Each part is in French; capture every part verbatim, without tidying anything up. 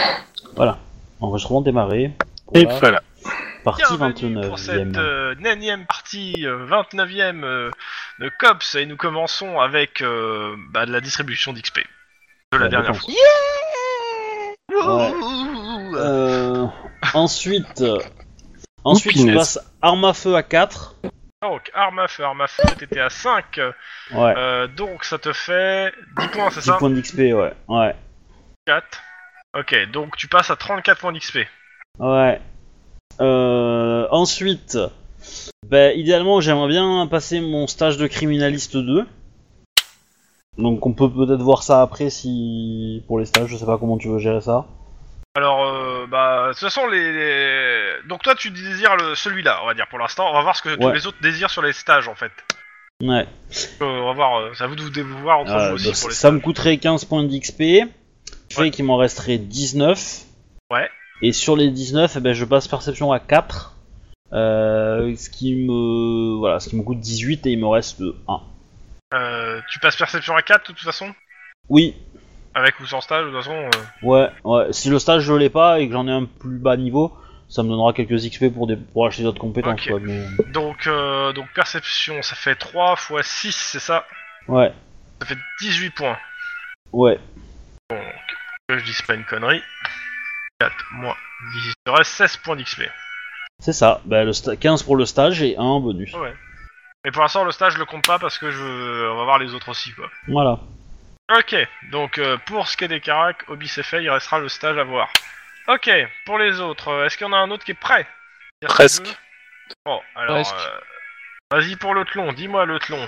Voilà, enregistrement démarré. Et voilà. Partie Bienvenue vingt-neuvième. pour cette euh, énième partie, euh, vingt-neuvième euh, de Cops, et nous commençons avec euh, bah, de la distribution d'X P de la Bah, dernière dépense. fois. Ouais. Wouhou. Euh, ensuite, euh, ensuite je punaise. passe arme à feu à quatre. Donc, arme à feu, arme à feu, t'étais à cinq, Ouais, euh, donc ça te fait dix points, c'est dix ça points d'X P, ouais. Ouais. quatre. Ok, donc tu passes à trente-quatre points d'X P. Ouais. Euh, ensuite, bah, idéalement, j'aimerais bien passer mon stage de criminaliste deux. Donc on peut peut-être voir ça après si pour les stages, je sais pas comment tu veux gérer ça. Alors, euh, bah, de toute façon, les, les- donc toi tu désires le, celui-là, on va dire pour l'instant. On va voir ce que tous Ouais. les autres désirent sur les stages en fait. Ouais. Euh, on va voir, euh, c'est à vous de vous, de vous voir entre Euh, vous aussi donc, pour les ça stages. me coûterait quinze points d'X P, fait Ouais. qu'il m'en resterait dix-neuf. Ouais. Et sur les dix-neuf, eh ben, je passe perception à quatre. Euh, ce qui me voilà, ce qui me coûte dix-huit et il me reste un. Euh, tu passes perception à quatre de toute façon. Oui, Avec ou sans stage, de toute façon. euh, ouais, ouais. Si le stage je l'ai pas et que j'en ai un plus bas niveau, ça me donnera quelques X P pour, des, pour acheter d'autres compétences. Ok. Quoi, mais... Donc, euh, donc perception, ça fait trois fois six, c'est ça. Ouais, Ça fait dix-huit points. ouais. Donc, que je dise pas une connerie. quatre moins dix, il te reste seize points d'X P. C'est ça. Ben, le sta- quinze pour le stage et un en bonus. Ouais. Mais pour l'instant, le stage je le compte pas parce que je veux... on va voir les autres aussi, quoi. Voilà. Ok, donc euh, pour ce qui est des caracs, Obi c'est fait, il restera le stage à voir. Ok, pour les autres, euh, est-ce qu'il y en a un autre qui est prêt? Dire ce Presque. qu'il veut. Bon, alors, Presque. euh, vas-y pour le tlon, dis-moi le tlon.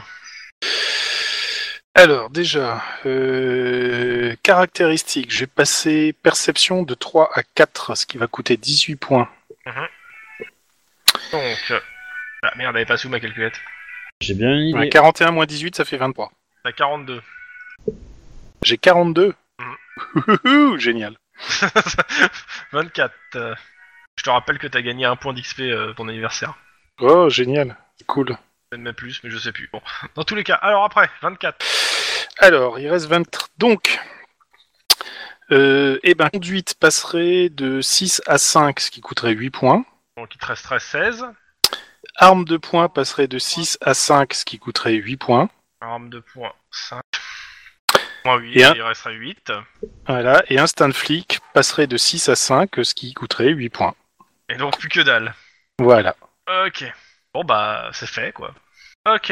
Alors, déjà, euh, caractéristiques. J'ai passé perception de trois à quatre, ce qui va coûter dix-huit points. Donc, euh... ah merde, elle est pas sous ma calculette. J'ai bien une idée. Ouais, quarante et un moins dix-huit, ça fait vingt-trois. T'as quarante-deux. J'ai quarante-deux. Mhm. Ouhouhou, génial. vingt-quatre. euh, Je te rappelle que t'as gagné un point d'X P euh, ton anniversaire. Oh, génial. Cool. Peut-être même plus, mais je sais plus. Bon, dans tous les cas, alors après, vingt-quatre. Alors, il reste vingt. Donc, euh, eh ben, conduite passerait de six à cinq, ce qui coûterait huit points. Donc il te resterait seize. Arme de poing passerait de six à cinq, ce qui coûterait huit points. Arme de poing, cinq. Moins huit, Et un- il resterait huit. Voilà. Et instinct de flic passerait de six à cinq, ce qui coûterait huit points. Et donc plus que dalle. Voilà. Ok. Bon bah, c'est fait quoi. Ok.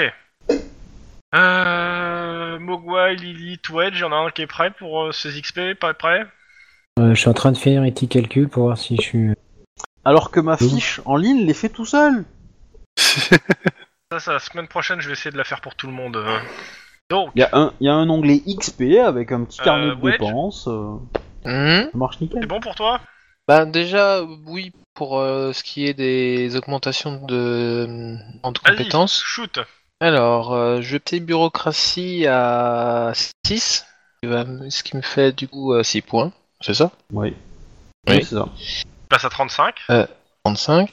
Euh... Mogwai, Lilith, Wedge, y'en a un qui est prêt pour euh, ces X P, pas prêt? Euh, je suis en train de faire un petit calcul pour voir si je suis. Alors que ma fiche en ligne les fait tout seul. Ça, ça, la semaine prochaine, je vais essayer de la faire pour tout le monde. euh. Donc, Il y, a un- y a un onglet X P avec un petit carnet Euh, de Wedge dépenses. euh, Hmm. Ça marche c'est nickel. bon pour toi? Bah déjà, oui, pour euh, ce qui est des augmentations de, en de Vas-y, compétences. shoot. Alors, euh, je vais payer bureaucratie à six, ce qui va me- ce qui me fait du coup euh, six points, c'est ça? Oui. Oui. Oui, c'est ça. Tu passes à trente-cinq, trente-cinq.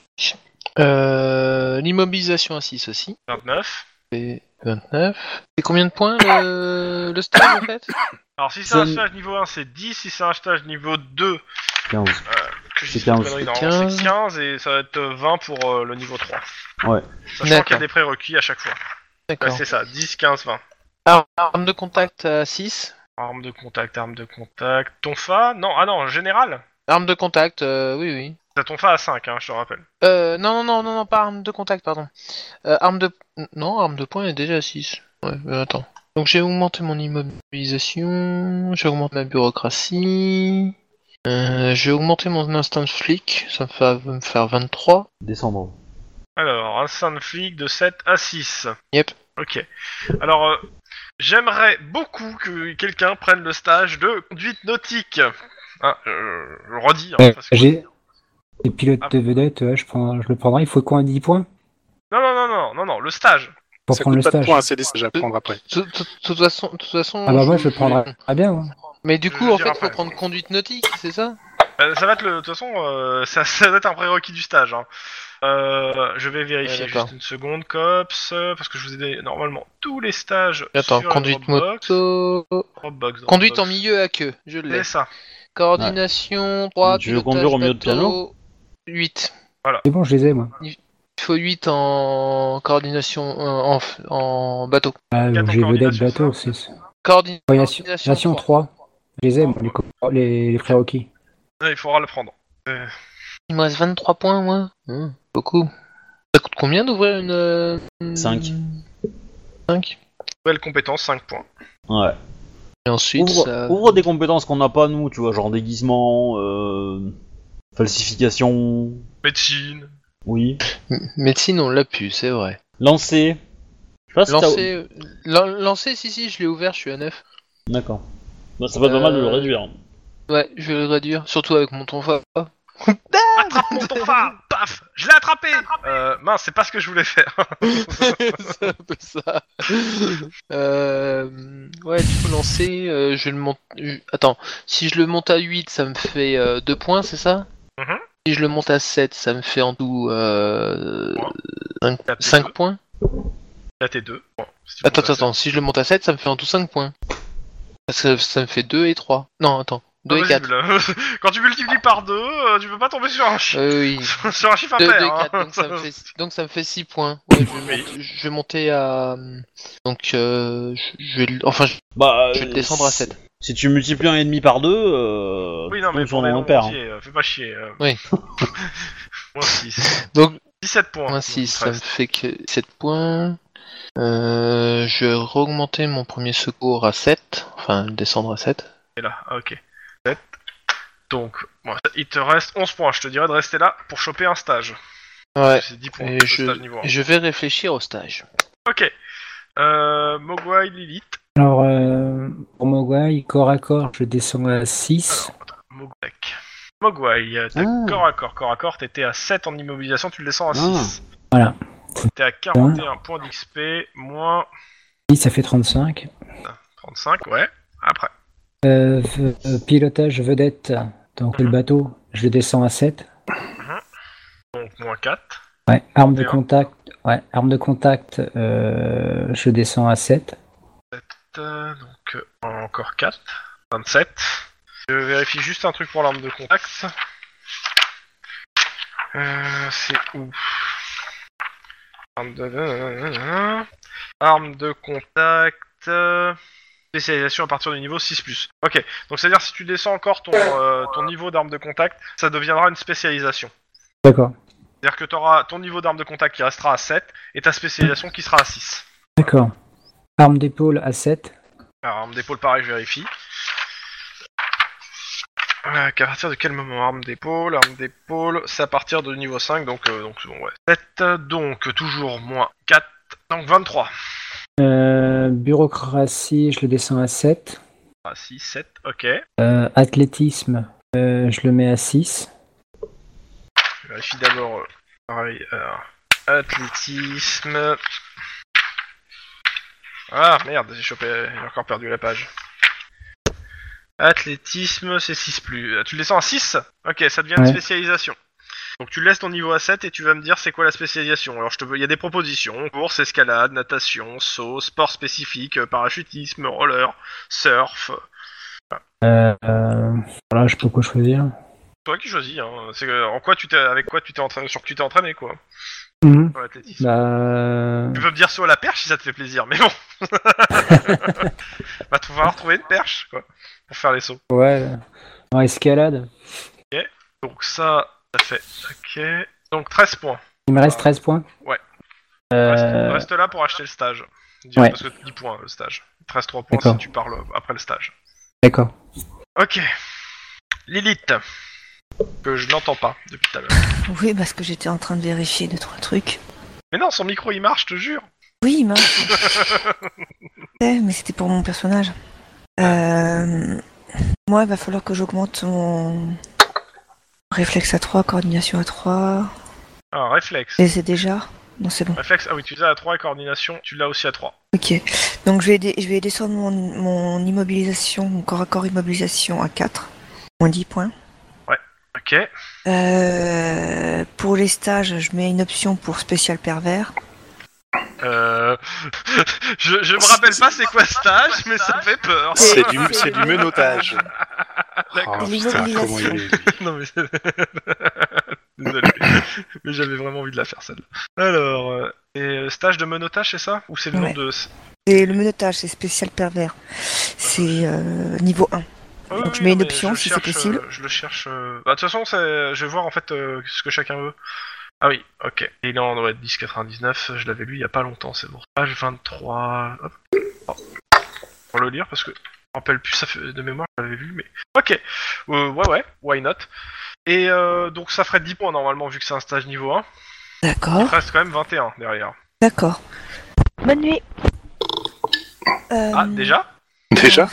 Euh, l'immobilisation à six aussi, vingt-neuf. c'est vingt-neuf. C'est combien de points le, le stage en fait? Alors si c'est un C'est- stage niveau un, c'est dix. Si c'est un stage niveau deux, quinze. que je C'est dise pas de quinze. conneries, normalement, quinze. c'est quinze. Et ça va être vingt pour euh, le niveau trois. Ouais. Sachant qu'il y a D'accord. des prérequis à chaque fois. Ouais, D'accord. c'est ça, dix, quinze, vingt. Alors, arme de contact à six. Arme de contact, arme de contact. Tonfa? Non, ah non, général. Arme de contact, euh, oui, oui. T'as Tonfa à cinq, hein, je te rappelle. Euh, non, non, non, non, non, pas arme de contact, pardon. Euh, arme de... Non, arme de poing est déjà à six. Ouais, euh, attends. Donc j'ai augmenté mon immobilisation, j'ai augmenté ma bureaucratie, euh, j'ai augmenté mon instinct de flic, ça va me faire vingt-trois. Descendre. Alors, un sein de flic de sept à six. Yep. Ok. Alors, euh, j'aimerais beaucoup que quelqu'un prenne le stage de conduite nautique. Hein, euh, je le redis. Hein, Euh, parce que- j'ai. Les pilotes Ah. de vedette, ouais, je, prends, je le prendrai. Il faut quoi, dix points Non, non, non, non, non, non, le stage. pour Ça prendre le coûte pas de stage? points, c'est des stages à prendre après. De toute- toute façon, de toute façon. Ah bah moi je le prendrai. Ah bien, ouais. Mais du Je coup, veux en dire fait, après. faut prendre conduite nautique, c'est ça? Euh, ça va être le. De toute façon, euh, ça, ça va être un prérequis du stage. Hein. Euh, je vais vérifier Ouais, d'accord. juste une seconde, cops, euh, parce que je vous ai donné normalement tous les stages Attends, sur conduite Dropbox. moto. Dropbox, Conduite en Dropbox. milieu à queue, je l'ai. C'est ça. Coordination trois, Tu veux pilotage conduire au milieu de bateau, piano huit. C'est bon, je les ai, moi. Il faut huit en coordination euh, en, en bateau. Ah, Quatre en j'ai vedette coordination, bateau, ça c'est... Coordination, Coordination coordination trois. Je les ai, moi, les, co- les, les prérequis. Ouais, il faudra le prendre. Euh, Il me reste vingt-trois points, moi. Hum, beaucoup. Ça coûte combien d'ouvrir une... euh, Cinq. cinq. Nouvelle compétence, cinq points. Ouais. Et ensuite, Ouvre, ça... ouvre des compétences qu'on n'a pas nous, tu vois, genre déguisement, euh, falsification, Médecine. oui. M- Médecine, on l'a pu, c'est vrai. Lancer. Je sais pas si t'as- Lancer, euh, lan- lancer, si, si, je l'ai ouvert, je suis à neuf. D'accord. Bah, ça va pas mal de le Euh, réduire. Ouais, je vais le réduire, surtout avec mon tonfa. Attrape mon tonfa. Paf. Je l'ai attrapé. Euh, mince, c'est pas ce que je voulais faire. C'est un peu ça. Euh, ouais, du coup, lancer, euh, je vais le monte. je- Attends, si je le monte à huit, ça me fait euh, deux points, c'est ça Mhm. Si je le monte à sept, ça me fait en tout euh, T'as tes cinq deux. points. Là, t'es deux. Bon, si tu Attends, montes à attends, si je le monte à sept, ça me fait en tout cinq points. Ça, ça me fait deux et trois. Non, attends, deux et quatre. Impossible. Quand tu multiplies par deux, euh, tu peux pas tomber sur un, chi- Euh, oui. sur un chiffre deux, impair. deux et hein. quatre, donc ça me fait, donc ça me fait six poinns. Ouais, je, vais Oui. monter, je vais monter à... Donc, euh, je, je vais... le- Enfin, je, Bah, je vais le descendre à sept. Si tu multiplies un ennemi par deux, euh, Oui, non, mais tu pour tombes les en nombres impair, hein. entiers, euh, fais pas chier. euh. Oui. Moins six. Donc, dix-sept points. moins six, Donc, ça me reste. fait que sept points. Euh, je vais augmenter mon premier secours à sept. Enfin, le descendre à sept. Et là, ah, ok. sept. Donc, bon, il te reste onze points. Je te dirais de rester là pour choper un stage. Ouais. C'est dix points. Et le je, stage niveau un. et je vais réfléchir au stage. Ok. Euh, Mogwai, Lilith. Alors, euh, pour Mogwai, corps à corps, je descends à six. Alors, attends, Mogwai. Mogwai, euh, t'as Ah. corps à corps, corps à corps, t'étais à sept en immobilisation, tu le descends à Ah. six. Voilà. T'es à quarante et un points d'X P, moins six, ça fait trente-cinq. trente-cinq, ouais. Après. Euh, v- euh, pilotage vedette, donc le bateau, je le descends à sept. Donc, moins quatre. Ouais, arme de trente et un. contact, ouais, arme de contact, euh, je descends à sept. Euh, donc, euh, encore quatre. vingt-sept. Je vérifie juste un truc pour l'arme de contact. Euh, c'est où? Arme de... Arme de contact... euh, Spécialisation à partir du niveau six plus. Ok, donc c'est-à-dire si tu descends encore ton, euh, ton niveau d'arme de contact, ça deviendra une spécialisation. D'accord, C'est-à-dire que tu auras ton niveau d'arme de contact qui restera à sept et ta spécialisation qui sera à six. d'accord. Arme d'épaule à sept. Alors, arme d'épaule, pareil, je vérifie. Euh, qu'à partir de quel moment? Arme d'épaule, arme d'épaule, c'est à partir de niveau cinq, donc, euh, donc bon, ouais. sept, donc toujours moins quatre, donc vingt-trois. Euh, bureaucratie, je le descends à sept. Ah, six, sept, ok. Euh, athlétisme, euh, je le mets à six. Je vérifie d'abord, euh, pareil, alors, athlétisme... Ah, merde, j'ai chopé, j'ai encore perdu la page. Athlétisme, c'est six plus. Tu le descends à six? Ok, ça devient une Ouais. spécialisation. Donc tu laisses ton niveau à sept et tu vas me dire c'est quoi la spécialisation. Alors je te veux, il y a des propositions, course, escalade, natation, saut, sport spécifique, euh, parachutisme, roller, surf. Euh, euh, voilà, je peux quoi choisir. Toi qui choisis, hein. C'est que, en quoi tu t'es, avec quoi tu t'es entraîné, sur quoi tu t'es entraîné quoi, Mhm. sur l'athlétisme. Bah, Tu peux me dire sur la perche si ça te fait plaisir, mais bon. Va te falloir trouver une perche quoi, pour faire les sauts. ouais, en escalade. Donc ça, ça fait, ok. Donc treize points. Il me reste Ah. treize points. Ouais. Euh, Reste, reste là pour acheter le stage. Dis- Ouais. Parce que dix points le stage. Il te reste trois points D'accord. si tu parles après le stage. D'accord. Ok. Lilith. Que je n'entends pas depuis tout à l'heure. Oui, parce que j'étais en train de vérifier deux, trois trucs. Mais non, son micro il marche, je te jure. Oui, il marche. Ouais, mais c'était pour mon personnage. Euh... Moi, il va falloir que j'augmente mon réflexe à trois, coordination à trois. Ah, réflexe. Et c'est déjà? Non, c'est bon. Réflexe, ah oui, tu l'as à trois et coordination, tu l'as aussi à trois. Ok. Donc, je vais, dé- je vais descendre mon, mon immobilisation, mon corps à corps immobilisation à quatre. Moins dix points. Ok. Euh... Pour les stages, je mets une option pour spécial pervers. Euh... je, je me rappelle pas c'est quoi stage, mais ça me fait peur. C'est du, c'est du menottage. D'accord. Oh, Des putain, immobilisations. comment il est, lui. Non mais désolé, mais j'avais vraiment envie de la faire celle-là. Alors, euh, et euh, stage de menottage, c'est ça? Ou c'est le nom Ouais. de... C'est le menottage, c'est spécial pervers. C'est euh, niveau un. Ah oui, Donc oui, je mets non, une mais option je si cherche, c'est possible. euh, je le cherche. euh, Bah de toute façon, c'est... je vais voir en fait euh, ce que chacun veut. Ah oui, ok. Et il est en ouais, dix quatre-vingt-dix-neuf, je l'avais lu il y a pas longtemps, c'est bon. Page vingt-trois... Hop. Oh. Pour le lire, parce que je me rappelle plus ça fait de mémoire, je l'avais vu, mais... Ok, euh, ouais ouais, why not. Et euh, donc ça ferait dix points normalement, vu que c'est un stage niveau un. Il D'accord, reste quand même vingt et un derrière. d'accord. Bonne nuit. Euh, Ah, déjà? Déjà?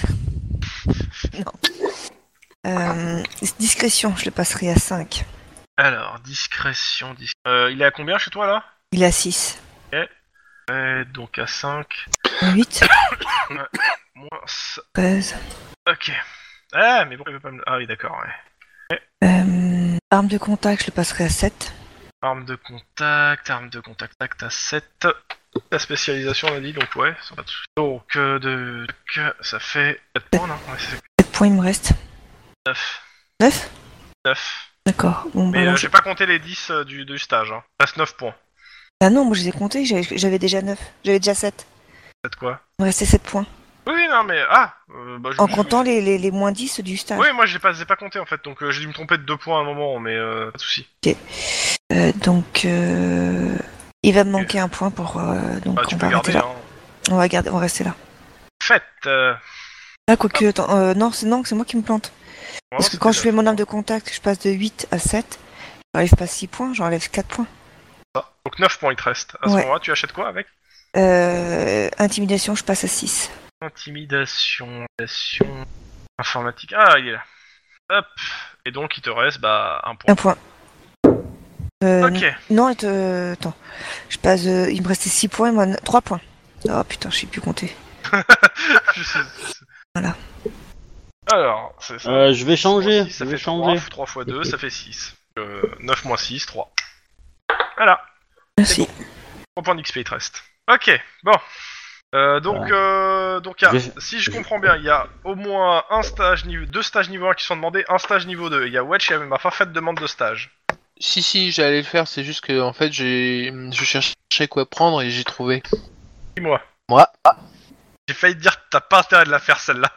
euh, Discrétion, je le passerai à cinq. Alors, discrétion... Dis... Euh, il est à combien chez toi, là? Il est à six. Ouais, donc à cinq... huit, Moins... treize. Ok. Ah, mais bon, il veut pas me... Ah oui, d'accord, ouais. Euh, arme de contact, je le passerai à sept. Arme de contact, arme de contact, tac, t'as sept. La spécialisation, on a dit, donc ouais, ça va de soucis. Donc, euh, de... ça fait sept points, non? Ouais, c'est sept points, il me reste. neuf. neuf. neuf. D'accord. Bon, bah, Mais alors, euh, je- j'ai pas compté les dix euh, du, du stage, hein. Il reste neuf points. Ah non, moi je les ai comptés, j'avais j'avais déjà neuf. J'avais déjà sept. sept quoi? Il me restait sept points. Oui, oui, non, mais... Ah euh, bah, je En me suis- comptant les, les, les moins dix du stage. Oui, moi, j'ai pas, j'ai pas compté, en fait, donc euh, j'ai dû me tromper de deux points à un moment, mais euh, pas de soucis. Euh, donc, euh, il va me manquer un point pour. euh, donc, Bah, tu on peux va arrêter garder, là. hein. On va garder, on va rester là. Faites euh... Ah, quoique, attends, euh, non, c'est non, c'est moi qui me plante. Parce que vraiment, quand je c'était fais mon arme de contact, je passe de huit à sept. J'enlève pas six points, j'enlève quatre points. ça. Donc neuf points, il te reste. À ce Ouais. moment-là, tu achètes quoi avec? Euh, intimidation, je passe à six. Intimidation, intimidation, informatique. Ah, il est là. Hop. Et donc, il te reste, bah, un point. Un point. Euh, Ok. Non, et attends. Je passe. euh, il me restait six points, moi, trois points. Oh putain, je sais plus compter. Je sais- je sais. Voilà. Alors, c'est ça. Euh, je vais changer. six, ça Je fait vais changer. trois fois deux, ça fait six. Euh, neuf moins six, trois. Voilà. Merci. trois points d'X P, il te reste. Ok, bon. Euh, donc, Voilà. euh, donc y a, Je vais- si je comprends bien, il y a au moins un stage niveau, deux stages niveau un qui sont demandés, un stage niveau deux. Il y a Wedge qui m'a pas fait de demande de stage. Si, si, j'allais le faire, c'est juste que en fait, j'ai, je cherchais quoi prendre et j'ai trouvé. Dis-moi. Moi, ah, J'ai failli te dire que t'as pas intérêt de la faire celle-là.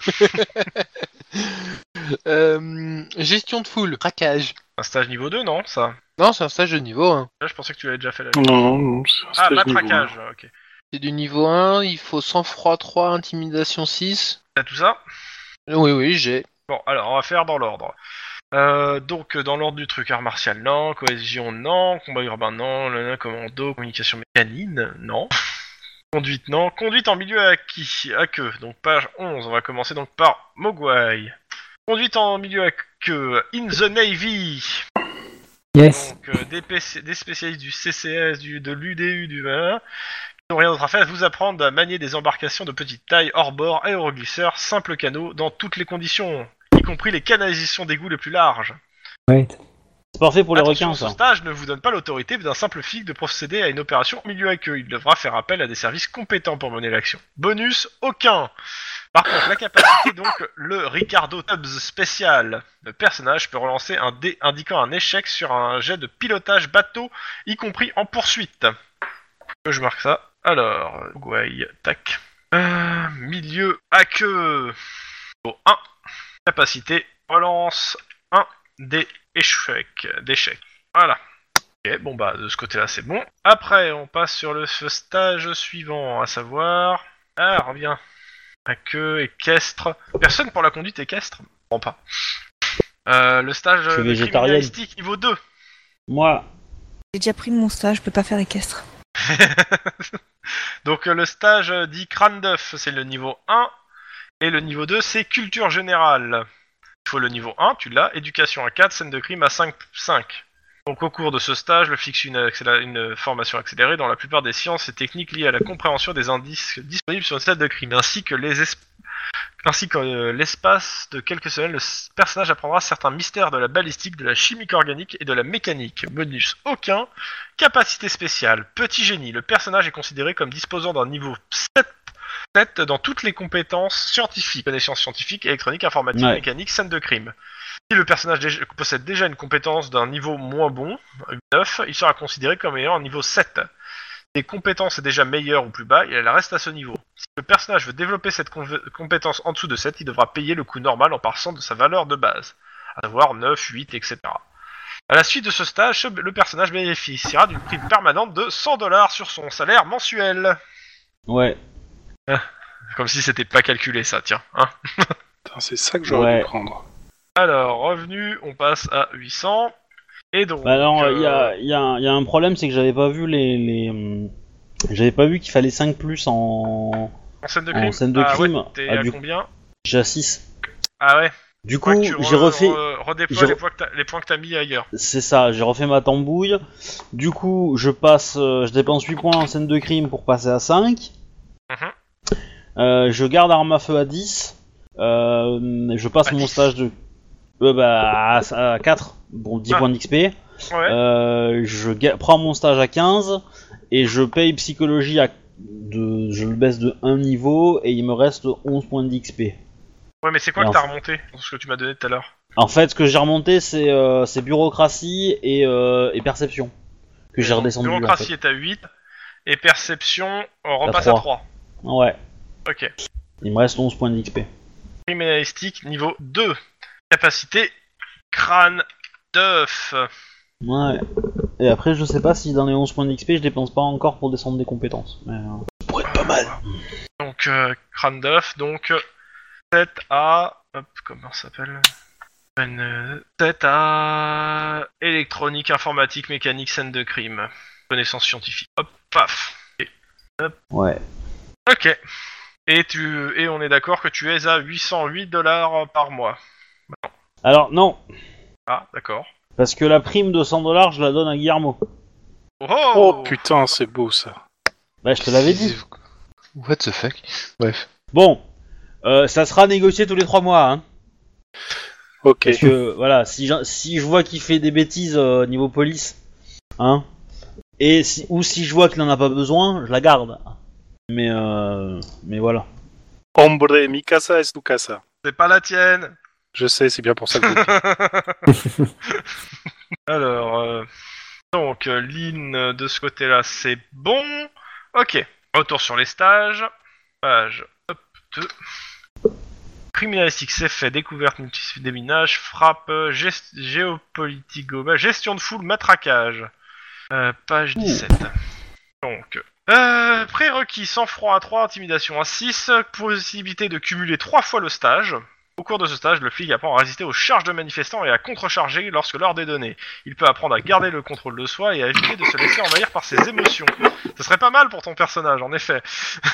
euh, gestion de foule, traquage. Un stage niveau deux, non, ça? Non, c'est un stage de niveau un. Là, je pensais que tu l'avais déjà fait là. Non, non, c'est un Ah, stage niveau un. matraquage, ok. C'est du niveau un, il faut sang-froid trois, intimidation six. T'as tout ça? Oui, oui, j'ai. Bon, alors, on va faire dans l'ordre. Euh, donc, dans l'ordre du truc, art martial, non. Cohésion, non. Combat urbain, non. Le, le, commando, communication mécanine, non. Conduite, non. Conduite en milieu acquis, à queue. Donc, page onze, on va commencer donc par Mogwai. Conduite en milieu à queue, in the Navy. Yes. Donc, euh, des, P C des spécialistes du C C S, du, de l'U D U, du... Hein, qui n'ont rien d'autre à faire, vous apprendre à manier des embarcations de petite taille, hors-bord, aéroglisseurs, simples canaux, dans toutes les conditions, y compris les canalisations d'égouts les plus larges. Ouais. C'est parfait pour les Attention, requins, ce ça. stage ne vous donne pas l'autorité d'un simple flic de procéder à une opération au milieu avec eux. Il devra faire appel à des services compétents pour mener l'action. Bonus, aucun. Par contre, la capacité, donc, le Ricardo Tubbs spécial. Le personnage peut relancer un dé indiquant un échec sur un jet de pilotage bateau, y compris en poursuite. Que je marque ça. Alors, Guay, tac. Euh, milieu à queue. Bon, un. Capacité, relance, un. Des échecs, d'échecs. Voilà. Ok, bon bah de ce côté-là c'est bon. Après on passe sur le stage suivant, à savoir... Ah, reviens. À queue, équestre... Personne pour la conduite équestre? Je comprends pas. Euh, le stage Je suis de végétarienne. criminalistique niveau deux. Moi, J'ai déjà pris mon stage, je peux pas faire équestre. Donc euh, le stage euh, dit crâne d'œuf, c'est le niveau un. Et le niveau deux c'est culture générale. Il faut le niveau un, tu l'as, éducation à quatre, scène de crime à cinq. cinq. Donc au cours de ce stage, le fixe une, accélé- une formation accélérée dans la plupart des sciences et techniques liées à la compréhension des indices disponibles sur une scène de crime, ainsi que les es- ainsi que euh, l'espace de quelques semaines, le s- personnage apprendra certains mystères de la balistique, de la chimique organique et de la mécanique. Bonus aucun. Capacité spéciale, petit génie. Le personnage est considéré comme disposant d'un niveau sept sept dans toutes les compétences scientifiques, connaissances scientifiques, électroniques, informatiques, Ouais. mécaniques, scène de crime. Si le personnage déjà- possède déjà une compétence d'un niveau moins bon, neuf, il sera considéré comme ayant un niveau sept. Si les compétences est déjà meilleure ou plus bas, elle reste à ce niveau. Si le personnage veut développer cette com- compétence en dessous de sept, il devra payer le coût normal en passant de sa valeur de base, à savoir neuf, huit, et cetera. À la suite de ce stage, le personnage bénéficiera d'une prime permanente de cent dollars sur son salaire mensuel. Ouais. Comme si c'était pas calculé ça, tiens. Hein. Putain, c'est ça que j'aurais Ouais. dû prendre. Alors, revenu, on passe à huit cents. Et donc... Bah alors, il euh, y, a, y, a un- y a un problème, c'est que j'avais pas vu les... les hum, j'avais pas vu qu'il fallait cinq plus en... En scène de en crime, scène de ah, crime, ouais, t'es ah, à du- combien J'ai à six. Ah ouais. Du Faudrait coup, que tu j'ai re- refait... re- redéploies j'ai les, re- points que t'as- les points que t'as mis ailleurs. C'est ça, j'ai refait ma tambouille. Du coup, je passe... euh, je dépense huit points en scène de crime pour passer à cinq. Mhm. Euh, je garde arme à feu à dix. Euh, je passe À mon dix. stage de... Euh, bah, à, à quatre. Bon, dix Ah. points d'X P. Ouais. Euh, je ga- prends mon stage à quinze. Et je paye psychologie à... De... Je le baisse de un niveau. Et il me reste onze points d'X P. Ouais, mais c'est quoi et que en t'as fait- remonté dans ce que tu m'as donné tout à l'heure? En fait, ce que j'ai remonté, c'est euh, c'est bureaucratie et, euh, et perception. Que j'ai Donc, redescendu. en Bureaucratie fait. est à huit. Et perception, on repasse à trois. trois. Ouais. Ok. Il me reste onze points d'X P. Criminalistique, niveau deux. Capacité, crâne d'œuf. Ouais. Et après, je sais pas si dans les onze points d'X P, je dépense pas encore pour descendre des compétences. Mais, euh, ça pourrait être pas mal. Donc, euh, crâne d'œuf, donc euh, sept à... Hop, comment ça s'appelle euh, sept à... Électronique, informatique, mécanique, scène de crime. Connaissances scientifiques. Hop, paf. Et- Ouais. Ok. Et, tu... Et on est d'accord que tu es à huit cent huit dollars par mois. Alors, non. Ah, d'accord. Parce que la prime de cent dollars, je la donne à Guillermo. Oh, Oh putain, c'est beau ça. Bah, je te l'avais dit. What the fuck. Bref. Bon. Euh, ça sera négocié tous les trois mois, hein. Ok. Parce que, voilà, si je, si je vois qu'il fait des bêtises euh, niveau police, hein, et si, ou si je vois qu'il en a pas besoin, je la garde. Mais, euh, mais voilà. Hombre, mi casa es tu casa. C'est pas la tienne. Je sais, c'est bien pour ça que je le dis. Alors, euh, donc, euh, Lynn, de ce côté-là, c'est bon. Ok, retour sur les stages. Page, hop, deux. Criminalistique, c'est fait. Découverte, multi- déminage, frappe, gest- géopolitique globale, gestion de foule, matraquage. Euh, page dix-sept. Donc, euh, prérequis, sang-froid à trois, intimidation à six, possibilité de cumuler trois fois le stage. Au cours de ce stage, le flic apprend à résister aux charges de manifestants et à contrecharger lorsque l'ordre est donné. Il peut apprendre à garder le contrôle de soi et à éviter de se laisser envahir par ses émotions. Ce serait pas mal pour ton personnage, en effet.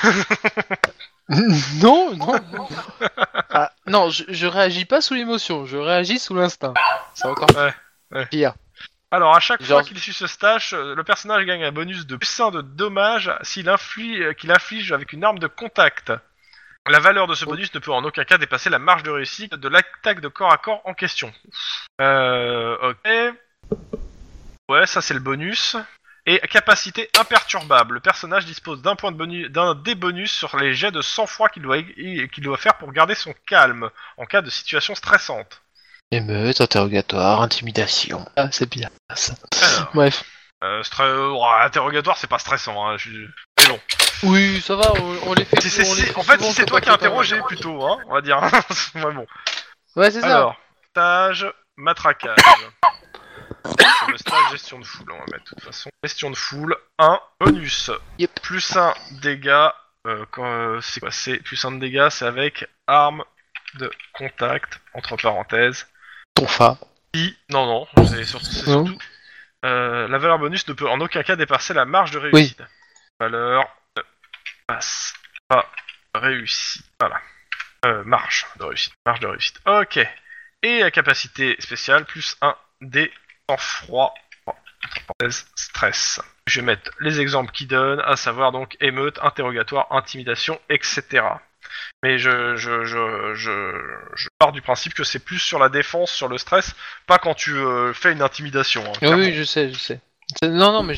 Non, non, non. Ah, non, je, je réagis pas sous l'émotion, je réagis sous l'instinct. C'est encore Ouais, ouais. pire. Alors, à chaque Genre- fois qu'il suit ce stage, euh, le personnage gagne un bonus de plus un de dommage s'il inflige, euh, qu'il inflige avec une arme de contact. La valeur de ce bonus ne peut en aucun cas dépasser la marge de réussite de l'attaque de corps à corps en question. Euh, ok. Ouais, ça c'est le bonus. Et capacité imperturbable. Le personnage dispose d'un point de bonus, d'un des bonus sur les jets de sang-froid qu'il doit, qu'il doit faire pour garder son calme en cas de situation stressante. Émeute, interrogatoire, intimidation. Ah, c'est bien ça. Alors, Bref. euh, stre- oh, interrogatoire, c'est pas stressant. Hein, je... Mais bon. Oui, ça va, on, on les fait. Si c'est- on les si- fait en fait, souvent, si c'est faut toi pas qui as que ça interrogé va. plutôt, hein, on va dire. Ouais, bon. Ouais, c'est ça. Alors, stage, matraquage. Sur le stage, gestion de foule, on va mettre de toute façon. Gestion de foule, un, bonus. Yep. Plus un dégâts, euh, quand, euh, c'est quoi? C'est plus un de dégâts, c'est avec arme de contact, entre parenthèses. Ton fa. Qui, non, non, c'est surtout, c'est Non. surtout euh, la valeur bonus ne peut en aucun cas dépasser la marge de réussite. Valeur de passe pas réussi. Voilà. Euh, marge de réussite. Marge de réussite. Ok. Et la capacité spéciale, plus un dé sang-froid. Entre parenthèses, stress. Je vais mettre les exemples qui donnent, à savoir donc émeute, interrogatoire, intimidation, et cetera. Mais je, je, je, je, je pars du principe que c'est plus sur la défense, sur le stress, pas quand tu euh, fais une intimidation. Hein, Oui, clairement. oui, je sais, je sais. C'est- Non, non, mais j'y-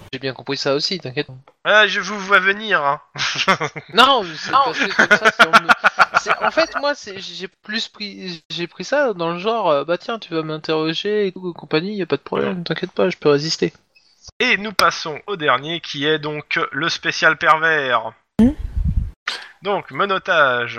J'ai bien compris ça aussi, t'inquiète. Ah, je vous vois venir, hein. Non, c'est parce que comme ça, c'est en, me- c'est- en fait, moi, c'est, j'ai plus pris, j'ai pris ça dans le genre, euh, bah tiens, tu vas m'interroger et tout, compagnie, y a pas de problème, t'inquiète pas, je peux résister. Et nous passons au dernier qui est donc le spécial pervers. Hmm. Donc, menottage.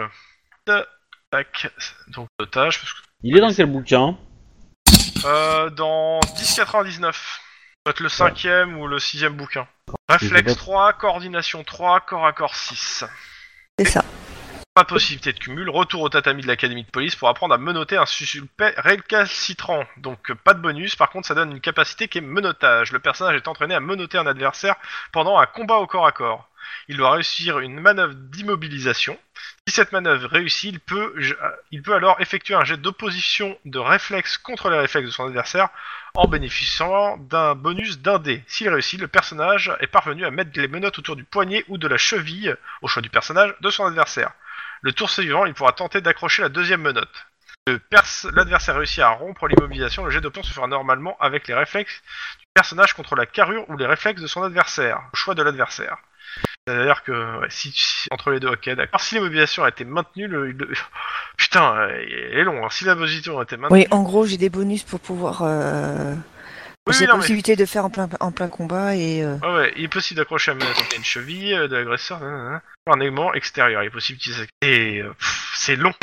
Tac. Donc, menottage. Parce que, Il est dans quel bouquin? euh, dans dix quatre-vingt-dix-neuf. Ça doit être le cinquième ou le sixième bouquin. Je sais Réflexe pas. trois, coordination trois, corps à corps six. C'est ça. Pas de possibilité de cumul. Retour au tatami de l'académie de police pour apprendre à menotter un suspect récalcitrant. Donc, pas de bonus. Par contre, ça donne une capacité qui est menottage. Le personnage est entraîné à menotter un adversaire pendant un combat au corps à corps. Il doit réussir une manœuvre d'immobilisation. Si cette manœuvre réussit, il peut, il peut alors effectuer un jet d'opposition de réflexe contre les réflexes de son adversaire en bénéficiant d'un bonus d'un dé. S'il réussit, le personnage est parvenu à mettre les menottes autour du poignet ou de la cheville, au choix du personnage, de son adversaire. Le tour suivant, il pourra tenter d'accrocher la deuxième menotte. Le pers- L'adversaire réussit à rompre l'immobilisation, le jet d'option se fera normalement avec les réflexes du personnage contre la carrure ou les réflexes de son adversaire, au choix de l'adversaire. C'est-à-dire que ouais, si, si entre les deux, ok, d'accord. Si l'immobilisation a été maintenue, le, le... putain, euh, il est long. Hein. Si l'immobilisation a été maintenue, Oui, en gros, j'ai des bonus pour pouvoir. Euh... Oui, j'ai oui, la non, mais- possibilité de faire en plein, en plein combat et. Euh... ouais, ouais, il est possible d'accrocher la manette à une cheville euh, de l'agresseur, nanana, par un élément extérieur. Il est possible d'utiliser. Et euh, pff, c'est long.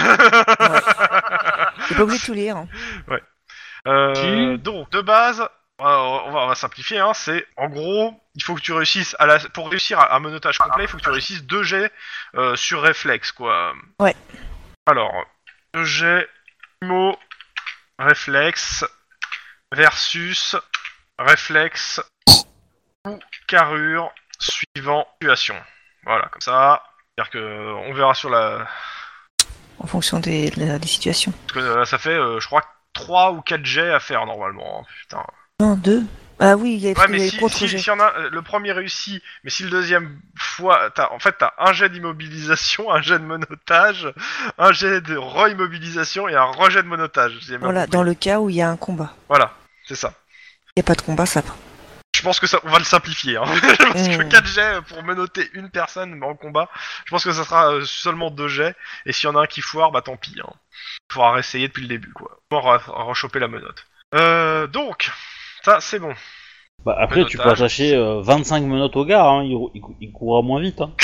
J'ai pas obligé de tout lire. Hein. Euh, Qui donc de base, euh, on, va, on va simplifier. Hein, c'est en gros, il faut que tu réussisses à la, pour réussir à un menottage complet, il faut que tu réussisses deux jets euh, sur réflexe, quoi. Ouais. Alors, deux jets mot réflexe versus réflexe ou carrure suivant situation. Voilà, comme ça. C'est-à-dire que on verra sur la. En fonction des, des situations. Parce que euh, ça fait, euh, je crois, trois ou quatre jets à faire normalement. hein, Putain. Non, deux. Ah oui, il y a Ouais, il y mais a si, contre-jet. si, si y en a, euh, le premier réussit, mais si le deuxième fois, t'as, en fait, t'as un jet d'immobilisation, un jet de monotage, un jet de re-immobilisation et un rejet de monotage. si j'ai bien Voilà, compris. dans le cas où il y a un combat. Voilà, c'est ça. Il n'y a pas de combat, ça. Je pense que ça, on va le simplifier, hein. Parce que Mm. quatre jets pour menotter une personne en combat, je pense que ça sera euh, seulement deux jets, et s'il y en a un qui foire, bah tant pis, hein. Il faudra réessayer depuis le début, quoi. Pour re- rechoper la menotte. Euh, donc, ça, c'est bon. Bah après, tu peux Menotage. attacher euh, vingt-cinq menottes au gars, hein, il, il, il courra moins vite. Hein.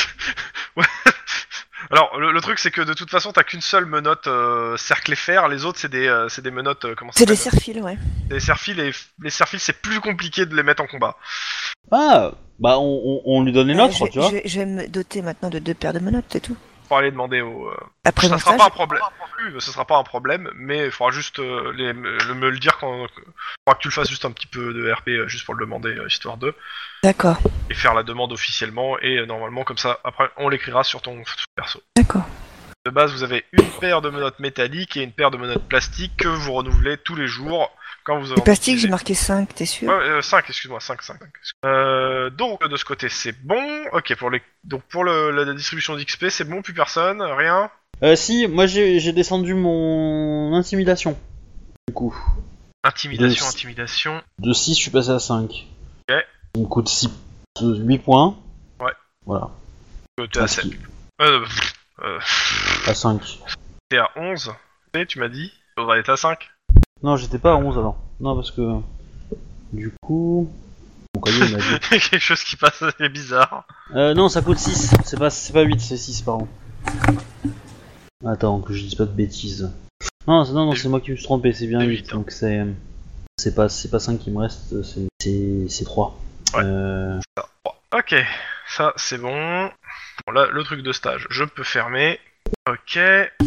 Alors, le, le truc, c'est que de toute façon, t'as qu'une seule menotte euh, cercle et fer, les autres, c'est des, euh, c'est des menottes, euh, comment ça C'est des s'appelle serfils, ouais. Des serfils, et les serfils, c'est plus compliqué de les mettre en combat. Ah, bah on, on, on lui donne les Euh, nôtres, je, vais- tu vois. je vais- je vais me doter maintenant de deux paires de menottes, c'est tout. Faut aller demander au... euh, Après ça mon sera stage. pas un problème. Oui, ce sera pas un problème, mais il faudra juste euh, les, me, me le dire quand. Il faudra que tu le fasses juste un petit peu de R P, euh, juste pour le demander, euh, histoire de. D'accord, Et faire la demande officiellement, et euh, normalement, comme ça, après, on l'écrira sur ton perso. d'accord. De base, vous avez une paire de menottes métalliques et une paire de menottes plastiques que vous renouvelez tous les jours quand vous Le en plastique, j'ai utilisez. marqué cinq, t'es sûr? Ouais, euh, cinq, excuse-moi, cinq, cinq. Euh, donc, de ce côté, c'est bon. Ok, pour les... donc pour le, la distribution d'X P, c'est bon, plus personne, rien. Euh, si, moi j'ai j'ai descendu mon intimidation. Du coup, Intimidation, Deux. intimidation. de six, je suis passé à cinq. Ok. Ça me coûte six, huit points. Ouais. Voilà. Euh, T'es à sept. Ainsi, Euh, pff, euh, à cinq. t'es à onze. Tu sais, tu m'as dit. Tu devrais être à cinq. Non, j'étais pas à onze alors. Non, parce que. Du coup. Mon cahier il m'a dit. Quelque chose qui passe, c'est bizarre. Euh, non, ça coûte six. C'est pas, c'est pas huit, c'est six, pardon. Attends, que je dise pas de bêtises. Non, c'est- non, non, c'est moi qui me suis trompé, c'est bien C'est huit. huit, hein. Donc c'est. C'est pas, c'est pas cinq qui me reste, c'est, c'est, c'est trois. Ouais. Euh, Ok, ça c'est bon. Bon, là, le truc de stage, je peux fermer. Ok.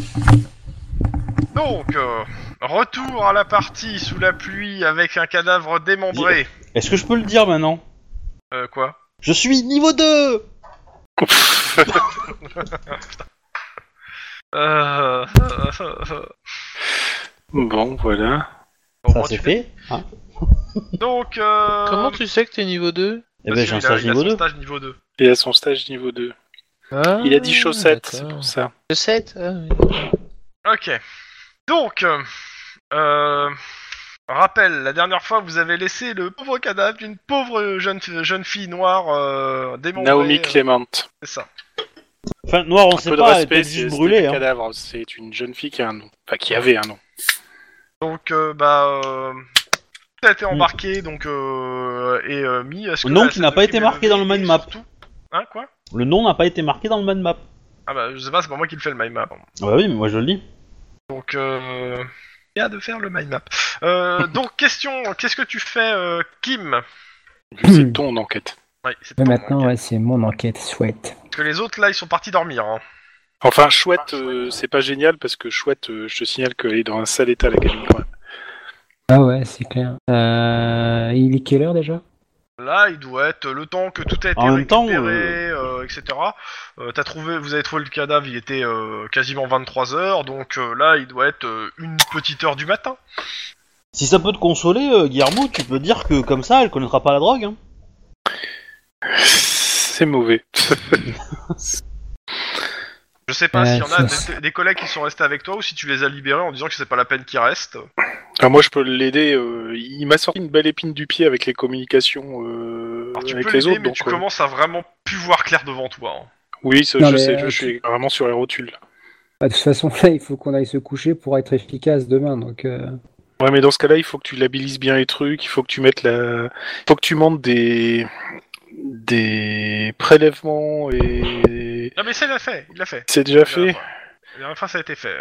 Donc, euh, retour à la partie sous la pluie avec un cadavre démembré. Est-ce que je peux le dire maintenant? Euh, quoi? Je suis niveau deux. Euh... Bon, voilà. Bon, Ça moi, c'est tu fait. Hein. fais- Donc, euh... Comment tu sais que t'es niveau deux? Eh ben parce j'ai un qu'il a- stage il a niveau son deux. stage niveau deux. Il a son stage niveau deux. Ah, Il a dit chaussettes, c'est d'accord. pour ça. Chaussettes ah, oui. Ok. Donc, euh, euh, rappel, la dernière fois, vous avez laissé le pauvre cadavre d'une pauvre jeune, jeune fille noire euh, démembrée. Naomi euh, Clément. C'est ça. Enfin, noir, on Un sait peu de pas, elle était respect, juste c'est brûlée. un Hein. cadavre. C'est une jeune fille qui a un nom. Enfin, qui avait un nom. Donc, euh, bah... Euh... Tout a été Mm. embarqué, donc, euh, et euh, mis... Est-ce que Le nom la qui scène n'a de pas crime été est marqué levée dans le mind et map. surtout- Hein, quoi? Le nom n'a pas été marqué dans le mind map. Ah bah, je sais pas, c'est pas moi qui le fais, le mind map. Ah bah oui, mais moi je le dis. Donc, euh... il y a de faire le mind map. Euh, donc, question, qu'est-ce que tu fais, euh, Kim? C'est ton enquête. Ouais, c'est Mais ton maintenant, enquête. ouais, c'est mon enquête, chouette. Parce que les autres, là, ils sont partis dormir, hein. Enfin, Chouette, euh, c'est pas génial parce que Chouette, euh, je te signale qu'elle est dans un sale état, la gamine, quand même. Ah ouais, c'est clair. Euh, il est quelle heure déjà? Là, il doit être le temps que tout a été En même temps, récupéré, euh, et cetera. Euh, t'as trouvé, vous avez trouvé le cadavre, il était euh, quasiment vingt-trois heures, donc euh, là, il doit être euh, une petite heure du matin. Si ça peut te consoler, euh, Guillermo, tu peux dire que comme ça, elle connaîtra pas la drogue. Hein. C'est mauvais. Je sais pas Euh, s'il y en a ça- des, des collègues qui sont restés avec toi ou si tu les as libérés en disant que c'est pas la peine qu'ils restent. Ah, moi, je peux l'aider. euh, il m'a sorti une belle épine du pied avec les communications euh, Alors tu avec peux les l'aider, autres. mais donc, tu euh, commences à vraiment plus voir clair devant toi. hein. Oui, ça, Non, je mais, sais, euh, je suis vraiment sur les rotules. Bah, de toute façon, là, il faut qu'on aille se coucher pour être efficace demain, donc... Euh... Ouais, mais dans ce cas-là, il faut que tu labellises bien les trucs, il faut que tu mettes la... Il faut que tu montes des... des prélèvements et... Non mais ça il l'a fait, il l'a fait. C'est déjà fait. La dernière fois ça a été fait.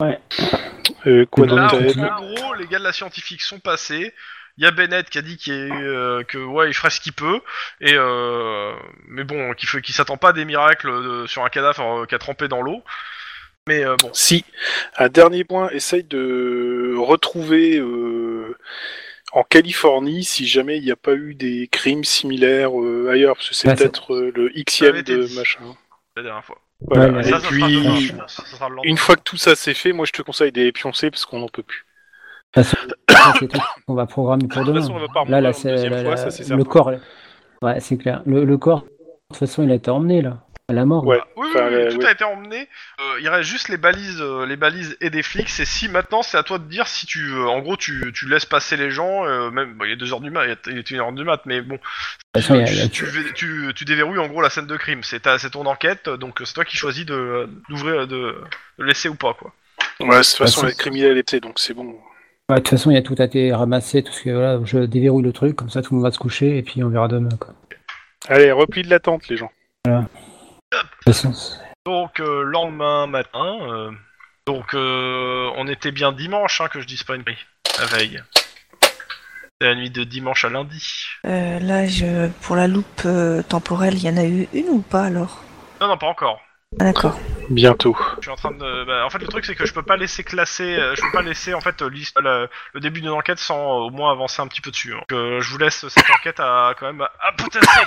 euh, Quoi Bon, Là, d'autre donc, en, euh, en gros, les gars de la scientifique sont passés. Il y a Bennett qui a dit qu'il est, euh, que ouais, il ferait ce qu'il peut, et euh, mais bon, qu'il fait, qu'il s'attend pas à des miracles de- sur un cadavre euh, qui a trempé dans l'eau. Mais euh, bon, Si, un dernier point, essaye de retrouver euh, en Californie si jamais il n'y a pas eu des crimes similaires euh, ailleurs, parce que c'est Ouais, ça- peut-être euh, le Ça avait Xème été de dit. machin. la dernière fois. Voilà. Ouais, Et Et ça, ça sera puis, demain, je pense. Ça sera le lendemain. une fois que tout ça c'est fait, moi je te conseille d'aller pioncer parce qu'on n'en peut plus. De toute façon, c'est des trucs qu'on va programmer pour De toute demain. façon, on va pas Là, remonter là, en c'est deuxième la- fois, la- ça, c'est le certain. corps. Ouais, c'est clair. Le, le corps, de toute façon, il a été emmené là, à la mort. Ouais. Ah, oui, oui, Enfin, oui, euh, tout ouais. a été emmené. Euh, il reste juste les balises, euh, les balises et des flics. C'est si maintenant, c'est à toi de dire si tu, euh, en gros, tu, tu laisses passer les gens. Euh, même, bon, il est deux heures du mat, il est- il était une heure du mat, mais bon, De toute façon, il y a- il y a- tu, tu, vé- tu, tu déverrouilles en gros la scène de crime. C'est ta, c'est ton enquête, donc c'est toi qui choisis de d'ouvrir, de, de laisser ou pas quoi. Ouais, de toute façon, c'est- la criminelle était, donc c'est bon. Ouais, de toute façon, il y a tout a été ramassé, tout ce que voilà, je déverrouille le truc, comme ça tout le monde va se coucher et puis on verra demain. Quoi. Allez, repli de la tente, les gens. De toute façon, c'est- Donc euh, lendemain matin, euh, donc euh, on était bien dimanche, hein, que je dise pas une connerie, la veille. C'est la nuit de dimanche à lundi. Euh, là, je... pour la loupe euh, temporelle, il y en a eu une ou pas alors? Non, non, pas encore. Ah, d'accord. Bientôt. Je suis en train de. Bah, en fait, le truc c'est que je peux pas laisser classer, euh, je peux pas laisser en fait euh, l'his- le, le début d'une enquête sans euh, au moins avancer un petit peu dessus. hein. Donc, euh, je vous laisse cette enquête à quand même à potasser.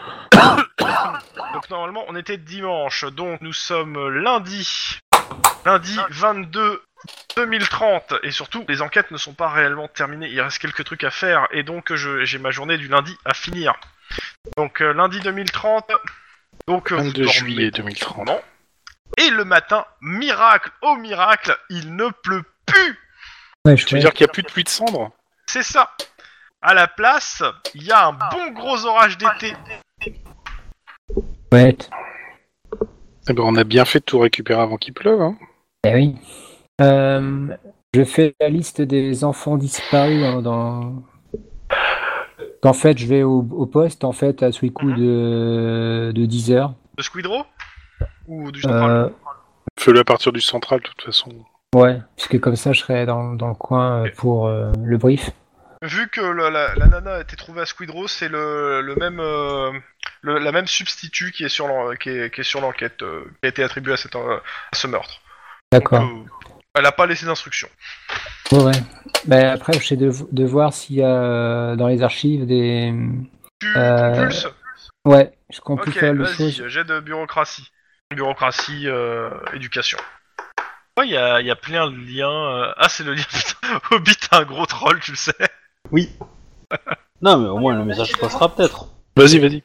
Donc normalement, on était dimanche, donc nous sommes lundi, lundi vingt-deux deux mille trente, et surtout les enquêtes ne sont pas réellement terminées. Il reste quelques trucs à faire, et donc je, j'ai ma journée du lundi à finir. Donc euh, lundi deux mille trente. Donc, euh, vous vingt-deux dormez juillet deux mille trente. tranquillement. Et le matin, miracle, oh miracle, il ne pleut plus. ouais, je Tu veux dire qu'il n'y a plus de pluie de cendres? C'est ça. À la place, il y a un bon gros orage d'été. ouais. Eh ben, on a bien fait de tout récupérer avant qu'il pleuve, hein. Eh oui. Euh, je fais la liste des enfants disparus hein, dans. En fait, je vais au, au poste en fait à sous les coups de, de dix heures. De Squidrow ou du central. Euh, Fais-le à partir du central, de toute façon. ouais, puisque comme ça, je serai dans, dans le coin euh, pour euh, le brief. Vu que la, la, la nana a été trouvée à Squidrow, c'est le, le même euh, le, la même substitut qui est sur l'en- qui est, qui est sur l'enquête, euh, qui a été attribuée à, cette, euh, à ce meurtre. D'accord. Donc, euh, elle a pas laissé d'instruction. Ouais, ouais. Ben, après, j'essaie de, de voir s'il y a euh, dans les archives des. Tu Euh, compulses. Ouais, je compte Ok, faire le vas-y, chose. jet de bureaucratie. Bureaucratie, euh, éducation. Ouais, il y a, y a plein de liens. euh, Ah, c'est le lien. Putain, Hobbit a un gros troll, tu le sais. Oui. Non, mais au moins le message passera peut-être. Vas-y, vas-y.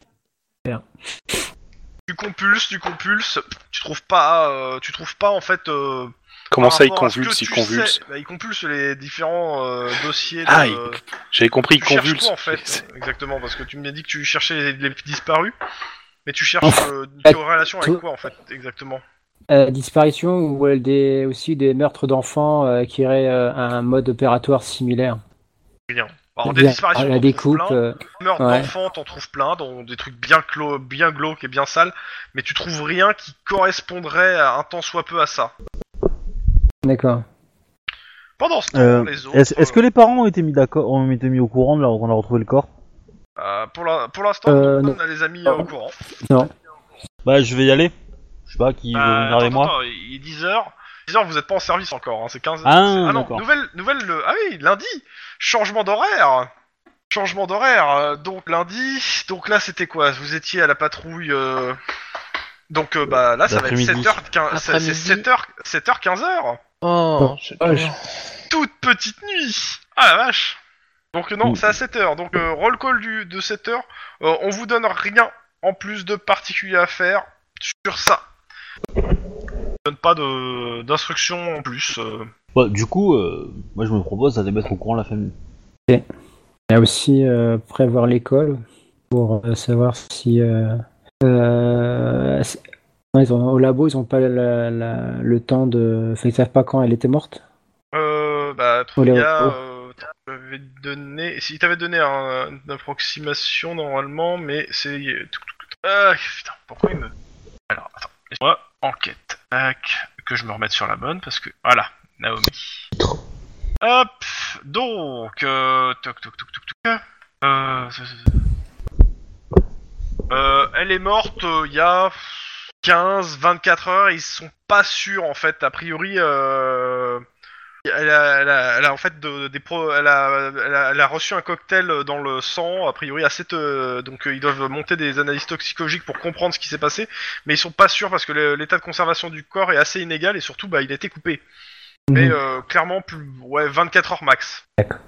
Tu compulses, tu compulses. Tu trouves pas, euh, tu trouves pas en fait euh, Comment par ça, il rapport à ce convulse, que il tu convulse sais, bah, il compulse les différents euh, dossiers. De, Ah, il- J'avais compris, il tu cherches convulse. quoi, en fait, C'est- exactement, parce que tu m'as dit que tu cherchais les, les disparus, mais tu cherches Enfin, euh, une bah, corrélation avec tout- quoi, en fait, exactement? Euh, disparition ou euh, des, aussi des meurtres d'enfants euh, qui auraient euh, un mode opératoire similaire. Rien. Alors, des Bien, disparitions, la t'en trouves découpe. plein. euh, Meurtres ouais. d'enfants, t'en trouves plein, dans des trucs bien, clo- bien glauques et bien sales, mais tu trouves rien qui correspondrait à un tant soit peu à ça. D'accord. Pendant ce temps, Euh, les autres... Est-ce est-ce que les parents ont été mis d'accord, ont été mis au courant de là qu'on a retrouvé le corps? euh, pour la- pour l'instant, Euh, nous, non. on a les amis euh, au courant. Non. Bah, je vais y aller. Je sais pas qui veut Euh, venir attends, avec moi. attends, il est dix heures. dix heures, vous êtes pas en service encore, hein, c'est quinze heures. Ah, c'est- ah non, d'accord. nouvelle, nouvelle, le- ah oui, lundi, changement d'horaire. Changement d'horaire, euh, donc lundi, donc là c'était quoi? Vous étiez à la patrouille, euh... donc euh, bah là ça va être L'après-midi. sept heures quinze, c'est Après-midi. sept heures, sept heures quinze heures. Oh, c'est Ah, pas je- Toute petite nuit. Ah la vache. Donc euh, non, Mm. c'est à sept heures, donc euh, roll call du, de sept heures, euh, on vous donne rien en plus de particulier à faire sur ça. On donne pas de d'instructions en plus. euh. Bah, du coup, euh, moi je me propose de mettre au courant la famille. Il y a aussi euh, prévoir l'école pour euh, savoir si. Euh, euh, c'est- ouais, ils ont- au labo, ils n'ont pas la- la- le temps de. Enfin, ils savent pas quand elle était morte. Euh, bah, Oh, il y les a, robots. euh, t'avais donné, si t'avais donné un, une approximation normalement, mais c'est, ah putain, pourquoi il me, alors attends, laisse-moi enquête, tac, que je me remette sur la bonne parce que voilà, Naomi. Hop, donc, euh, toc toc toc toc toc, euh, euh, elle est morte il y a quinze vingt-quatre heures, ils sont pas sûrs en fait, a priori. Euh... Elle a, elle, a, elle a en fait de, des pro, elle a, elle a, elle a reçu un cocktail dans le sang, a priori assez, te, donc euh, ils doivent monter des analyses toxicologiques pour comprendre ce qui s'est passé, mais ils sont pas sûrs parce que le, l'état de conservation du corps est assez inégal et surtout bah il a été coupé. Mais Mhm. euh, clairement plus, ouais vingt-quatre heures max.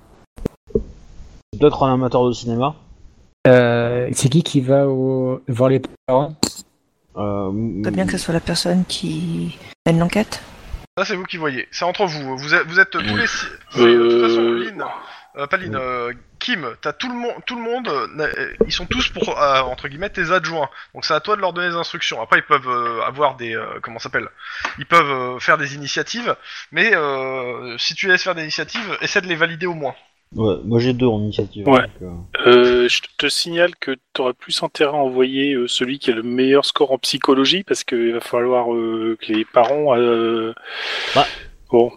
C'est peut-être un amateur de cinéma. Euh, c'est qui qui va au... voir les parents? Euh, Pas bien que ce soit la personne qui mène l'enquête. Ça c'est vous qui voyez, c'est entre vous. Vous êtes, vous êtes tous les six. c'est- Euh, De toute façon, Lynn, euh, pas Lynn, euh, Kim, t'as tout le monde, tout le monde, euh, n'a- euh, ils sont tous pour euh, entre guillemets tes adjoints. Donc c'est à toi de leur donner des instructions. Après ils peuvent euh, avoir des, euh, comment ça s'appelle, ils peuvent euh, faire des initiatives, mais euh, si tu les laisses faire des initiatives, essaie de les valider au moins. Ouais, moi j'ai deux en initiative. Ouais. donc, euh, Euh, je te signale que tu aurais plus intérêt à envoyer euh, celui qui a le meilleur score en psychologie parce qu'il va falloir euh, que les parents. Euh... Bah. Bon.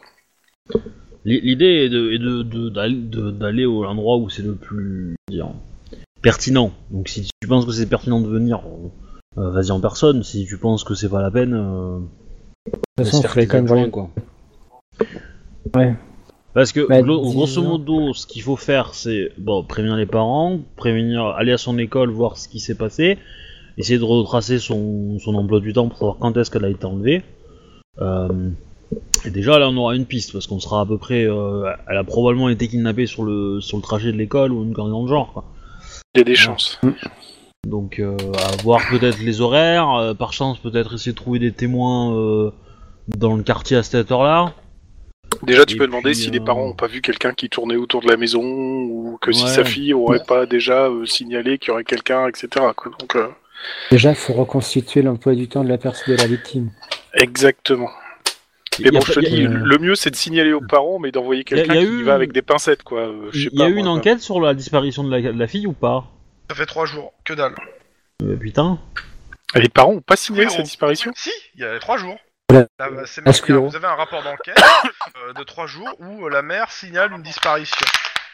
L'i- L'idée est de, est de, de- d'aller, de- d'aller au endroit où c'est le plus dire, pertinent. Donc si tu penses que c'est pertinent de venir, euh, vas-y en personne. Si tu penses que c'est pas la peine, euh, De toute laisse façon, il faire fallait tes quand même voir adjoints, les... quoi. Ouais. Parce que Bah, glo- disons- grosso modo, ce qu'il faut faire, c'est bon prévenir les parents, prévenir, aller à son école, voir ce qui s'est passé, essayer de retracer son, son emploi du temps pour savoir quand est-ce qu'elle a été enlevée. Euh, et déjà là, on aura une piste parce qu'on sera à peu près. Euh, elle a probablement été kidnappée sur le sur le trajet de l'école ou une connerie dans le genre, quoi. Il y a des chances. Donc euh, à voir peut-être les horaires, euh, par chance peut-être essayer de trouver des témoins euh, dans le quartier à cette heure-là. Déjà, tu Et peux demander puis, si euh, les parents n'ont pas vu quelqu'un qui tournait autour de la maison ou que si Ouais. sa fille aurait pas déjà euh, signalé qu'il y aurait quelqu'un, et cetera. quoi. Donc, euh, Déjà, il faut reconstituer l'emploi du temps de la personne de la victime. exactement. Y Mais a bon, pas- je te y a- dis, y a- le mieux c'est de signaler aux parents, mais d'envoyer Y a- quelqu'un y a qui eu- va avec des pincettes, quoi. Euh, je sais Il y a pas, eu une moi, enquête sur la disparition de la, de la fille ou pas? Ça fait trois jours, que dalle. Euh, putain. Les parents ont pas signalé Oui, sa on- disparition. Si, il y a trois jours. Voilà. Là, bah, c'est À marqué, Squidrow. vous avez un rapport d'enquête euh, de trois jours où euh, la mère signale une disparition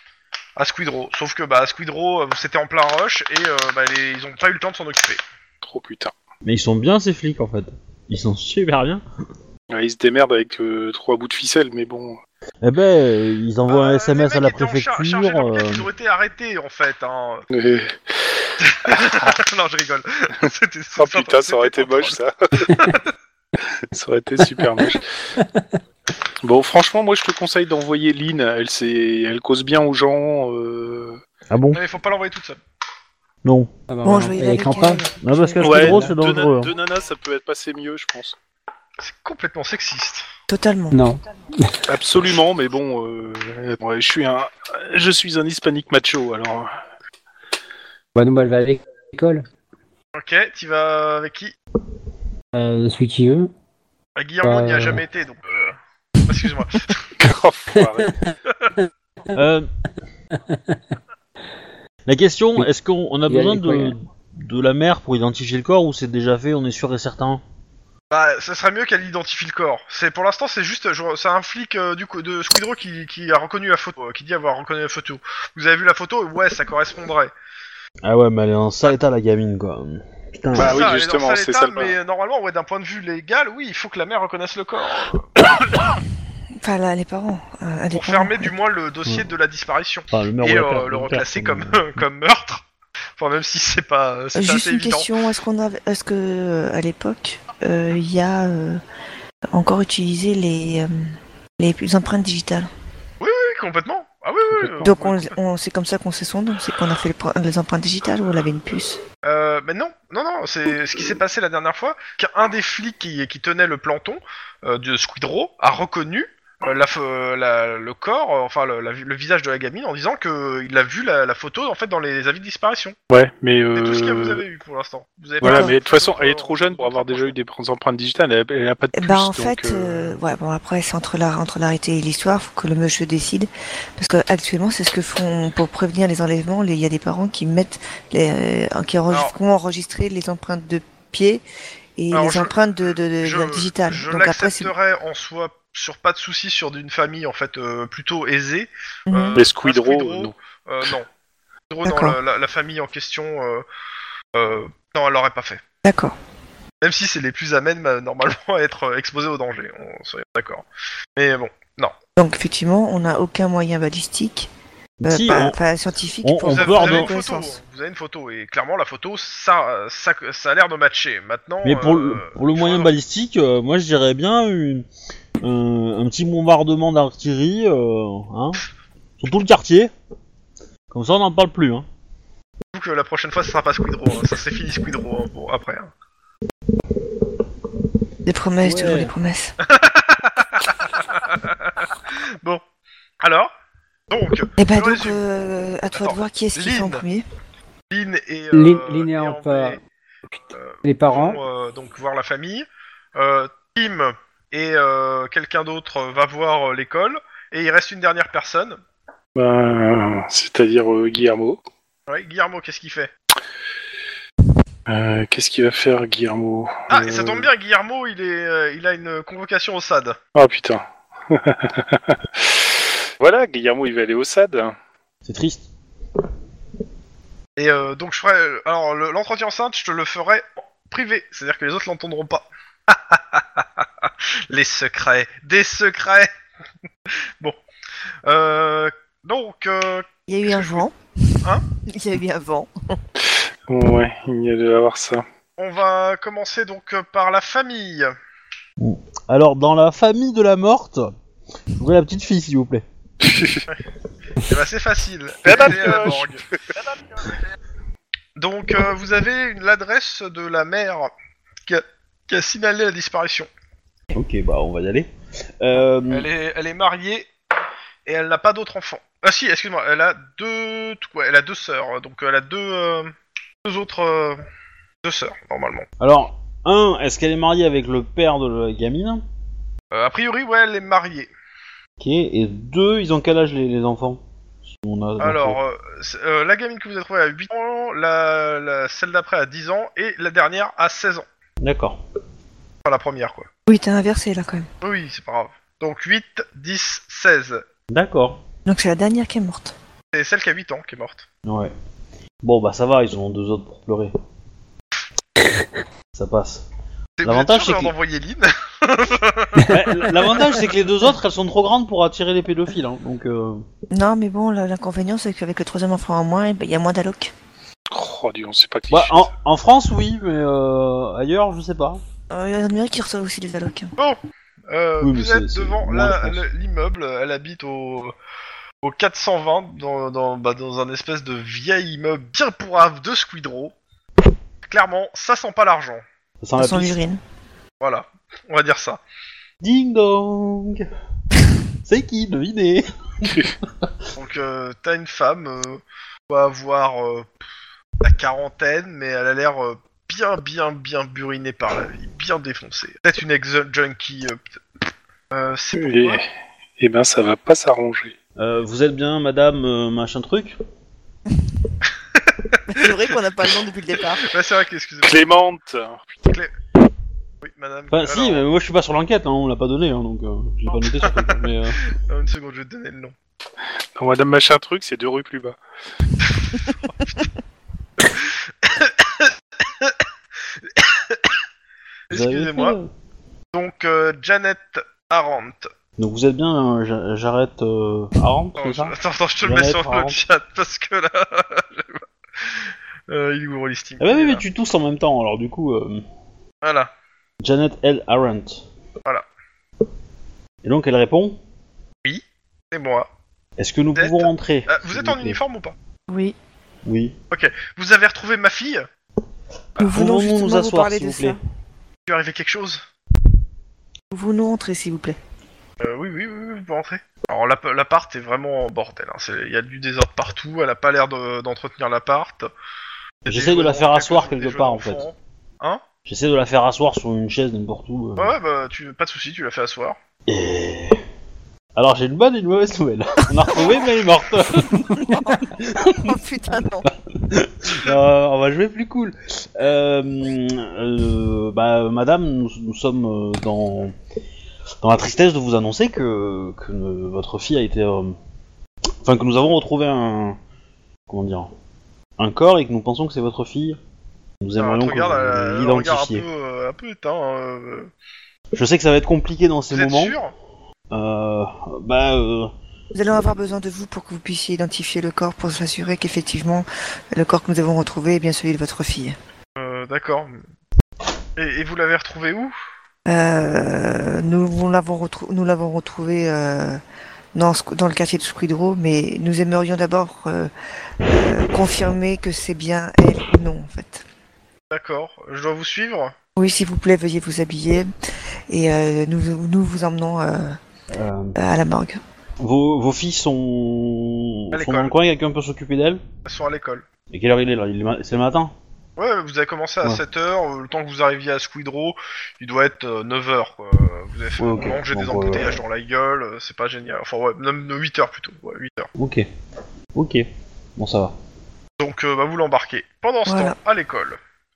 à Squidrow. Sauf que bah, à Squidrow, euh, c'était en plein rush et euh, bah, les- ils ont pas eu le temps de s'en occuper. Trop putain. Mais ils sont bien ces flics en fait. Ils sont super bien. Ouais, ils se démerdent avec euh, trois bouts de ficelle, mais bon. Eh ben, ils envoient un Euh, S M S les à la mecs étaient en char- préfecture. chargés d'enquête, euh, Ils ont été arrêtés en fait. Hein. Euh, non, je rigole. C'était- Oh putain, ça aurait c'était été moche, ça. Ça aurait été super moche. Bon, franchement, moi, je te conseille d'envoyer Lynn. Elle, c'est... elle cause bien aux gens. Euh... Ah bon? Mais il faut pas l'envoyer toute seule. Non. Ah bah, Bon, voilà. je vais y Et aller avec avec Quentin elle. Non, parce que Je- Ouais, Ouais, gros, c'est deux, dangereux, na- hein. deux nanas, ça peut être passé mieux, je pense. C'est complètement sexiste. Totalement. Non. Absolument, mais bon, euh, ouais, je suis un, je suis un hispanique macho, alors. Bah, nous, elle va à l'école. Ok, tu vas avec qui? Euh, celui qui veut. Bah, Guillermo Euh. n'y a jamais été, donc... Euh... Excuse-moi. Enfoiré. Euh... La question, est-ce qu'on on a Il y a besoin les de, croyants. de la mère pour identifier le corps ou c'est déjà fait, on est sûr et certain? Bah, ça serait mieux qu'elle identifie le corps. C'est pour l'instant, c'est juste, je- c'est un flic euh, du coup de Squidrow qui, qui a reconnu la photo, euh, qui dit avoir reconnu la photo. Vous avez vu la photo? Ouais, ça correspondrait. Ah ouais, mais elle est en sale état la gamine quoi. Putain. Bah C'est oui, ça, elle est justement, dans sale c'est état, ça le mais euh, normalement, ouais, d'un point de vue légal, oui, il faut que la mère reconnaisse le corps Enfin, là, les parents. euh, les pour parents, fermer ouais. du moins le dossier Ouais. de la disparition Enfin, le, meurtre et ou la euh, perte, le le reclasser père, comme mais- comme meurtre. Enfin, même si c'est pas, c'est Juste assez une évident. question, est-ce qu'on a, est-ce que euh, à l'époque, euh, il y a euh, encore utilisé les, euh, les empreintes digitales? Oui, complètement. Ah oui, oui. oui, Donc oui, on, complètement. on- c'est comme ça qu'on sait son nom, c'est qu'on a fait les, pre- les empreintes digitales ou elle avait une puce? Euh, mais non, non, non, c'est ce qui s'est passé la dernière fois, qu'un des flics qui, qui tenait le planton euh, de Squidrow a reconnu euh, la, pho- la- le corps, euh, enfin le, la- le visage de la gamine en disant que il a vu la, la photo en fait dans les avis de disparition. Ouais, mais. C'est tout ce que vous Euh... avez eu pour l'instant. Vous avez Voilà, pas- mais de toute façon, d'autres- elle est trop jeune pour avoir déjà eu des empreintes digitales. Elle, elle a pas de Eh puce, ben en donc, fait, euh, euh, ouais, bon après c'est entre la entre l'arrêté et l'histoire, faut que le monsieur décide, parce que actuellement c'est ce que font pour prévenir les enlèvements. les- Il y a des parents qui mettent, les, euh, qui enregistrent, Alors- qui ont enregistré les empreintes de pied et Alors, les je- empreintes de, de, de, je, digitales. je Donc après c'est. l'accepterais en soi sur pas de soucis sur d'une famille en fait euh, plutôt aisée. Mhm. Euh, Mais un Squidrow, Squidrow, non. euh, non. Squidrow, D'accord. non, la, la- la famille en question, euh, euh, non, elle l'aurait pas fait. D'accord. Même si c'est les plus amènes euh, normalement à être euh, exposés au danger, on soyons d'accord. Mais bon, non. Donc effectivement, on n'a aucun moyen balistique, euh, Si, pas, on- pas scientifique on- pour on Vous avez, peut vous ordonner- avez une photo, connaissance. vous avez une photo, et clairement la photo, ça, ça, ça a l'air de matcher. Maintenant, Mais pour, euh, le, pour le il moyen faudra- balistique, euh, moi je dirais bien une, un, un petit bombardement d'artillerie euh, hein, sur tout le quartier. Comme ça on n'en parle plus. Hein. J'avoue que la prochaine fois, ce sera pas Squidrow, hein. Ça c'est fini Squidrow hein, bon, après. Hein. Des promesses, Ouais. toujours des promesses. Bon, alors, donc, Et ben je donc, résume. euh, à toi Attends, de voir qui est-ce qui fait en Lynn. premier. Lynn et, Lynn- euh, Lynn est et en André, pas- euh, Les parents. vont, euh, donc voir la famille. Euh, Tim et euh, quelqu'un d'autre va voir euh, l'école. Et il reste une dernière personne. bah, c'est-à-dire euh, Guillermo. Ouais, Guillermo, qu'est-ce qu'il fait? Euh, Qu'est-ce qu'il va faire, Guillermo? Ah, Euh, et ça tombe bien, Guillermo, il est, euh, il a une convocation au S A D. Ah putain. Voilà, Guillermo, il va aller au S A D. C'est triste. Et euh, donc je ferai, alors le- l'entretien enceinte, je te le ferai privé, c'est-à-dire que les autres l'entendront pas. Les secrets, des secrets. Bon, euh, donc euh, Il y a eu un Qu'est-ce que vent. Hein Il y a eu un vent. Ouais, il y a de avoir ça. on va commencer donc euh, par la famille. Alors dans la famille de la morte, je voudrais la petite fille s'il vous plaît. Eh ben, c'est facile. Madame Elle est à la Pioche. morgue. Donc euh, vous avez une- l'adresse de la mère qui a, qui a signalé la disparition. Ok bah on va y aller. Euh, Elle est, elle est mariée et elle n'a pas d'autres enfants. Ah si, excuse-moi, elle a deux, ouais, elle a deux sœurs, donc elle a deux, euh, deux autres, euh, deux sœurs normalement. Alors un, est-ce qu'elle est mariée avec le père de la gamine? Euh, a priori, ouais, elle est mariée. Ok. Et deux, ils ont quel âge les, les enfants? Si on a des Alors, infos. euh, c'est- euh, la gamine que vous avez trouvée a huit ans, la, la- celle d'après a dix ans et la dernière a seize ans. D'accord. Enfin, la première, quoi. Oui, t'as inversé là quand même. Oui, c'est pas grave. Donc huit, dix, seize. D'accord. Donc c'est la dernière qui est morte. C'est celle qui a huit ans qui est morte. Ouais. Bon bah ça va, ils en ont deux autres pour pleurer. Ça passe. C'est- L'avantage, vous êtes sûr c'est d'envoyer Lynn. Ouais, L'avantage c'est que les deux autres elles sont trop grandes pour attirer les pédophiles, hein, donc euh... Non, mais bon, la- l'inconvénient c'est qu'avec le troisième enfant en moins, eh ben, il y a moins d'alloc. Oh Dieu, on sait pas qui. bah, en, en France oui, mais euh, ailleurs je sais pas. Euh, il y en a qui reçoivent aussi des allocs. Bon, euh, Oui, mais vous c'est- êtes c'est devant moins, la- je pense. le- l'immeuble, elle habite au, au quatre cent vingt, dans, dans, bah, dans un espèce de vieil immeuble bien pourrave de Squidrow. Clairement, ça sent pas l'argent. Ça sent Dans la son pisse. urine. Voilà. On va dire ça. Ding dong. C'est qui, devinez? Donc euh, t'as une femme, euh, doit avoir euh, la quarantaine, mais elle a l'air euh, bien, bien, bien burinée par la vie, bien défoncée. Peut-être une ex-junkie. Euh, peut-être. euh, c'est Et, pourquoi eh ben, ça va pas s'arranger. Euh, vous êtes bien madame euh, machin truc? C'est vrai qu'on n'a pas le nom depuis le départ. Ouais, c'est vrai que, excusez-moi. Clémente. Oui, madame. Enfin, si, Alors, mais moi je suis pas sur l'enquête, hein, on l'a pas donné, hein, donc euh, j'ai pas noté sur le truc. Mais, euh... euh, une seconde, je vais te donner le nom. Non, Madame Machin Truc, c'est deux rues plus bas. vous avez Excusez-moi. fait, euh, Donc, euh, Janet Arendt. Donc vous êtes bien, euh, j'a- j'arrête euh, Arendt, Attends, c'est je, ça? attends, attends, je te le Janet mets sur le Arendt. chat parce que là. euh, il est où le listing? Ah bah oui, mais tu tousses en même temps, alors du coup... Euh... Voilà. Janet L. Arendt. Voilà. Et donc elle répond, C'est moi. est-ce que nous Vous êtes- pouvons rentrer? Euh, vous s'il êtes vous en plaît uniforme ou pas? Oui. Oui. Vous avez retrouvé ma fille? Nous voulons Pouvons-nous justement nous vous asseoir, parler s'il de vous plaît? ça. Il est arrivé quelque chose? Vous nous rentrez, s'il vous plaît. Euh, oui, oui, oui, oui, vous pouvez rentrer. Alors, l'app- l'appart est vraiment en bordel. hein. C'est- Il y a du désordre partout. Elle a pas l'air de- d'entretenir l'appart. Il y a des J'essaie de jouets la faire d'enfants, asseoir quelques- quelque des part, jouets en fait. d'enfants. Hein? J'essaie de la faire asseoir sur une chaise n'importe où. euh. Ouais, ouais, bah, tu... pas de soucis, tu l'as fait asseoir. Et... Alors j'ai une bonne et une mauvaise nouvelle. On a retrouvé, mais elle est morte. Oh putain, non. Euh, on va jouer plus cool. Euh, euh, bah, madame, nous, nous sommes euh, dans, dans la tristesse de vous annoncer que, que ne- votre fille a été... euh, Enfin, que nous avons retrouvé un... Comment dire? Un corps et que nous pensons que c'est votre fille. Nous Alors, aimerions tu que regardes, vous elle- elle regarde un peu, l'identifiez. euh, un peu éteint. hein, euh. Je sais que ça va être compliqué dans ces Vous êtes moments. sûr? Euh, bah, euh, Nous allons avoir besoin de vous pour que vous puissiez identifier le corps pour s'assurer qu'effectivement le corps que nous avons retrouvé est bien celui de votre fille. Euh, d'accord. Et, et vous l'avez retrouvé où? Euh, nous nous l'avons retrou- nous l'avons retrouvé euh, dans, Squ- dans le quartier de Squidrow, mais nous aimerions d'abord euh, euh, confirmer que c'est bien elle ou non en fait. D'accord. Je dois vous suivre? Oui, s'il vous plaît, veuillez vous habiller et euh, nous, nous vous emmenons euh, euh, à la morgue. vos, vos filles sont, À sont l'école. dans le coin, quelqu'un peut s'occuper d'elles? Elles sont à l'école. Et quelle heure il est là? Il est ma- C'est le matin? Ouais, vous avez commencé à Ouais. sept heures, le temps que vous arriviez à Squidrow, il doit être euh, neuf heures, quoi. Vous avez fait Ouais, ok. manger des Donc, embouteillages dans la gueule, euh, c'est pas génial. Enfin, ouais, même huit heures plutôt, ouais, huit heures. Ok. Ok. Bon, ça va. Donc, euh, bah, vous l'embarquez. Pendant ce Voilà. temps, à l'école.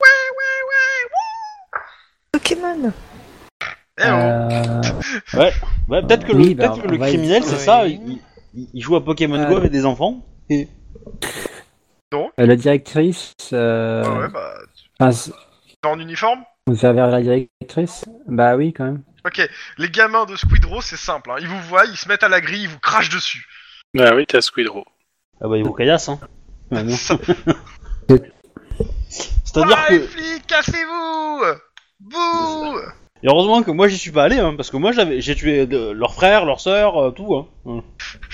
Pokémon. Eh oh. Euh, Ouais, peut-être que le, Oui, bah, peut-être que on le va criminel, y- c'est Oui. ça, il, il- il joue à Pokémon Ah. Go avec des enfants. Et... la directrice, euh, Ouais, ouais, bah, tu enfin, c'est- vas en uniforme? vous avez la directrice? Bah oui, quand même. Ok, les gamins de Squidrow, c'est simple, hein. Ils vous voient, ils se mettent à la grille, ils vous crachent dessus. Ah oui, t'as Squidrow. Ah bah, il vous caillasse, hein. Ouais, bon. Ça- C'est-à-dire Ah, les que... flics, cassez-vous! Bouh! Et heureusement que moi, j'y suis pas allé, hein, parce que moi, j'avais, j'ai tué de- leurs frères, leurs sœurs, euh, tout, hein. Ouais.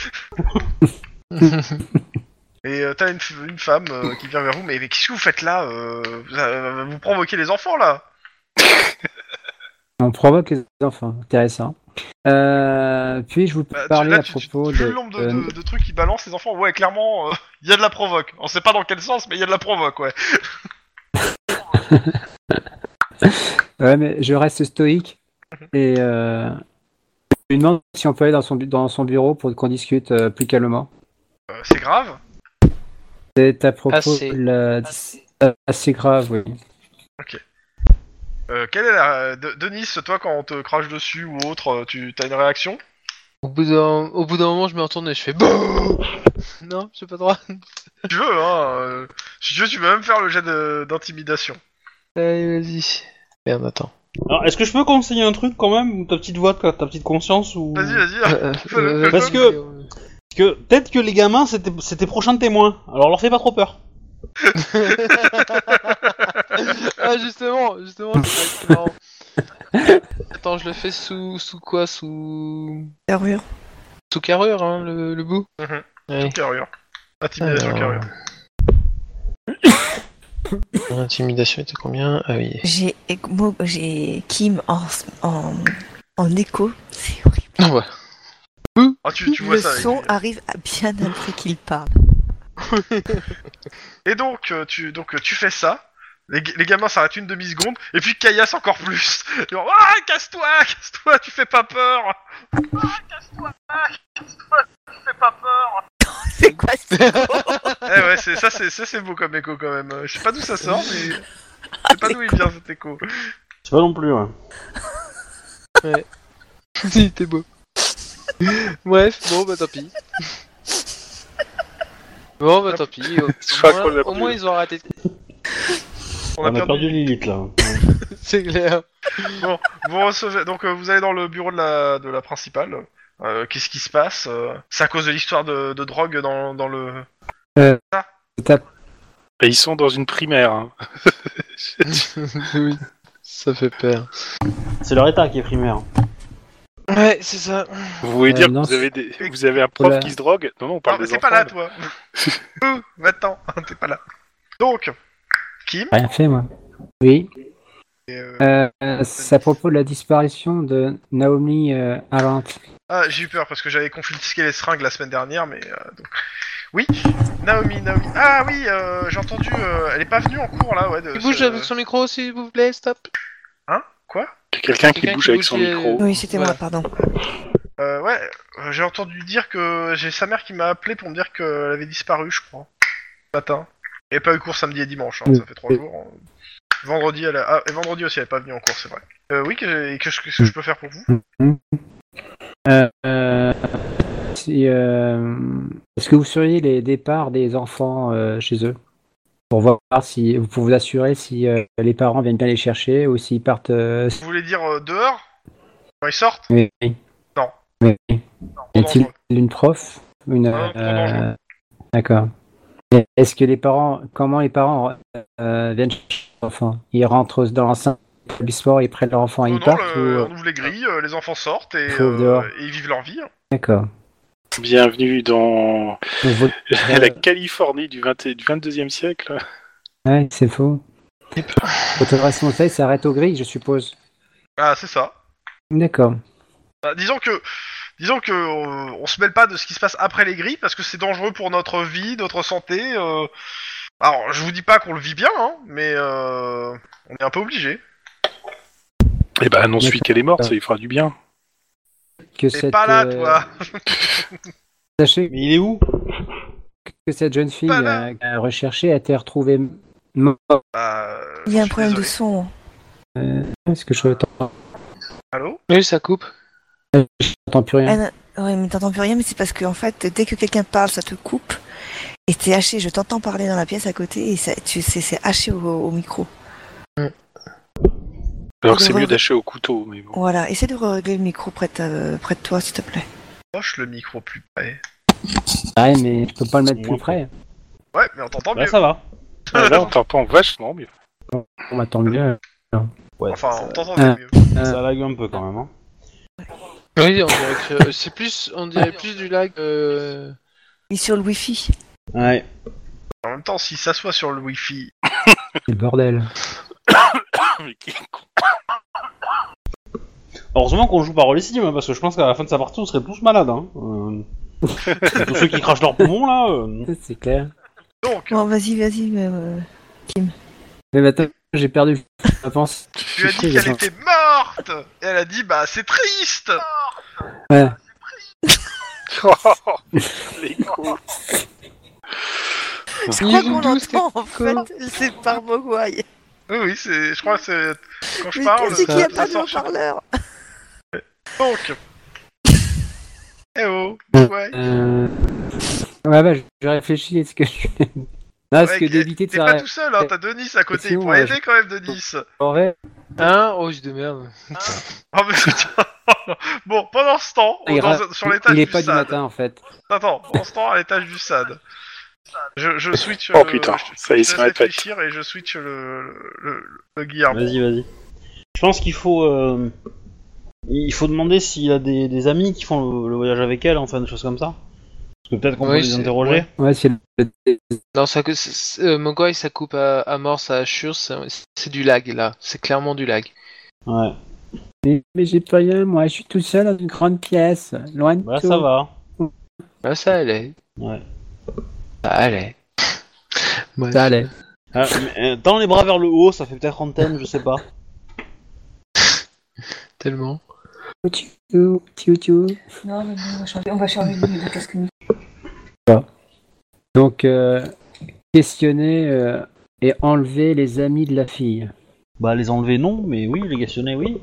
Et euh, t'as une, f- une femme euh, qui vient vers vous, mais, mais qu'est-ce que vous faites là euh, vous, euh, vous provoquez les enfants là? On provoque les enfants, intéressant. Euh, puis je vous Bah, tu- parler là, à tu, tu- propos vu de. le nombre de, euh, de- de trucs qui balancent les enfants, ouais, clairement, il y a de la provoque. On sait pas dans quel sens, mais il y a de la provoque, ouais. Ouais, mais je reste stoïque et euh, je lui demande si on peut aller dans son, bu- dans son bureau pour qu'on discute euh, plus calmement. Euh, c'est grave. C'est à propos Assez. de la... assez grave, oui. Euh, quelle est la... De- Denis, toi, quand on te crache dessus ou autre, euh, tu as une réaction? Au bout d'un, au bout d'un moment, je me retourne et je fais BOUM. Non, j'ai pas le droit. Si tu veux, hein. euh, Si tu veux, tu peux même faire le jet de- d'intimidation. Allez, vas-y. Merde, attends. Alors, est-ce que je peux conseiller un truc quand même, ou ta petite voix, ta, ta petite conscience, ou... Vas-y, vas-y. Euh, Fais-le, euh, fais-le. Parce que- Parce que peut-être que les gamins, c'était, c'était prochains témoins, alors leur fais pas trop peur. Ah, justement, justement, c'est marrant. Attends, je le fais sous, sous quoi? Sous... Carrure. Sous carrure, hein, le, le bout. Mhm. Allez. Carrure. Intimidation Alors. carrure. L'intimidation était combien? Ah oui. J'ai Mo- j'ai Kim en, en, en écho. C'est horrible. Non, bah. Ah, tu, tu vois Le ça. avec- son arrive à bien après qu'il parle. Et donc, euh, tu, donc euh, tu fais ça. Les, ga- les gamins s'arrêtent une demi-seconde, et puis caillassent encore plus. Ils vont, ah, casse-toi, casse-toi, tu fais pas peur. Ah, casse-toi, ah, casse-toi, tu fais pas peur. C'est quoi ça? Eh ouais, c'est, ça, c'est, ça c'est beau comme écho quand même. Euh, Je sais pas d'où ça sort, mais je sais pas d'où il vient cet écho. Je sais pas non plus, ouais. Si, t'es beau. Bref, bon bah tant pis. Bon bah tant pis. Au, Je crois au moins, qu'on l'a au plus. moins, ils ont raté. On, On a perdu Lilith, là. C'est clair. Bon, vous recevez, donc euh, vous allez dans le bureau de la, de la principale. Euh, qu'est-ce qui se passe euh, C'est à cause de l'histoire de, de drogue dans, dans le... Et ils sont dans une primaire. Hein. Oui, ça fait peur. C'est leur état qui est primaire. Ouais, c'est ça. Vous voulez Euh, dire non, que vous avez, des... vous avez un prof Oula. qui se drogue? Non, non, on Non, parle mais des t'es enfants. pas là, là. toi. Ouh, maintenant, t'es pas là. Donc, Kim, Rien fait, moi. Oui. et, euh, Euh, euh, c'est à propos de la disparition de Naomi euh, Arant. ah, j'ai eu peur parce que j'avais confisqué les seringues la semaine dernière, mais euh, donc... Oui, Naomi, Naomi... Ah oui, euh, j'ai entendu, euh, elle est pas venue en cours, là, ouais. De, Il bouge ce- avec son micro, s'il vous plaît, stop. Hein? Quoi? Il y a quelqu'un qui Quelqu'un bouge qui avec bouge son les- micro. Oui, c'était Voilà. moi, pardon. Euh, ouais, euh, j'ai entendu dire que j'ai sa mère qui m'a appelé pour me dire qu'elle avait disparu, je crois, ce matin. Elle n'a pas eu cours samedi et dimanche, hein, ça fait trois jours. Vendredi, elle a... ah, et vendredi aussi, elle n'est pas venue en cours, c'est vrai. Euh, oui, que- et qu'est-ce que, qu'est-ce que je peux faire pour vous? Euh, euh, si, euh, est-ce que vous seriez les départs des enfants euh, chez eux? Pour voir si pour vous assurer si euh, les parents viennent bien les chercher ou s'ils partent. euh, Vous voulez dire euh, dehors? Quand ils sortent? Oui. Non. Oui. Non, Y trop a-t-il dangereux. une prof? Une. Non, trop dangereux. D'accord. Et est-ce que les parents, comment les parents euh, viennent chercher leurs enfants? Ils rentrent dans l'enceinte de l'établissement, ils prennent leur enfant et Non, ils non, partent le- ou... on ouvre les grilles, euh, les enfants sortent et, Faut euh, dehors. et ils vivent leur vie. hein. D'accord. Bienvenue dans Donc, votre- la Californie du, vingt et- du vingt-deuxième siècle. Ouais, c'est faux. Votre responsable s'arrête aux grilles, je suppose. Ah, c'est ça. D'accord. Bah, disons que, disons que euh, on se mêle pas de ce qui se passe après les grilles parce que c'est dangereux pour notre vie, notre santé. euh. Alors, je vous dis pas qu'on le vit bien, hein, mais euh, on est un peu obligé. Eh ben, annonce lui qu'elle est morte, ça lui fera du bien. Que T'es cette, pas là, euh, toi. Sachez Mais il est où? que cette jeune fille Pas là. euh, euh, recherchée a été retrouvée morte. Bah, Il y a j'en un suis problème de désolé. son. Euh, Est-ce que je n'entends Allô? Oui, ça coupe. plus rien? Ah, oui, mais t'entends plus rien, mais c'est parce que en fait, dès que quelqu'un parle, ça te coupe. Et t'es haché. Je t'entends parler dans la pièce à côté et ça, tu sais, c'est haché au, au micro. Alors que c'est D'accord. mieux d'acheter au couteau, mais bon. Voilà. Essaie de régler le micro près de, ta- près de toi, s'il te plaît. Proche le micro plus près. Ouais, mais je peux pas le mettre plus Moins près. Ouais, mais on t'entend Bah mieux. ça va. Ah, là, on t'entend vachement mieux. On m'attend mieux. Ouais, Enfin, ça, on t'entend Ah. mieux. Euh, ça lag un peu quand même. Hein. Oui, on dirait que c'est plus, on dirait plus du lag. Euh... Et sur le wifi. Ouais. En même temps, s'il s'assoit sur le wifi, c'est le bordel. Mais qui est con. Heureusement qu'on joue par rôle Steam, hein, parce que je pense qu'à la fin de sa partie, on serait tous malades. Hein. Euh... tous ceux qui crachent leurs poumons là. euh. C'est clair. donc, Bon, vas-y, vas-y. Mais, euh, Mais attends, j'ai perdu. Je pense. tu lui as dit qu'elle était morte. Et elle a dit, bah, c'est triste. Ouais. Oh, les cons. je crois qu'on l'entend en fait. C'est par Mogwai. Oui, oui, c'est, je crois que c'est quand je Mais parle. qu'est-ce qu'il n'y a ça pas de sort chez- haut-parleur? Donc, eh oh, ouais. Euh... Ouais, bah, je je réfléchis. Est-ce que je. Non, parce Ouais, que t'es- d'éviter de T'es pas s'arrêter. tout seul, hein, t'as Denis à côté, il Sinon, pourrait euh, aider quand même, Denis. Aurait- Hein? Oh, je de merde. Oh, mais putain. Bon, pendant ce temps, Il, dans- ra- sur l'étage il est du pas du S A D. matin en fait. Attends, pendant ce temps, à l'étage du S A D. Je, je switch. Oh euh, putain, je- ça y est, je c'est laisse ma tête. réfléchir et je switch le, le, le, le Guillermo. Vas-y, vas-y. Je pense qu'il faut. Euh... Il faut demander s'il y a des, des amis qui font le, le voyage avec elle, enfin des choses comme ça. Parce que peut-être qu'on Oui, peut les c'est- interroger. Ouais, c'est le... Non, ça, c'est- c'est- euh, Mogwai, ça coupe à, à mort, ça assure, c'est c'est du lag là, c'est clairement du lag. Ouais. Mais, mais j'ai pas rien, moi, je suis tout seul dans une grande pièce, loin de Bah tout. ça va. Là, ça allait. Ouais. Ça allait. Ouais, Ça allait. Ah, mais, euh, tends les bras vers le haut, ça fait peut-être antenne, je sais pas. Tellement. Tiou, tiou, tiou. Non, mais non, on va changer, on va changer de, de casque. Donc, euh, questionner euh, et enlever les amis de la fille. Bah les enlever non, mais oui, les questionner oui.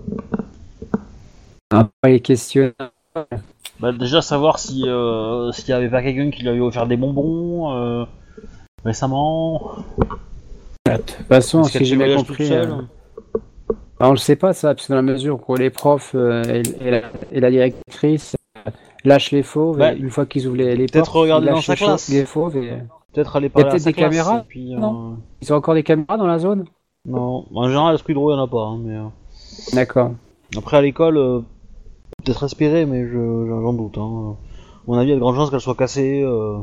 Après les questionner. Bah déjà savoir si euh, s'il y avait pas quelqu'un qui lui avait offert des bonbons euh, récemment. De toute façon, Est-ce qu'elle si j'ai fait bien voyage compris, toute seule euh, bah, on le sait pas ça, parce que dans la mesure où les profs euh, et, et la, et la directrice euh, lâchent les fauves, Bah, et une fois qu'ils ouvrent les, les peut-être portes, regarder ils dans lâchent sa les, chau- classe. les fauves. Et... Peut-être aller Y a parler à peut-être sa des classe, caméras et puis, euh, Non. Ils ont encore des caméras dans la zone? non. En général à Squidrow il y en a pas, hein, mais euh, D'accord. après à l'école euh, peut-être respirer, mais je j'en doute. Hein. À mon avis, il y a de grandes chances qu'elle soit cassée. Euh...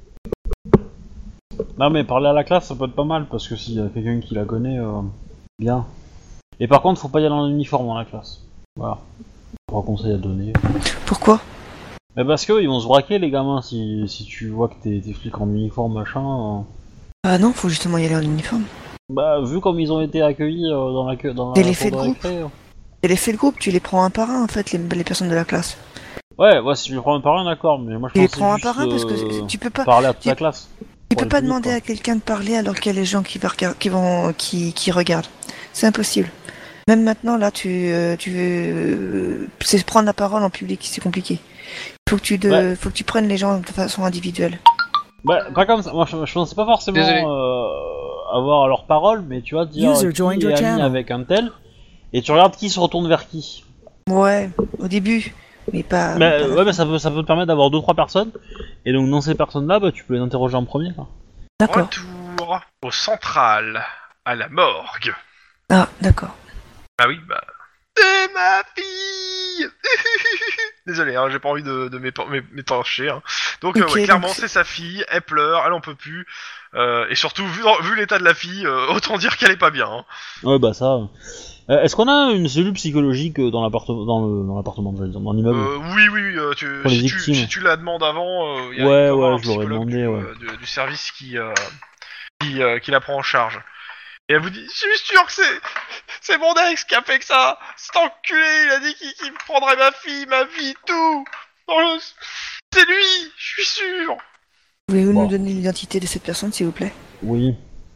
Non mais parler à la classe ça peut être pas mal parce que s'il y a quelqu'un qui la connaît, euh, bien. Et par contre, faut pas y aller en uniforme dans la classe. Voilà. Trois conseils à donner. Pourquoi? Mais parce que ils vont se braquer les gamins si, si tu vois que t'es, t'es flic en uniforme machin. Euh... Ah non, faut justement y aller en uniforme. Bah vu comme ils ont été accueillis euh, dans la queue dans Et la l'effet cour de de groupe. récré, euh. Et l'effet de groupe, tu les prends un par un en fait, les, les personnes de la classe. Ouais, ouais, si je les prends un par un, d'accord, mais moi je Tu les pense prends un juste, par un parce que euh, tu peux pas. parler à toute tu- la classe. Tu pour peux le pas public, demander quoi. à quelqu'un de parler alors qu'il y a les gens qui, va regard- qui vont qui, qui regardent. C'est impossible. Même maintenant là, tu euh, tu euh, c'est prendre la parole en public, c'est compliqué. Faut que tu de, Ouais. faut que tu prennes les gens de façon individuelle. Bah, pas comme ça, moi je, je pensais pas forcément Désolé. euh, avoir leur parole, mais tu vois, dire User qui joined est your ami channel. avec un tel, et tu regardes qui se retourne vers qui. Ouais, au début, mais pas. Bah, pas- ouais, mais ça peut, ça peut te permettre d'avoir deux trois personnes, et donc dans ces personnes-là, bah, tu peux les interroger en premier, quoi. D'accord. Retour au central, à la morgue. Ah, d'accord. Ah oui, bah... C'est ma fille. Désolé, hein, j'ai pas envie de, de m'épan- m'é- m'étancher. Hein. Donc, euh, Ok, ouais, clairement, donc c'est sa fille, elle pleure, elle en peut plus. Euh, et surtout, vu, vu l'état de la fille, euh, autant dire qu'elle est pas bien. Hein. Ouais, bah ça. Euh, est-ce qu'on a une cellule psychologique euh, dans l'appartement, dans le, dans l'appartement, j'allais dire, dans l'immeuble? Euh, oui, oui, oui, euh, tu, Pour les si, tu, victimes. si tu la demandes avant, euh, y a Ouais, il doit y avoir ouais, un je l'aurais psychologue demandé, du, ouais. euh, du, du service qui, euh, qui, euh, qui la prend en charge. Et elle vous dit, je suis sûr que c'est, c'est mon ex qui a fait que ça. Cet enculé, il a dit qu'il, qu'il prendrait ma fille, ma vie, tout. Dans le- C'est lui, je suis sûr. Pouvez-vous Bon. nous donner l'identité de cette personne, s'il vous plaît? Oui.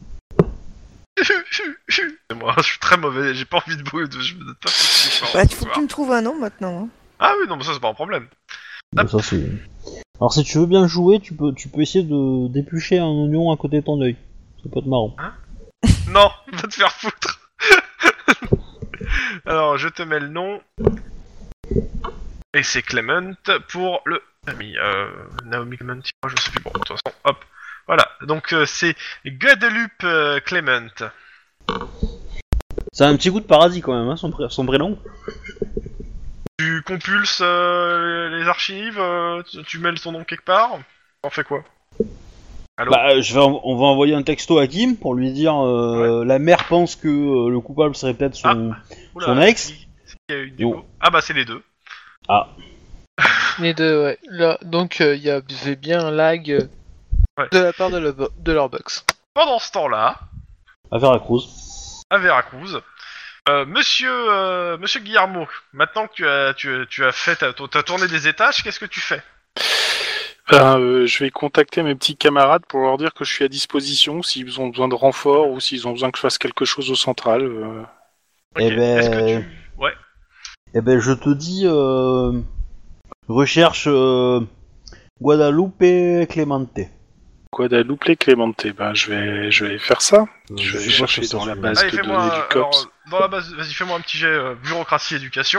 C'est moi, je suis très mauvais, j'ai pas envie de bouger, je me donne pas fait Bah, il faut que tu me trouves un nom maintenant. Hein. Ah oui, non, mais ça c'est pas un problème. Bah, ça, c'est... Alors si tu veux bien jouer, tu peux, tu peux essayer de d'éplucher un oignon à côté de ton œil. Ça peut être marrant. Non, va te faire foutre. Alors, je te mets le nom. Et c'est Clement pour le ami. Euh, Naomi Clement, je sais plus. Bon, de toute façon, hop. Voilà, donc euh, c'est Guadeloupe euh, Clement. C'est un petit coup de paradis quand même, hein, son, pré- son prénom. Tu compulses euh, les archives, euh, tu, tu mets ton nom quelque part. On fait quoi? Allô? Bah, euh, je vais, en- on va envoyer un texto à Kim pour lui dire euh, la mère pense que euh, le coupable serait peut-être son, Oula, son ex. qui- qui a eu du Yo. coup Ah bah c'est les deux. Ah, Les deux, ouais. Là, donc, il y avait bien un lag euh, Ouais. de la part de, le- de leur box. Pendant ce temps-là, à Veracruz. à Veracruz, euh, monsieur, euh, monsieur Guillermo, maintenant que tu as, tu, tu as fait ta, ta tournée des étages, qu'est-ce que tu fais? Ben, euh, je vais contacter mes petits camarades pour leur dire que je suis à disposition s'ils ont besoin de renfort ou s'ils ont besoin que je fasse quelque chose au central. euh. Ok, Eh ben- Est-ce que tu... Ouais. Eh ben, je te dis, euh, recherche euh, Guadalupe Clemente. Guadalupe Clemente, ben je vais, je vais faire ça. Euh, Je vais sais pas chercher ce que ça dans la fait. base. Allez, de fais-moi données du un- COPS. alors, dans la base, vas-y, fais-moi un petit jet euh, bureaucratie éducation.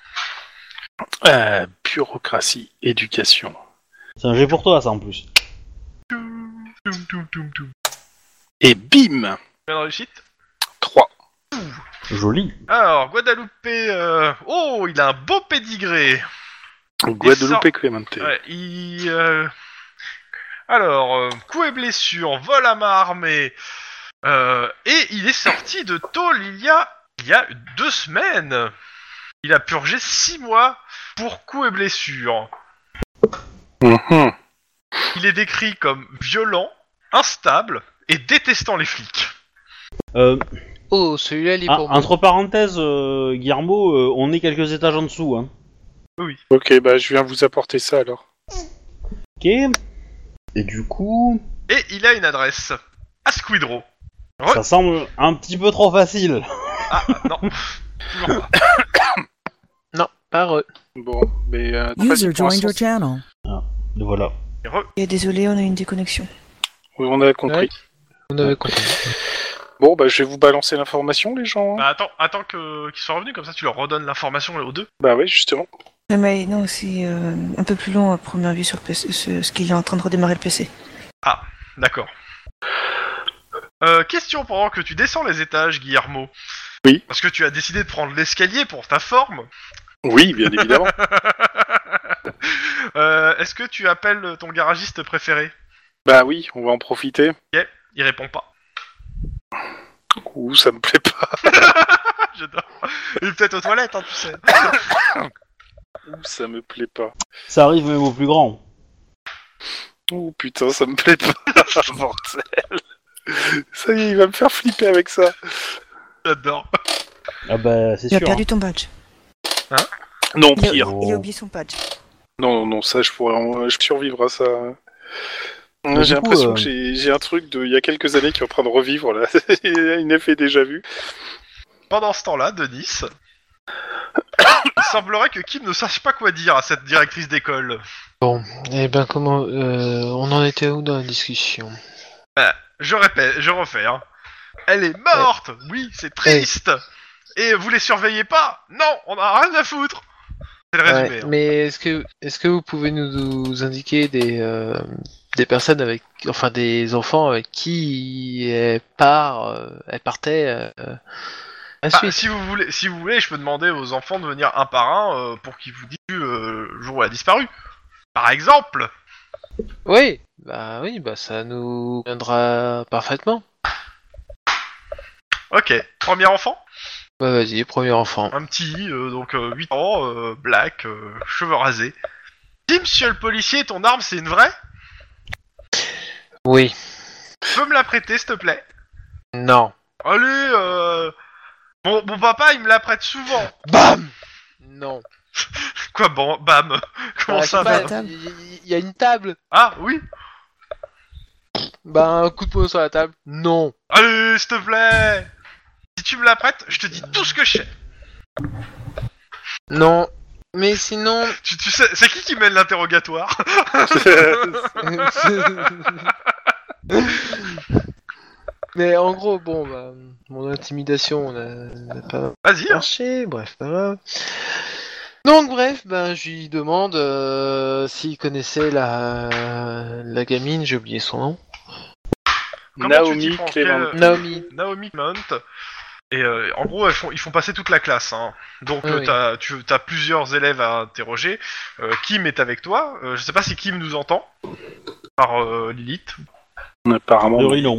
Euh, bureaucratie, éducation. C'est un jet pour toi, ça en plus. Toum, toum, toum, toum. Et bim Bien de réussite. trois. Joli. Alors, Guadalupe, euh... oh, il a un beau pédigré. Guadeloupe et Clemente. Ouais, il... euh, Alors, euh, coup et blessure, vol à main armée, euh, et il est sorti de tôle il y a, il y a deux semaines. Il a purgé six mois pour coup et blessure. Mhm. Il est décrit comme violent, instable et détestant les flics. Euh, Oh, celui-là, il est ah, pour moi. entre parenthèses, euh, Guillermo, euh, on est quelques étages en dessous. Hein. Ok, bah je viens vous apporter ça alors. Ok. Et du coup, Et il a une adresse. À Squidrow. Re- ça semble un petit peu trop facile. Ah, non. Toujours pas. Non, pas re. Bon, mais euh, très User vite, pour joined your l'instant, channel. Voilà. Re- Et désolé, on a eu une déconnexion. oui, on a compris. Ouais. On avait compris. Bon, bah je vais vous balancer l'information, les gens. hein. Bah attends, attends que, qu'ils soient revenus, comme ça tu leur redonnes l'information aux deux. Bah oui, justement. Ouais, mais non, c'est euh, un peu plus long à première vue sur le P C, ce, ce qu'il est en train de redémarrer le P C. D'accord. Euh, question pendant que tu descends les étages, Guillermo. Oui. Parce que tu as décidé de prendre l'escalier pour ta forme. Oui, bien évidemment. euh, est-ce que tu appelles ton garagiste préféré? Bah oui, on va en profiter. Il répond pas. Ouh, ça me plaît pas. J'adore. Il est peut-être aux toilettes, hein, tu sais. Ouh, ça me plaît pas. Ça arrive même au plus grand. Ouh, putain, ça me plaît pas. Bordel. Ça y est, il va me faire flipper avec ça. J'adore. Ah bah c'est Tu as sûr. perdu hein. ton badge. Non, Il a, pire. il a oublié son badge. Non, non, ça, je pourrais en... je survivre à ça. Bah, J'ai du coup, l'impression euh, que j'ai, j'ai un truc de il y a quelques années qui est en train de revivre, là. Un effet déjà vu. Pendant ce temps-là, Denis, il semblerait que Kim ne sache pas quoi dire à cette directrice d'école. Bon, et ben comment... Euh, on en était où dans la discussion? Je répète, je refais, hein. Elle est morte. Oui, c'est triste. Et vous les surveillez pas? Non, on a rien à foutre. C'est le résumé. Ouais, hein. mais est-ce que est-ce que vous pouvez nous, nous indiquer des euh, des personnes avec, enfin des enfants avec qui elle part, euh, elle partait euh, à la Bah, suite? si vous voulez, si vous voulez, je peux demander aux enfants de venir un par un euh, pour qu'ils vous disent euh, le jour où elle a disparu. Par exemple. Oui, bah oui, bah ça nous viendra parfaitement. Ok. Premier enfant. Bah vas-y, premier enfant. Un petit, euh, donc euh, huit ans, euh, black, euh, cheveux rasés. Dis, monsieur le policier, ton arme c'est une vraie? Oui. Tu peux me la prêter, s'il te plaît? Non. Allez, euh... Mon, mon papa, il me la prête souvent. Bam. Non. Quoi, bon, bam. Comment Bah, ça, je sais bam pas, il y, y a une table. Ah, oui. Bah un coup de poing sur la table. Non. Allez, s'il te plaît. Si tu me la prêtes, je te dis tout ce que je sais. Non. Mais sinon. Tu, tu sais, c'est qui qui mène l'interrogatoire? Mais en gros, bon, bah, mon intimidation n'a n'a pas Vas-y, hein. marché, bref, pas grave. Donc, bref, bah, je lui demande euh, s'il connaissait la, la gamine, j'ai oublié son nom. Comment tu t'y Naomi prends? Clément. Quel- Naomi. Naomi Mount. Et euh, en gros, elles font, ils font passer toute la classe. Hein. Donc, Ah euh, oui. t'as, tu as plusieurs élèves à interroger. Euh, Kim est avec toi. Euh, je sais pas si Kim nous entend. Par euh, Lilith. Apparemment. De Rilon.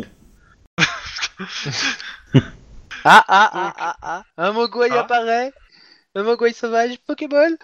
Ah, ah, ah, ah, ah, un Mogwai Ah. apparaît. Un Mogwai sauvage, Pokéball.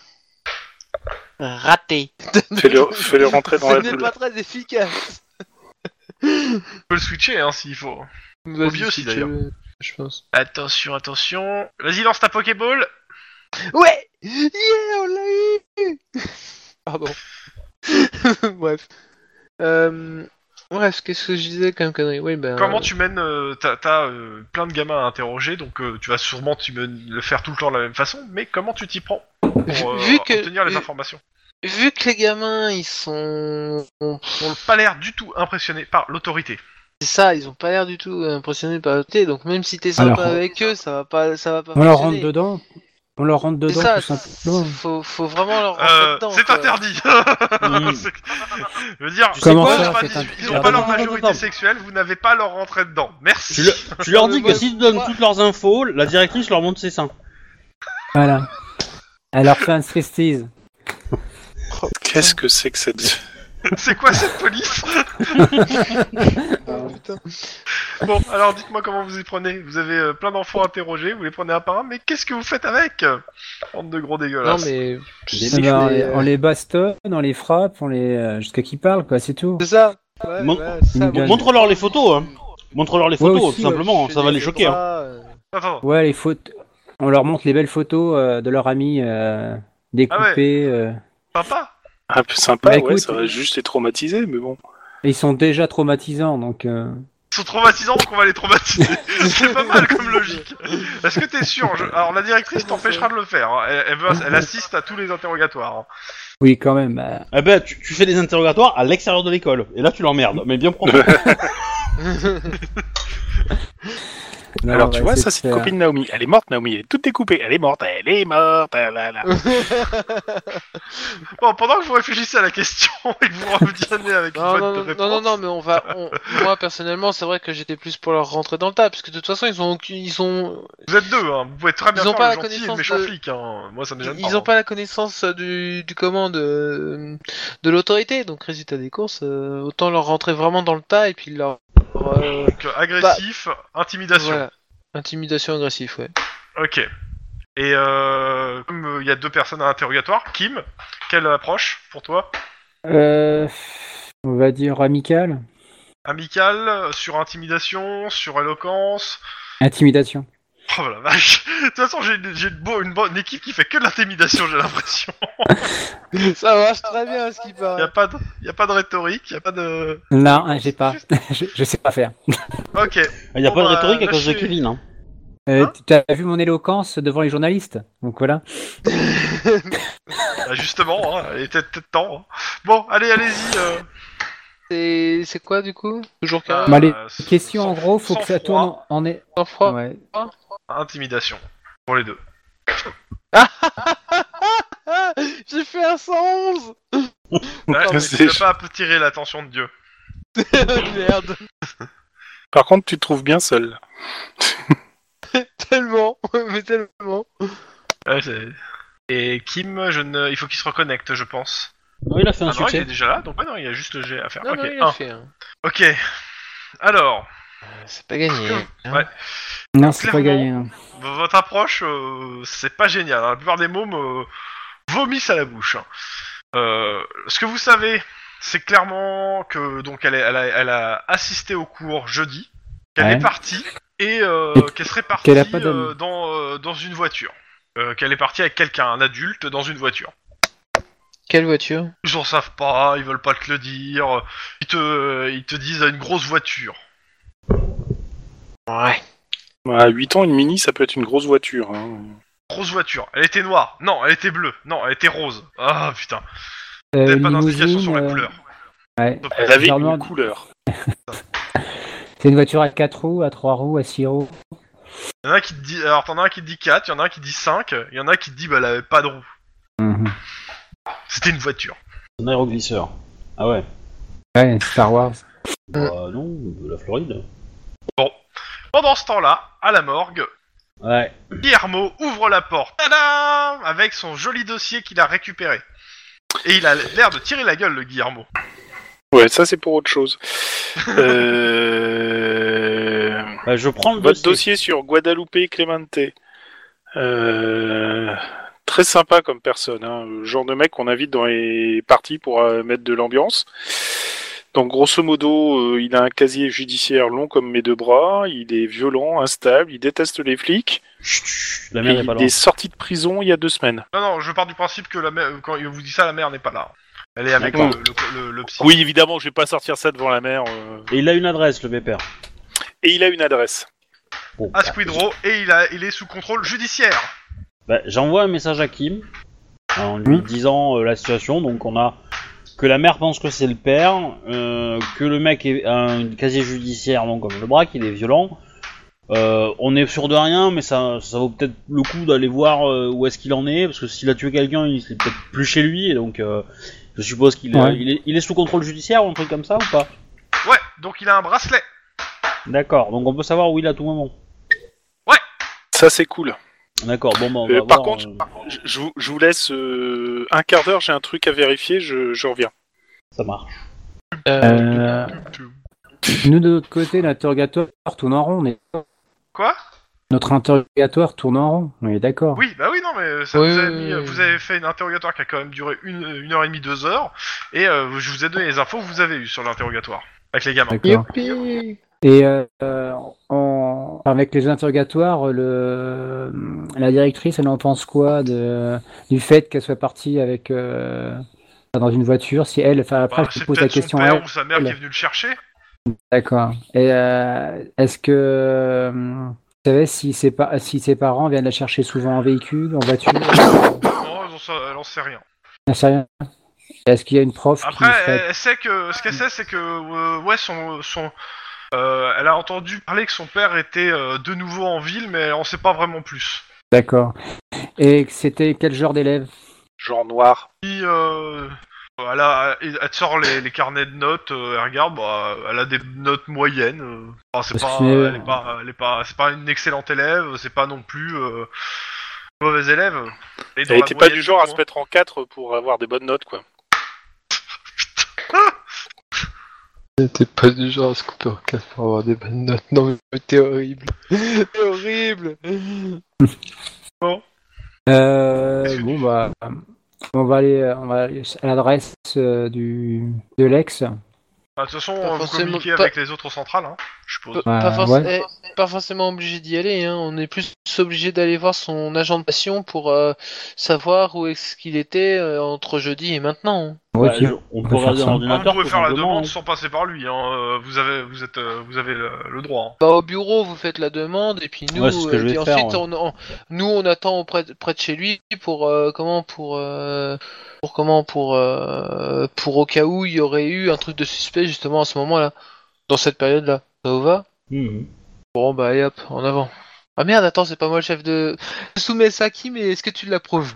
Raté. Fais-le, fais-le rentrer dans Ce la n'est poule. pas très efficace. Tu peux le switcher hein, s'il faut. Vas-y, aussi, si tu d'ailleurs. veux, je pense. Attention, attention. Vas-y, lance ta Pokéball. Ouais. Yeah, on l'a eu. Pardon. Bref. Euh... Bref, qu'est-ce que je disais comme connerie? Oui, ben. Comment tu mènes euh, T'as, t'as, euh, plein de gamins à interroger, donc euh, tu vas sûrement t'y men- le faire tout le temps de la même façon, mais comment tu t'y prends pour euh, Vu que- obtenir les vu- informations? Vu que les gamins, ils sont. Ils n'ont pas l'air du tout impressionnés par l'autorité. C'est ça, ils ont pas l'air du tout impressionnés par le thé, donc même si t'es sympa Alors, avec eux, ça va pas, ça va pas On leur fonctionner. rentre dedans. On leur rentre C'est dedans ça, tout simplement. faut, faut vraiment leur rentrer Euh, dedans. c'est quoi. interdit. Mm. C'est- Je veux dire, Tu sais ils quoi, ont ça, pas c'est dix- un- ils ont Attends, pas leur attends, majorité attends. sexuelle, vous n'avez pas à leur rentrer dedans. Merci. Tu, le- tu leur dis que Moi, s'ils te donnent moi- toutes leurs infos, la directrice leur montre ses seins. Voilà. Elle leur fait un striptease. Qu'est-ce que c'est que cette... C'est quoi cette police? Oh, putain. Bon, alors dites-moi comment vous y prenez. Vous avez euh, plein d'enfants interrogés, vous les prenez un par un, mais qu'est-ce que vous faites avec? Bande de gros Non dégueulasses. mais... Eh ben, on, les, on les bastonne, on les frappe, on les euh, jusqu'à qu'ils parlent, quoi, c'est tout. C'est ça. Ouais, Mon- ouais, c'est ça. Mon- Moi, Montre-leur je- les photos, hein. Montre-leur les Ouais, photos, aussi, tout ouais. simplement, je ça va fais les des choquer. Hein. bras, euh, Attends, Ouais, les photos. On leur montre les belles photos euh, de leur ami euh, découpées. euh. papa. Un peu sympa, Bah, ouais, écoute, ça va juste les traumatiser, mais bon. Ils sont déjà traumatisants, donc. euh, Ils sont traumatisants, donc on va les traumatiser. C'est pas mal comme logique. Est-ce que t'es sûr? je... Alors la directrice t'empêchera de le faire. Hein. Elle, elle, veut... elle assiste à tous les interrogatoires. Hein. Oui, quand même. bah. Eh ben, tu, tu fais des interrogatoires à l'extérieur de l'école, et là tu l'emmerdes, mais bien profond. Non, Alors on tu va vois, essayer ça de c'est une faire- copine de Naomi. Elle est morte, Naomi, elle est toute découpée. Elle est morte, elle est morte. ah là là. Bon, pendant que vous réfléchissez à la question et que vous revenez avec une Non, boîte non, de non, réponse... non, non, non, mais on va. on- Moi, personnellement, c'est vrai que j'étais plus pour leur rentrer dans le tas, parce que de toute façon, ils ont aucune- ils ont, Vous êtes deux, hein. Vous pouvez très bien Ils ont faire pas le la gentil et le connaissance méchant de- flic. Hein. Moi, ça me gêne ils pas. ont hein. pas la connaissance du, du comment de, de l'autorité, donc résultat des courses, euh, autant leur rentrer vraiment dans le tas et puis leur. euh, Donc, euh, agressif, intimidation. voilà. Intimidation agressive, ouais. Ok. Et euh, comme il y a deux personnes à l'interrogatoire, Kim, quelle approche pour toi? Euh, on va dire amical. Amicale, sur intimidation, sur éloquence. Intimidation. Oh la vache. De toute façon, j'ai j'ai une, beau- une bonne équipe qui fait que de l'intimidation, j'ai l'impression. Ça marche très bien, ce qui Y paraît. a pas de, y a pas de rhétorique, y a pas de. Non, hein, j'ai pas. je, je sais pas faire. Ok. Il n'y a Bon, pas de bah, rhétorique à cause de lâchez- Kevin. Hein. Euh, Hein tu as vu mon éloquence devant les journalistes, donc voilà. Bah, justement, hein, il était peut-être temps. Hein. Bon, allez, allez-y. Euh, C'est c'est quoi du coup? Toujours carré. Bah, les euh, questions en sans- gros, faut sans que ça froid, tourne en est. Sans froid. Ouais. Intimidation. Pour les deux. Ah, j'ai fait un cent onze. Ouais, mais c'est- tu n'as pas attirer l'attention de Dieu. Merde. Par contre, tu te trouves bien seul. Tellement, mais tellement. Ouais, c'est- Et Kim, je ne... il faut qu'il se reconnecte, je pense. Oui, il a fait un Ah non, il est succès. déjà là, donc ouais, non, il y a juste le G à faire. Non, ok, non, il a un. fait. Hein. Ok. Alors, C'est pas gagné. hein. Ouais. Non, c'est pas Clairement. gagné. hein. v- votre approche, euh, c'est pas génial. hein. La plupart des mômes euh, vomissent à la bouche. hein. Euh, ce que vous savez, c'est clairement que donc elle, est- elle, a, elle a assisté au cours jeudi, qu'elle Ouais. est partie et euh, qu'elle serait partie Qu'elle a pas d'amis. euh, dans, euh, dans une voiture. Euh, qu'elle est partie avec quelqu'un, un adulte, dans une voiture. Quelle voiture? Ils en savent pas, ils veulent pas te le dire. Ils te, ils te disent une grosse voiture. Ouais. À huit ans, une Mini, ça peut être une grosse voiture. Hein. Grosse voiture. Elle était noire. Non, elle était bleue. Non, elle était rose. Ah putain. Euh, T'avais pas d'indication sur la limousine, couleur. euh, ouais. Elle avait Genre, une non. couleur. C'est une voiture à quatre roues, à trois roues, à six roues. Il y en a qui te dit, alors t'en as un qui te dit quatre, il y en a un qui te dit cinq, il y en a qui te dit bah elle avait pas de roue. Mhm. C'était une voiture. Un aéroglisseur. Ah ouais. Ouais, Star Wars. Bah non, de la Floride. Pendant ce temps-là, à la morgue, Ouais. Guillermo ouvre la porte, tadam, avec son joli dossier qu'il a récupéré. Et il a l'air de tirer la gueule, le Guillermo. Ouais, ça c'est pour autre chose. euh... Bah, je prends le Votre dossier. dossier sur Guadalupe Clemente. Euh... Très sympa comme personne, hein. Le genre de mec qu'on invite dans les parties pour euh, mettre de l'ambiance. Donc grosso modo, euh, il a un casier judiciaire long comme mes deux bras, il est violent, instable, il déteste les flics, Chut, chut, la et mère est pas il loin. est sorti de prison il y a deux semaines. Non, non, je pars du principe que la mère, quand il vous dit ça, la mère n'est pas là. Elle est avec le, D'accord. le, le, le psy. Oui, évidemment, je vais pas sortir ça devant la mère. euh. Et il a une adresse, le pépère. Et il a une adresse. Bon. À Squidrow, et il, a, il est sous contrôle judiciaire. Bah, j'envoie un message à Kim en lui Hmm. disant euh, la situation. Donc on a que la mère pense que c'est le père, euh, que le mec est- a un casier judiciaire donc comme le bras, qu'il est violent. Euh, on est sûr de rien, mais ça, ça vaut peut-être le coup d'aller voir euh, où est-ce qu'il en est, parce que s'il a tué quelqu'un, il est peut-être plus chez lui, et donc euh, je suppose qu'il est, Ouais. il est, il est sous contrôle judiciaire ou un truc comme ça ou pas? Ouais, donc il a un bracelet. D'accord, donc on peut savoir où il est à tout moment. Ça, c'est cool. D'accord, bon, bah, on va Euh, voir. par contre, euh, je, je vous- je vous laisse euh, un quart d'heure, j'ai un truc à vérifier, je, je reviens. ça marche. Euh, nous, de notre côté, l'interrogatoire tourne en rond. Mais... Quoi? Notre interrogatoire tourne en rond, on est d'accord. Oui, bah oui, non, mais ça Oui, vous, a oui, mis, oui. vous avez fait une interrogatoire qui a quand même duré une, une heure et demie, deux heures, et euh, je vous ai donné les infos que vous avez eues sur l'interrogatoire, avec les gamins. D'accord. Youpi. Et euh, en... avec les interrogatoires, le... la directrice, elle en pense quoi de... du fait qu'elle soit partie avec euh... dans une voiture? Si elle, enfin après, Bah, je c'est pose la peut-être son question à père elle. ou sa mère qui est venu le chercher. D'accord. Et euh, est-ce que euh, vous savez si ses, pa- si ses parents viennent la chercher souvent en véhicule, en voiture? Non, elle en sait- elle en sait rien. J'en sais rien. Est-ce qu'il y a une prof Après, qui elle, serait... elle sait que ce qu'elle sait, c'est que euh, ouais, son, son, euh, elle a entendu parler que son père était euh, de nouveau en ville, mais elle en sait pas vraiment plus. D'accord. Et que c'était quel genre d'élève? Genre noir. Puis, euh, elle, a, elle te sort les, les carnets de notes, euh, elle regarde, bah, elle a des notes moyennes. euh. Enfin, c'est Parce pas, que- elle est pas, elle est pas, c'est pas une excellente élève, c'est pas non plus euh, une mauvaise élève. Et dans Elle la était pas moyenne du genre à de se mettre en quatre pour avoir des bonnes notes, quoi. T'es pas du genre à se couper en quatre pour avoir des bonnes notes. Non mais t'es horrible. T'es horrible. Euh, bon bah, on va aller, on va aller à l'adresse euh, du de l'ex. Bah, de toute façon, Pas vous forcément- communiquez pas- avec les autres centrales, hein, je suppose. Pas, Bah, forc- ouais. eh, pas forcément obligé d'y aller, hein. On est plus obligé d'aller voir son agent de passion pour euh, savoir où est-ce qu'il était euh, entre jeudi et maintenant. hein. Ouais, Bah, puis je- on on peut peut faire regarder ça. un Ah, ordinateur. vous pouvez tout faire la simplement, demande hein. sans passer par lui, hein. euh, vous avez, vous êtes, euh, vous avez le, le droit. Hein. Bah au bureau vous faites la demande et puis nous Ouais, c'est ce que euh, je vais puis faire, ensuite ouais. on, on- nous on attend auprès de, près de chez lui pour euh, comment pour euh, pour comment pour euh, pour au cas où il y aurait eu un truc de suspect justement à ce moment-là dans cette période-là. Ça vous va? Mhm. Bon bah allez hop en avant. Ah merde attends c'est pas moi le chef de je soumets ça à qui mais est-ce que tu l'approuves?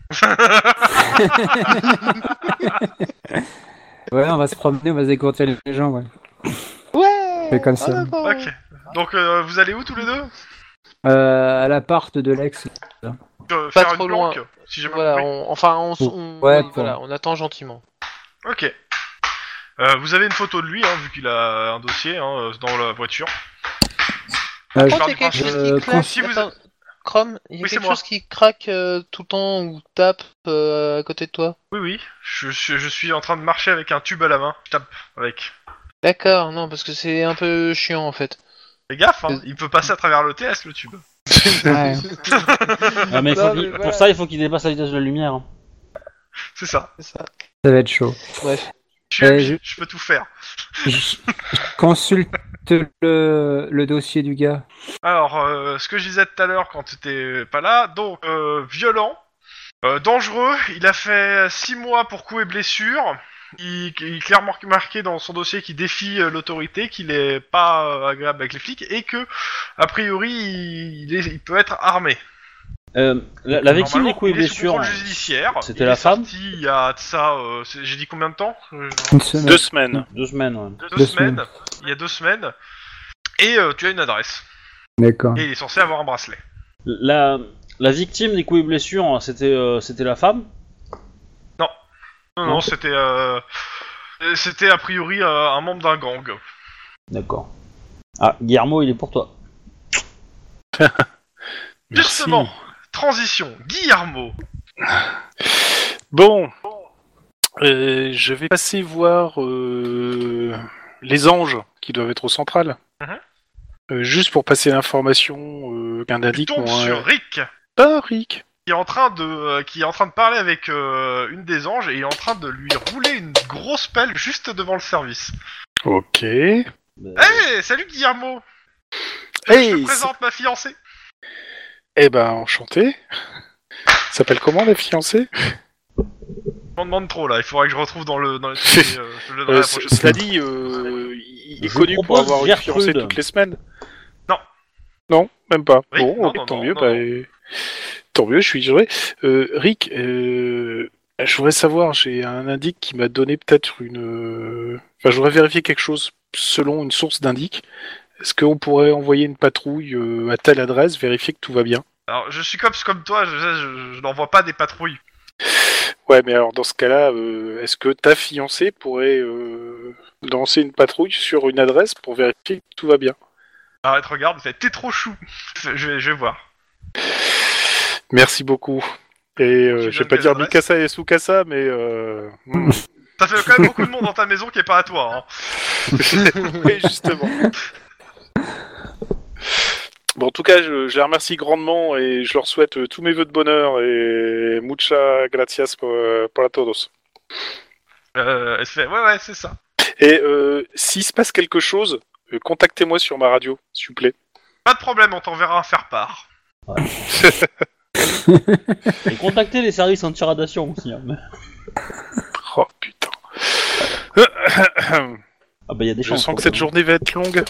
Ouais, on va se promener, on va se découvrir les gens, ouais. Ouais. C'est comme ça. en avant. Ok. Donc, euh, vous allez où tous les deux? Euh, à l'appart de l'ex. Euh, Pas Faire trop une loin. planque, si j'ai bien Voilà, compris. on- enfin on, s- on- Ouais, oui, pour- voilà, on attend gentiment. Ok. Euh, vous avez une photo de lui, hein, vu qu'il a un dossier hein, dans la voiture. Euh, Par contre, il y a du quelque principe- chose Euh, qui craque. si vous- Attends, Chrome, il y a Oui, c'est quelque moi. chose qui craque euh, tout le temps ou tape euh, à côté de toi. Oui, oui. Je, je, je suis en train de marcher avec un tube à la main. Je tape avec. D'accord, non, parce que c'est un peu chiant en fait. Fais gaffe, hein, il peut passer à travers l'O T S le tube. ouais. Ah, mais, faut Non, qu'il- mais pour voilà. ça, il faut qu'il dépasse la vitesse de la lumière. hein. C'est ça. C'est ça. Ça va être chaud. Bref. Je, suis Euh, habile, je- je peux tout faire. Je je consulte le, le dossier du gars. Alors, euh, ce que je disais tout à l'heure quand tu étais pas là, donc, euh, violent, euh, dangereux, il a fait six mois pour coups et blessures, il, il est clairement marqué dans son dossier qu'il défie euh, l'autorité, qu'il est pas euh, agréable avec les flics, et que, a priori, il, il est- il peut être armé. Euh, la, la victime des Normalement, coups et il est sous blessures, contrôle judiciaire, c'était il la est femme sorti il y a de ça, euh, c'est- j'ai dit combien de temps Euh, Une semaine. Deux semaines. deux semaines. Ouais. deux, Deux semaines, semaines. il y a deux semaines, et euh, tu as une adresse, D'accord. et il est censé avoir un bracelet. La, la victime des coups et blessures, c'était euh, c'était la femme. Non, Non. non, c'était euh, c'était a priori euh, un membre d'un gang. D'accord. Ah, Guillermo, il est pour toi. Justement, transition, Guillermo. Bon, euh, je vais passer voir euh, les anges qui doivent être au central. Mhm. Euh, juste pour passer l'information euh, qu'un Tu indique tombes mon... sur Rick, Ah, Rick. qui est en train de euh, qui est en train de parler avec euh, une des anges et est en train de lui rouler une grosse pelle juste devant le service. Ok. Bah, Hey, salut Guillermo. Je Hey, te présente ma fiancée. eh ben, enchanté. S'appelle comment la fiancée? Je m'en demande trop là, il faudrait que je retrouve dans le dans les trucs, euh, je le donnerai Euh, la c- prochaine Cela fois. dit, euh, il est Je connu pour propose avoir une Gertrude. fiancée toutes les semaines. Non. Non, même pas. Oui, bon, non, ok, non, tant non, mieux. non, bah, non. euh, tant mieux, je suis juré. Euh, Rick, euh, je voudrais savoir, j'ai un indice qui m'a donné peut-être une... euh, Enfin, je voudrais vérifier quelque chose selon une source d'indice. Est-ce qu'on pourrait envoyer une patrouille euh, à telle adresse, vérifier que tout va bien? Alors, je suis cops comme toi, je, je, je n'envoie pas des patrouilles. Ouais, mais alors dans ce cas-là, euh, est-ce que ta fiancée pourrait euh, lancer une patrouille sur une adresse pour vérifier que tout va bien? Arrête, regarde, t'es trop chou. Je vais, je vais voir. Merci beaucoup. Et euh, Tu je vais donnes pas tes dire adresses Mikasa et Tsukasa, mais... Euh... hmm. Ça fait quand même beaucoup de monde dans ta maison qui est pas à toi. Hein. Oui, justement. Bon, en tout cas, je, je les remercie grandement et je leur souhaite euh, tous mes vœux de bonheur et mucha gracias por, por a todos. Euh, elle se fait, ouais, ouais, c'est ça. Et euh, s'il se passe quelque chose, euh, contactez-moi sur ma radio, s'il vous plaît. Pas de problème, on t'enverra un faire-part. Et contactez les services anti-radiation aussi. Hein. Oh putain. Ah bah y a des Je chances. sens que quoi, cette hein. journée va être longue.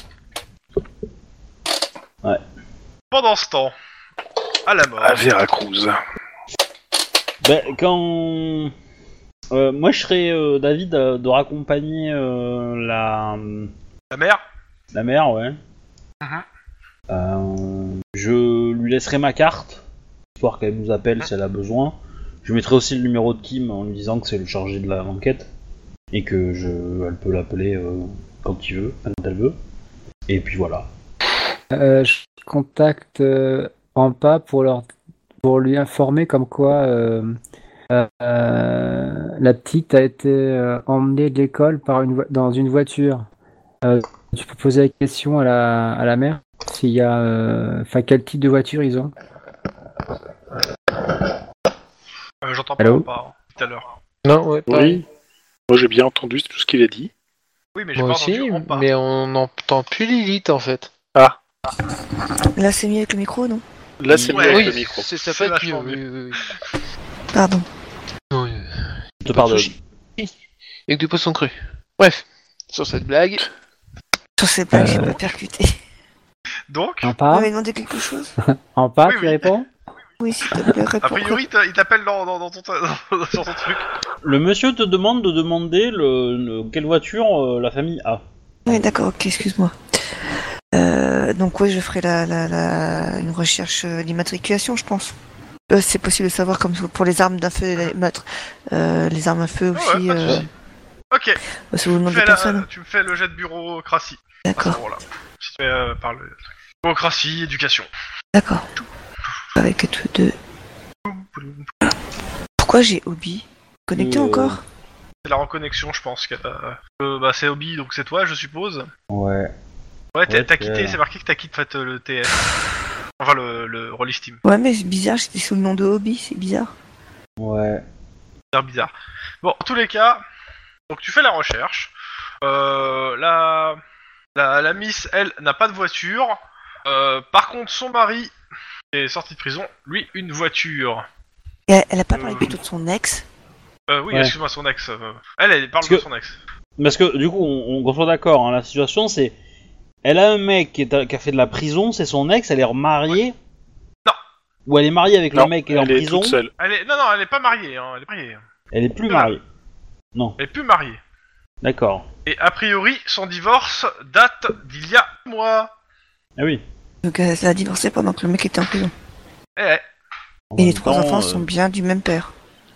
Pendant ce temps, à la mort. À Veracruz. Bah, quand... Euh, moi je serais euh, d'avis de, de raccompagner euh, la... La mère. la mère, ouais. Mhm. Euh, je lui laisserai ma carte, histoire qu'elle nous appelle si elle a besoin. Je mettrai aussi le numéro de Kim en lui disant que c'est le chargé de la- l'enquête et que je, elle peut l'appeler euh, quand il veut, quand elle veut. Et puis voilà. Euh, je contacte euh, Ampa pour leur pour lui informer comme quoi euh, euh, euh, la petite a été euh, emmenée de l'école par une vo- dans une voiture. Euh, tu peux poser la question à la à la mère s'il y a euh, enfin quel type de voiture ils ont. Euh, J'entends pas, Allô pas hein, tout à l'heure. Non, ouais, pareil. Oui. Moi j'ai bien entendu tout ce qu'il a dit. Oui, mais j'ai Moi pas aussi, entendu en pas. mais on n'entend plus Lilith en fait. Ah, Là, c'est mieux avec le micro, non? là c'est Ouais. mieux avec oui, le micro. c'est ça C'est fait mieux. vachement Oui, mieux. oui, oui. Pardon. Non, euh, Je te pardonne. avec du poisson cru. Bref, sur cette blague. Sur ces blagues, j'ai Euh. pas percuté. Donc, Vous Ampa, m'avez demandé quelque chose? Ampa, Oui, tu oui. réponds? Oui, s'il te plaît, réponds. a priori, t'a- il t'appelle dans, dans, dans ton, dans, sur ton truc. Le monsieur te demande de demander le, le- quelle voiture euh, la famille a. Oui, d'accord, ok, excuse-moi. Euh, donc oui, je ferai la, la, la, une recherche euh, d'immatriculation, je pense. Euh, c'est possible de savoir comme pour les armes d'un feu et les meurtres. Euh, les armes à feu Ah aussi, ouais, pas de euh, souci. Ok, bah, c'est au nom tu, de fais la- personne. tu me fais le jet de bureaucratie. À ce D'accord, moment-là. Si tu fais euh, par le bureaucratie, éducation. d'accord. Avec tout deux. Pourquoi j'ai hobby? Connecté Euh, encore? C'est la reconnexion, je pense. Que, euh, euh, bah, c'est Hobby, donc c'est toi, je suppose. Ouais. Ouais, t'as Ouais, t'as c'est- quitté, c'est marqué que t'as quitté en fait, le T S. Enfin, le, le Rollis Team. Ouais, mais c'est bizarre, j'étais sous le nom de hobby, c'est bizarre. Ouais. C'est bizarre. Bon, en tous les cas, donc tu fais la recherche. Euh, la, la, la Miss, elle, n'a pas de voiture. Euh, par contre, son mari est sorti de prison, lui, une voiture. Et elle, elle a pas Euh. parlé plutôt de son ex? Euh, oui, Ouais. excuse-moi, son ex. euh, elle, elle parle Parce de que- son ex. Parce que du coup, on, on soit d'accord, hein, la situation c'est. Elle a un mec qui, est à- qui a fait de la prison, c'est son ex, elle est remariée. Non. Ou elle est mariée avec Non, le mec qui est en elle est prison. toute seule. Elle est... Non, non, elle est pas mariée, hein, elle est mariée. Elle est plus Voilà. mariée. Non, Elle est plus mariée. d'accord. Et a priori, son divorce date d'il y a un mois. Ah oui. Donc elle a divorcé pendant que le mec était en prison. Eh, eh. En Et les même trois temps, enfants euh, sont bien du même père.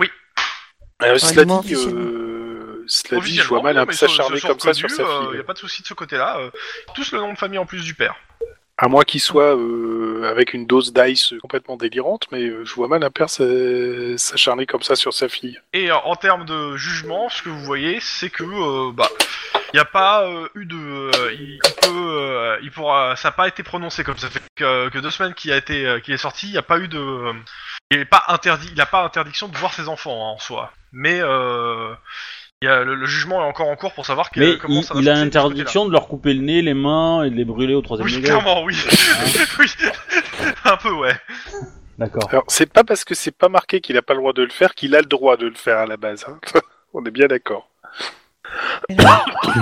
Alors, cela Officiellement, dit, officiellement. euh, cela dit, je Officiellement, vois mal non, un mais peu ils sont- s'acharner ils se sont comme ça sur reconnus, sa euh, fille. y a pas de souci de ce côté-là. euh, tous le nom de famille en plus du père. À moins qu'il soit euh, avec une dose d'ice complètement délirante, mais euh, je vois mal un père s'a- s'acharner comme ça sur sa fille. Et euh, en termes de jugement, ce que vous voyez, c'est que euh, bah, il n'y a pas euh, eu de, euh, il, il peut, euh, il pourra, ça n'a pas été prononcé comme ça fait que, que deux semaines qu'il a été, euh, qu'il est sorti, il n'y a pas eu de, euh, il n'est pas interdit, il n'a pas interdiction de voir ses enfants hein, en soi, mais euh, il y a, le, le jugement est encore en cours pour savoir que, Mais comment il, ça va il se a passer de ce côté-là. interdiction de leur couper le nez, les mains et de les brûler au troisième Oui, degré. clairement, oui, oui, un peu, ouais. D'accord. Alors, c'est pas parce que c'est pas marqué qu'il a pas le droit de le faire qu'il a le droit de le faire à la base. Hein. On est bien d'accord. Et là,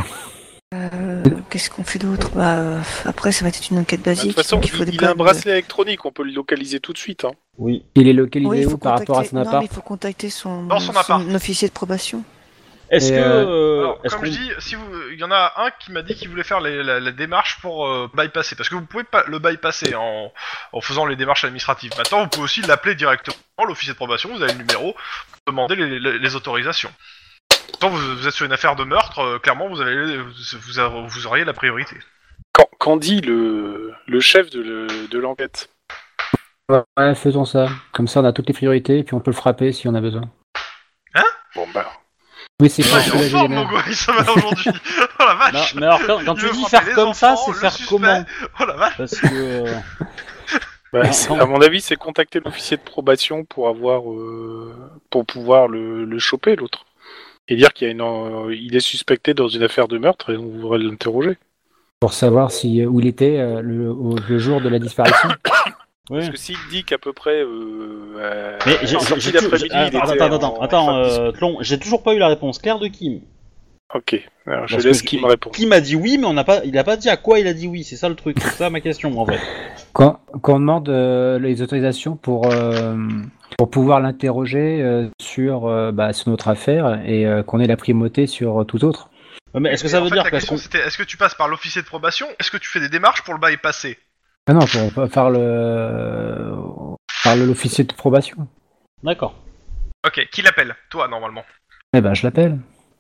euh, Qu'est-ce qu'on fait d'autre? Bah, euh, après, ça va être une enquête Bah, de basique. toute façon, donc il faut il, des il a un codes. bracelet électronique, on peut le localiser tout de suite. Hein. Oui. Il est localisé Oui, il où faut par rapport à contacter- son non, appart? mais il faut contacter son, Dans son appart. officier de probation. Est-ce Et, que... euh, euh, Alors, est-ce comme qu'on- je dis, si vous, il y en a un qui m'a dit qu'il voulait faire les- la, la démarche pour euh, bypasser, parce que vous pouvez pas le bypasser en, en faisant les démarches administratives. Maintenant, vous pouvez aussi l'appeler directement, l'officier de probation, vous avez le numéro, pour demander les, les- les autorisations. Quand vous, vous êtes sur une affaire de meurtre, euh, clairement, vous, avez, vous, vous, a- vous auriez la priorité. Quand, quand dit le, le chef de, le- de l'enquête. Ouais, faisons ça. Comme ça, on a toutes les priorités et puis on peut le frapper si on a besoin. Bon bah. Oui, c'est Ouais, pas il est en soulager les forme, nerfs. mon gars, il s'en va aujourd'hui. Oh la Non, vache. mais alors quand, quand Il tu veut dis frapper faire les comme ça, enfants, c'est le faire suspect. comment? Oh la vache. Parce que... euh, Bah, Non, c'est- non. à mon avis, c'est contacter l'officier de probation pour avoir, euh, pour pouvoir le, le choper l'autre et dire qu'il y a une, euh, il est suspecté dans une affaire de meurtre et on voudrait l'interroger. Pour savoir si, où il était euh, le, au- le jour de la disparition. oui. Parce que s'il dit qu'à peu près, euh, euh, Mais à j'ai, la j'ai, sortie j'ai- d'après-midi, j'ai- il attends, était attends, en- attends, en attends, train de euh, discuter. Tlon, j'ai toujours pas eu la réponse claire de Kim. Ok, alors je Parce laisse que qui me répond. Kim a dit oui, mais on n'a pas, il a pas dit à quoi il a dit oui. C'est ça le truc. C'est ça ma question en fait. Quand, quand on demande euh, les autorisations pour, euh, pour pouvoir l'interroger euh, sur, euh, bah, sur notre affaire et euh, qu'on ait la primauté sur euh, tout autre. Ouais, mais est-ce que Et ça en veut fait, dire la parce question qu'on... c'était est-ce que tu passes par l'officier de probation? Est-ce que tu fais des démarches pour le bypasser? Ah non, pour, pour faire le par le- l'officier de probation. D'accord. Ok, qui l'appelle? Toi, normalement. Eh ben, je l'appelle.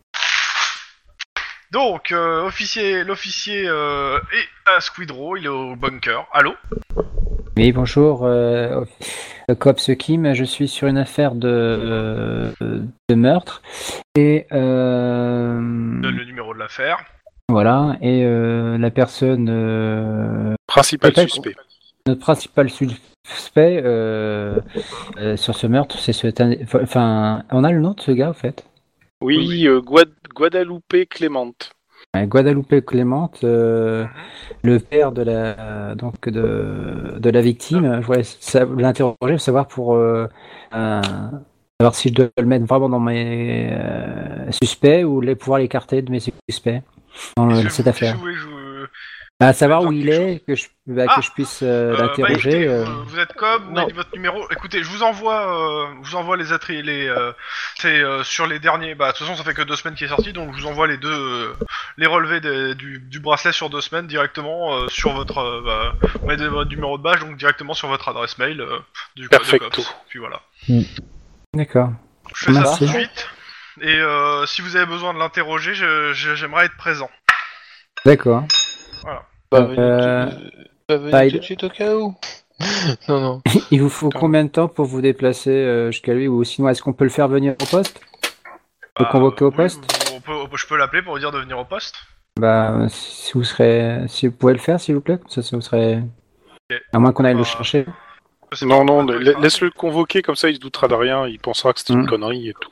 Donc, euh, officier, l'officier euh, est à Squidrow, il est au bunker. Allô? Oui, bonjour, euh, le cops Kim, je suis sur une affaire de, euh, de meurtre et euh, Donne le numéro de l'affaire. voilà, et euh, la personne, euh, Principal peut-être- suspect. notre principal suspect euh, euh, sur ce meurtre, c'est ce, enfin, on a le nom de ce gars en fait. Oui, euh, Guad- Guadalupe Clémente. Ouais, Guadalupe Clémente, euh, le père de la donc de, de la victime. Je voulais sa- l'interroger, pour savoir pour euh, euh, savoir si je dois le mettre vraiment dans mes euh, suspects ou les pouvoir l'écarter de mes suspects dans Est-ce euh, que cette vous affaire. jouez, jouez- À savoir besoin où de il quelque est, que je, bah, Ah que je puisse euh, Euh, bah, l'interroger. écoutez, euh. vous, vous êtes comme, vous Non. avez dit votre numéro. Écoutez, je vous envoie, euh, je vous envoie les attri- les, euh, c'est euh, sur les derniers. Bah, de toute façon, ça fait que deux semaines qu'il est sorti, donc je vous envoie les deux, euh, les relevés des- du, du bracelet sur deux semaines directement euh, sur votre, euh, bah, vous mettez votre numéro de badge, donc directement sur votre adresse mail euh, du code de Perfecto. cops. Puis voilà. D'accord. Je fais ça Merci. tout de suite. Et euh, si vous avez besoin de l'interroger, je- je- j'aimerais être présent. D'accord. Pas Euh, venir, euh, tout, pas venir bah, il- tout de suite au cas où. non, non. Il vous faut combien de temps pour vous déplacer euh, jusqu'à lui, ou sinon est-ce qu'on peut le faire venir au poste? Le Bah, convoquer au oui, poste? on peut- on peut- Je peux l'appeler pour lui dire de venir au poste. Bah, si vous serez, si vous pouvez le faire, s'il vous plaît, comme ça, ça vous serait. Ok. À moins qu'on aille Bah, le chercher. Je sais Non, pas, non, on peut la- le laisse-le convoquer, comme ça il se doutera de rien, il pensera que c'était une Mm. connerie et tout.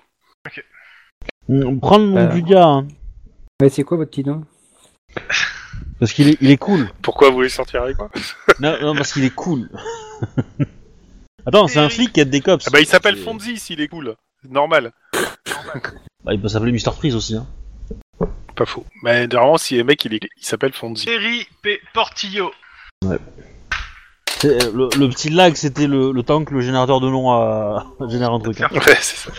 Mm, Prendre le nom Euh. du gars, hein, Ouais, c'est quoi votre petit nom? parce qu'il est, il est cool. Pourquoi vous voulez sortir avec moi? Non, non, parce qu'il est cool. Attends, c'est un flic qui aide des cops. Ah bah il s'appelle C'est- Fonzie s'il est cool. C'est normal. Bah, il peut s'appeler mister Freeze aussi. Hein. Pas faux. Mais normalement si le mec il, est... il s'appelle Fonzie. Terry P. Portillo. C'est- Le, le petit lag, c'était le, le temps que le générateur de nom a a généré un truc. hein. Ouais, c'est ça.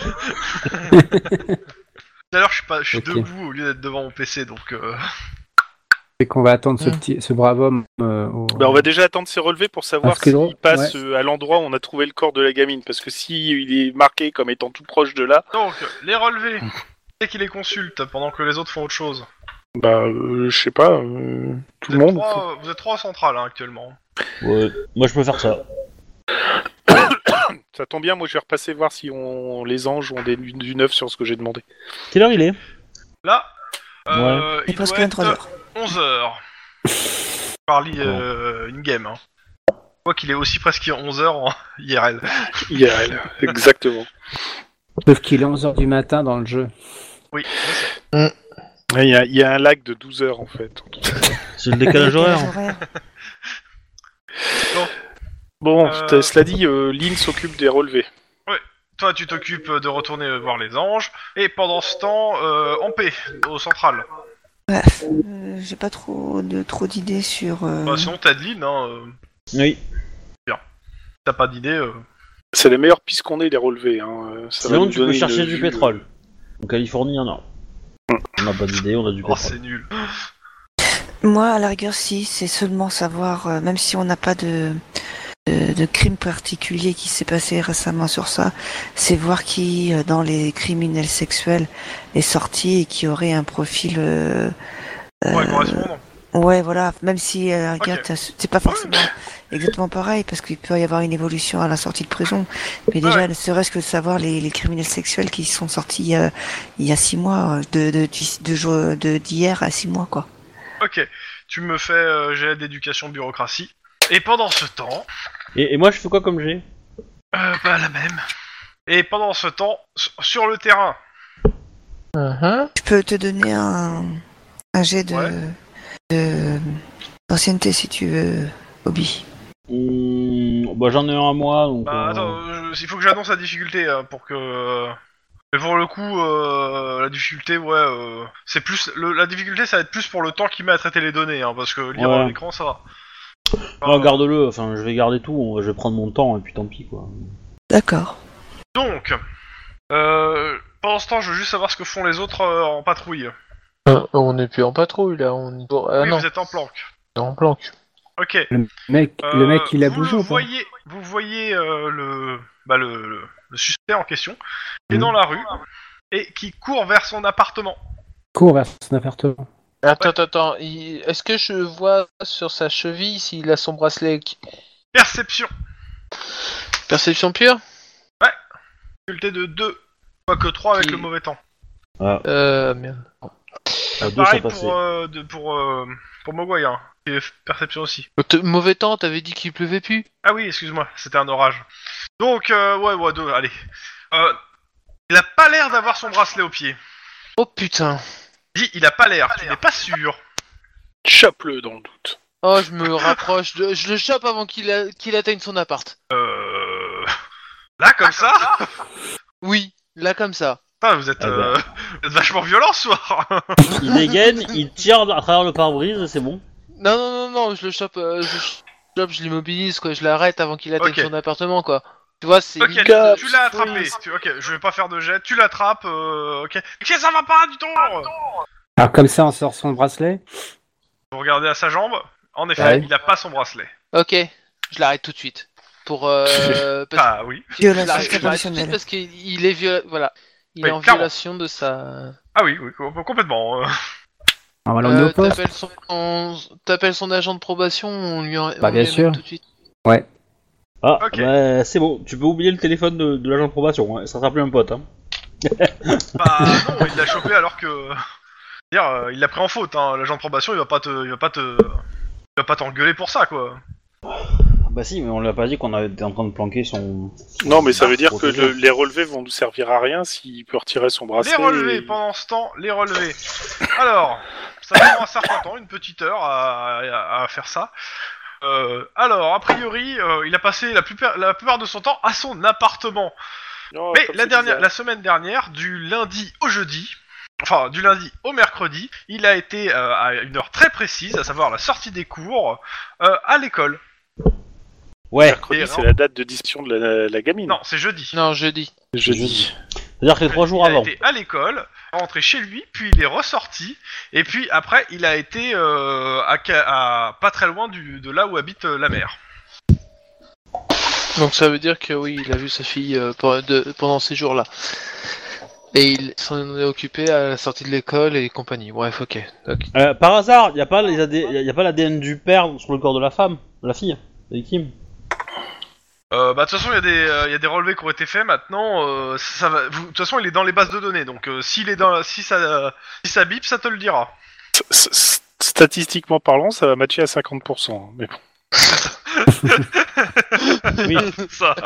D'ailleurs, je suis pas, je suis Ok. debout au lieu d'être devant mon P C, donc. Euh... C'est qu'on va attendre ce Mm. petit, ce brave homme. euh, au- Bah, on va déjà attendre ses relevés pour savoir Parce que s'il drôle, passe ouais. euh, à l'endroit où on a trouvé le corps de la gamine. Parce que si il est marqué comme étant tout proche de là, Donc, les relevés. C'est qu'il les consulte pendant que les autres font autre chose. bah euh, je sais pas, euh, tout Vous le êtes monde. trois, euh, vous êtes trois en centrale hein, actuellement. Ouais, moi je peux faire ça. Ça tombe bien, moi je vais repasser voir si on les anges ont des, du neuf sur ce que j'ai demandé. Quelle heure il est? Là, euh, Il il passe doit quand même trois être heures. onze heures. Par li- euh, in-game. Hein. Je vois qu'il est aussi presque onze heures en I R L. I R L, exactement. Sauf qu'il est onze heures du matin dans le jeu. Oui, je sais. Il y, a, il y a un lag de douze heures en fait. C'est le décalage horaire. horaire. Bon, Euh, t- cela dit, euh, Lynn s'occupe des relevés. Toi, tu t'occupes de retourner voir les anges. Et pendant ce temps, euh, en paix, au central. Ouais, euh, j'ai pas trop de trop d'idées sur. euh, Bah, sinon, t'as de Lynn, hein. euh, Oui. T'as pas d'idée. Euh... C'est les meilleures pistes qu'on ait, les relevés. Hein. Ça va Sinon nous tu peux donner chercher une du vue, pétrole. En Californie, il y en a. On n'a pas d'idée, on a du Oh, pétrole. c'est nul. Moi, à la rigueur, si, c'est seulement savoir, euh, même si on n'a pas de, de, de crime particulier qui s'est passé récemment sur ça, c'est voir qui, euh, dans les criminels sexuels, est sorti et qui aurait un profil... Euh, Ouais, euh, correspondant. ouais, voilà, même si, à la rigueur, Ok. t'as- c'est pas forcément exactement pareil, parce qu'il peut y avoir une évolution à la sortie de prison, mais Ouais, déjà, ouais. ne serait-ce que de savoir les, les criminels sexuels qui sont sortis il y a, il y a six mois, euh, de, de, de, de, jour- de- d'hier à six mois, quoi. Ok, tu me fais euh, jet d'éducation bureaucratie. Et pendant ce temps, Et, et moi, je fais quoi comme G? euh, pas la même. Et pendant ce temps, s- sur le terrain, Mhm. Je peux te donner un, un jet de, Ouais. de- d'ancienneté si tu veux, Obi. Hum, bah, j'en ai un à moi, donc. bah euh, attends, euh, il faut que j'annonce la difficulté hein, pour que. euh, Mais pour le coup, euh, la difficulté, ouais, euh, c'est plus le- la difficulté, ça va être plus pour le temps qu'il met à traiter les données, hein, parce que lire Ouais. à l'écran, ça va. Non, Euh, garde-le, enfin, je vais garder tout, on va- je vais prendre mon temps, et puis tant pis, quoi. D'accord. Donc, euh, pendant ce temps, je veux juste savoir ce que font les autres euh, en patrouille. Ah, on n'est plus en patrouille là, on est... Ah oui, non, vous êtes en planque. on est en planque. Ok. Le mec, Euh, le mec, il a vous bougé le ou pas? voyez, vous voyez euh, le, bah, le, le, le suspect en question qui est Mhm. dans la rue et qui court vers son appartement. Cours vers son appartement. Attends, attends, attends, il- est-ce que je vois sur sa cheville s'il a son bracelet qui- Perception. Perception pure? Difficulté de deux, quoique trois avec Qui- le mauvais temps. Ah, Euh, merde. à deux, ça Pareil passait. pour, euh, de, pour, euh, pour Mogwai, hein. Et perception aussi. Euh, t- Mauvais temps, t'avais dit qu'il pleuvait plus? Ah oui, excuse-moi, c'était un orage. Donc, euh, ouais, ouais, deux, allez. Euh, il a pas l'air d'avoir son bracelet au pied. Oh putain. Dis, il a pas l'air, tu n'es pas sûr. Chope-le dans le doute. Oh, je me rapproche, de... je le chope avant qu'il a... qu'il atteigne son appart. Euh... Là, comme ça Oui, là comme ça. Putain, vous êtes, Ah bah. euh, vous êtes vachement violent ce soir. Il dégaine, il tire à travers le pare-brise, et c'est bon. Non, non, non, non, je le chope, euh, je le chope, je l'immobilise, quoi, je l'arrête avant qu'il atteigne Ok. son appartement, quoi. Tu vois, c'est... Ok, limite, tu, euh, tu l'as attrapé. freeze. Tu- ok, je vais pas faire de jet. Tu l'attrapes, euh, ok. Ok, ça va pas du tout. Alors comme ça, on sort son bracelet. Vous regardez à sa jambe. En effet, Ouais. il a pas son bracelet. Ok, je l'arrête tout de suite. Pour, euh... parce... Ah oui. je Violation l'arrête- je l'arrête tout de suite inconditionnelle. parce qu'il il est viol... Voilà. Il Oui, est en clairement. violation de sa... Ah oui, oui, com- complètement. euh. Ah, voilà, on est Euh, au poste. t'appelles son... on- t'appelles son agent de probation, on lui en... Bah, on bien lui amène sûr. tout de suite. Ouais. Ah, Ok. bah, c'est bon, tu peux oublier le téléphone de, de l'agent de probation, hein. Ça sera plus un pote, hein. Bah non, il l'a chopé alors que. Dire, euh, il l'a pris en faute. Hein. L'agent de probation, il va pas te, il va pas te, il va pas t'engueuler pour ça, quoi. Bah si, mais on lui a pas dit qu'on avait été en train de planquer son... Non, mais ça Ah, veut dire que protégé. le- les relevés vont nous servir à rien s'il peut retirer son bracelet. Les relevés, et- pendant ce temps, les relevés. Alors, ça prend un certain temps, une petite heure à, à- à faire ça. Euh, alors, a priori, euh, il a passé la plupart, la plupart de son temps à son appartement. Oh, Mais comme la c'est dernière, bizarre. la semaine dernière, du lundi au jeudi, enfin du lundi au mercredi, il a été euh, à une heure très précise, à savoir la sortie des cours, euh, à l'école. Ouais, Mercredi, Et c'est non. la date de discussion de la, la gamine. Non, c'est jeudi. Non, jeudi. Jeudi. c'est-à-dire que les trois jours il a avant. été à l'école, rentré chez lui, puis il est ressorti, et puis après il a été euh, à, ca- à pas très loin du, de là où habite euh, la mère. Donc ça veut dire que oui, il a vu sa fille euh, pe- de- pendant ces jours-là. Et il s'en est occupé à la sortie de l'école et compagnie. Bref, ok. ok. Euh, par hasard, y a pas les A D... y a pas l'A D N du père sur le corps de la femme, de la fille, de Kim. Euh, bah de toute façon il y a des euh, il y a des relevés qui ont été faits maintenant. Euh, ça va. vous- De toute façon il est dans les bases de données, donc euh, s'il est dans si ça si ça bip ça te le dira. S- s- Statistiquement parlant, ça va matcher à cinquante pour cent. Mais bon. Oui. ça.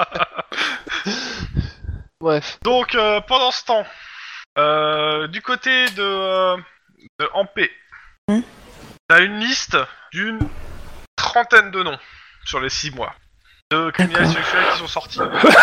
Bref. Donc euh, pendant ce temps, euh, du côté de, euh, de Ampé, Hmm. t'as une liste d'une trentaine de noms sur les six mois de criminels D'accord. sexuels qui sont sortis.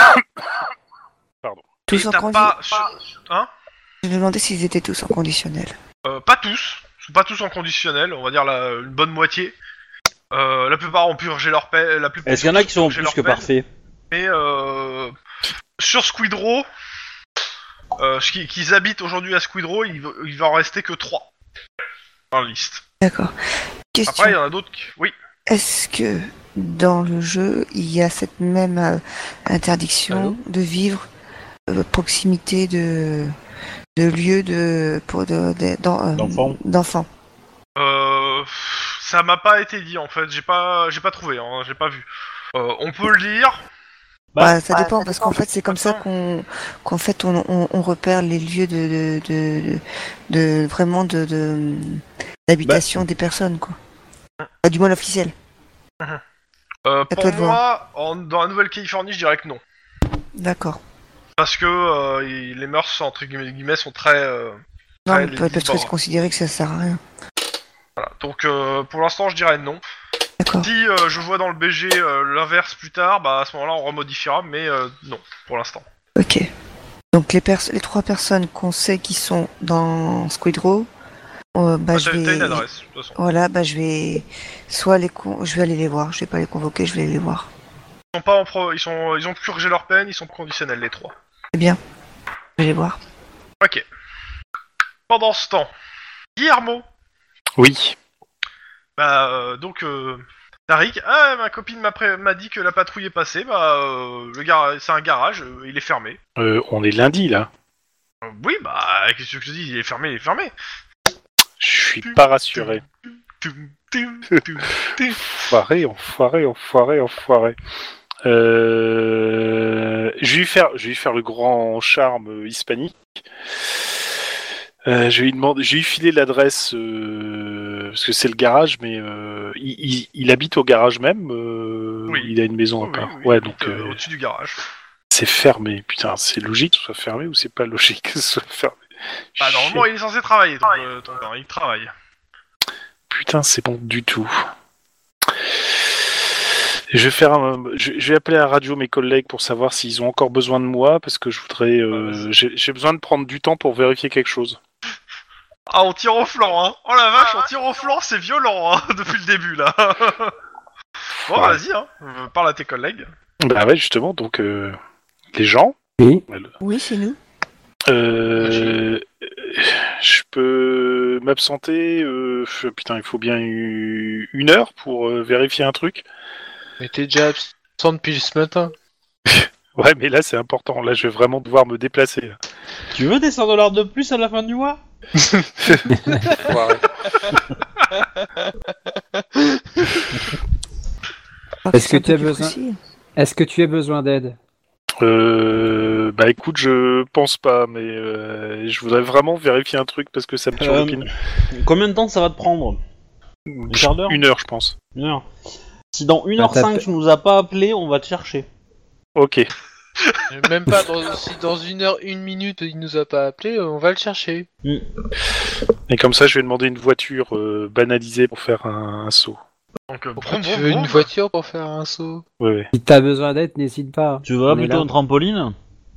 Tous Et en t'as condi- pas, sur- hein Je me demandais s'ils étaient tous en conditionnel. euh, pas tous, ils sont pas tous en conditionnel, on va dire la, une bonne moitié. Euh, la plupart ont purgé leur peine. La plupart Est-ce qu'il y en a qui sont purgé plus leur que peine. parfaits? Mais euh, sur Squidrow, euh, qui- qu'ils habitent aujourd'hui à Squid Row, il, va- il va en rester que trois dans la liste. D'accord. Question. Après, il y en a d'autres qui... Oui. Est-ce que dans le jeu, il y a cette même euh, interdiction Allô de vivre euh, proximité de, de lieux de, pour de, de- d'en- euh, D'enfants. d'enfants Euh, ça m'a pas été dit en fait, j'ai pas, j'ai pas trouvé, hein, j'ai pas vu. Euh, on peut le lire. Bah, Bah, ça dépend, parce qu'en fait, c'est comme ça qu'on, qu'en fait, on, on, on repère les lieux de, de, de, de, de- vraiment de, de d'habitation des personnes, quoi. Bah, du moins l'officiel. Euh, À pour toi de moi, en- dans la Nouvelle-Californie, je dirais que non, D'accord. parce que euh, il- les mœurs entre guillemets guillemets, sont très. Euh, Non, très mais peut- parce que libres. c'est considéré que ça sert à rien. Voilà. Donc euh, pour l'instant, je dirais non. D'accord. Si euh, je vois dans le B G euh, l'inverse plus tard, bah à ce moment-là, on remodifiera, mais euh, non, pour l'instant. Ok. Donc les, pers- les trois personnes qu'on sait qui sont dans Squid Row, euh, bah, Bah, je t'as, vais... t'as une adresse, de toute façon. Voilà, bah je vais soit les con... je vais aller les voir. Je vais pas les convoquer, je vais aller les voir. Ils sont pas en pro... ils sont, ils ont purgé leur peine, ils sont conditionnels les trois. C'est bien. Je vais les voir. Ok. Pendant ce temps, Guillermo. Oui. Bah euh, donc euh, Tariq, ah ma copine m'a, pré- m'a dit que la patrouille est passée, bah euh, le gar- c'est un garage, euh, il est fermé. Euh, on est lundi, là. Euh, oui bah qu'est-ce que je te dis, il est fermé, il est fermé. Je suis pas rassuré. Tum, tum, tum, tum. Enfoiré, enfoiré, enfoiré, enfoiré. Euh... Je vais lui faire, je vais lui faire le grand charme hispanique. Euh, je vais lui demander, je vais lui filer l'adresse euh, parce que c'est le garage, mais euh, il, il, il habite au garage même. Euh, Oui. Il a une maison à Oui, part. oui, ouais, il donc habite, euh, euh, au-dessus du garage. c'est fermé. Putain, c'est logique que ce soit fermé ou c'est pas logique que ce soit fermé. Bah normalement Shit. il est censé travailler, donc, euh, ton père, il travaille. Putain, c'est bon du tout. Je vais faire un... je, je vais appeler à la radio mes collègues pour savoir s'ils ont encore besoin de moi parce que je voudrais. Euh, Bah, vas-y. j'ai, j'ai besoin de prendre du temps pour vérifier quelque chose. Ah on tire au flanc hein. Oh la vache, on tire au flanc, c'est violent hein, depuis le début là. Bon Ouais. vas-y hein, euh, parle à tes collègues. Bah ouais, justement. Donc euh, les gens. Oui. Oui, c'est nous. Euh, je peux m'absenter. Euh, f- putain, il faut bien u- une heure pour euh, vérifier un truc. Mais t'es déjà absent depuis ce matin. Ouais, mais là c'est important. Là, je vais vraiment devoir me déplacer. là. Tu veux des cent dollars de plus à la fin du mois? Enfoiré. Est-ce que C'est un tu as peu plus besoin- précis. Est-ce que tu as besoin d'aide? Euh, bah écoute, je pense pas, mais euh, je voudrais vraiment vérifier un truc parce que ça me turlupine. Euh, Combien de temps ça va te prendre? Un quart d'heure? Une heure, je pense. Une heure. Si dans une Bah, heure cinq t'as- tu nous as pas appelé, on va te chercher. Ok. Même pas dans, si dans une heure, une minute, il nous a pas appelé, on va le chercher. Et comme ça, je vais demander une voiture euh, banalisée pour faire un, un saut. Donc euh, Pourquoi brum, tu brum, veux une brum. voiture pour faire un saut? Ouais, ouais. Si t'as besoin d'aide, n'hésite pas. Tu vas On est plutôt là. un trampoline?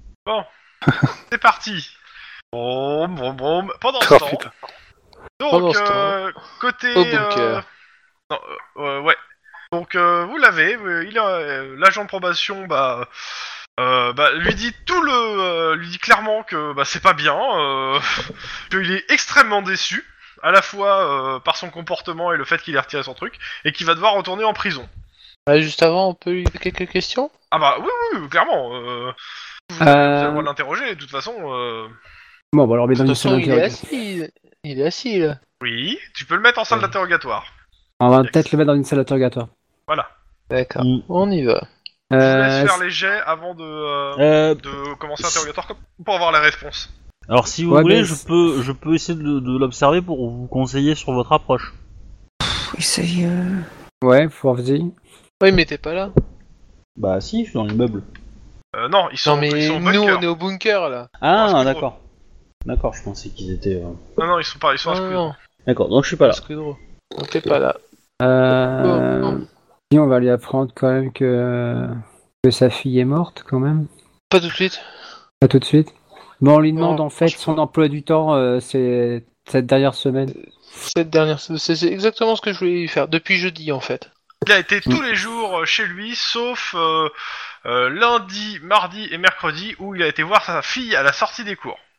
C'est parti. Brum, brum, brum. Pendant ce Oh, temps, putain. donc Pendant ce euh, côté Au bunker. euh, non, euh, euh, ouais. Donc euh, vous l'avez, euh, il a euh, l'agent de probation, bah, euh, bah lui dit tout le, euh, lui dit clairement que bah c'est pas bien, euh, qu'il est extrêmement déçu, à la fois euh, par son comportement et le fait qu'il ait retiré son truc, et qu'il va devoir retourner en prison. Ah, juste avant, on peut lui poser quelques questions? Ah bah oui, oui, oui, clairement. Euh, vous, Euh, avez, vous avez le droit de l'interroger, de toute façon. Euh, Bon, bah alors, mais De dans toute une façon, salle il est d'interrogatoire. assis. Il est assis, là. oui, tu peux le mettre en salle Ouais. d'interrogatoire. On va peut-être le mettre dans une salle d'interrogatoire. Voilà. D'accord. Mm. On y va. Je vous Euh, laisse faire les jets avant de, euh, Euh, de commencer l'interrogatoire comme- pour avoir les réponses. alors si vous Ouais, voulez, mais je c'est- peux, je peux essayer de, de l'observer pour vous conseiller sur votre approche. Essaye. euh, Ouais, faut vas-y. Oui, mais t'es pas là. Bah si, je suis dans l'immeuble. Euh, non, ils sont, Non, mais ils sont au nous, bunker. on est au bunker, là. Ah, excuse-moi. d'accord. D'accord, je pensais qu'ils étaient... euh, Non, non, ils sont pas, ils sont à Non, Squid. non, D'accord, donc je suis pas là. Squidrow. Donc t'es pas là. Euh... Oh, non. Si, on va lui apprendre quand même que... que sa fille est morte, quand même. Pas tout de suite. Pas tout de suite. Bon, on lui demande Non, en fait franchement. son emploi du temps, euh, c'est cette dernière semaine. Cette dernière, c'est c'est exactement ce que je voulais lui faire depuis jeudi en fait. Il a été tous les jours euh, chez lui, sauf euh, euh, lundi, mardi et mercredi, où il a été voir sa fille à la sortie des cours.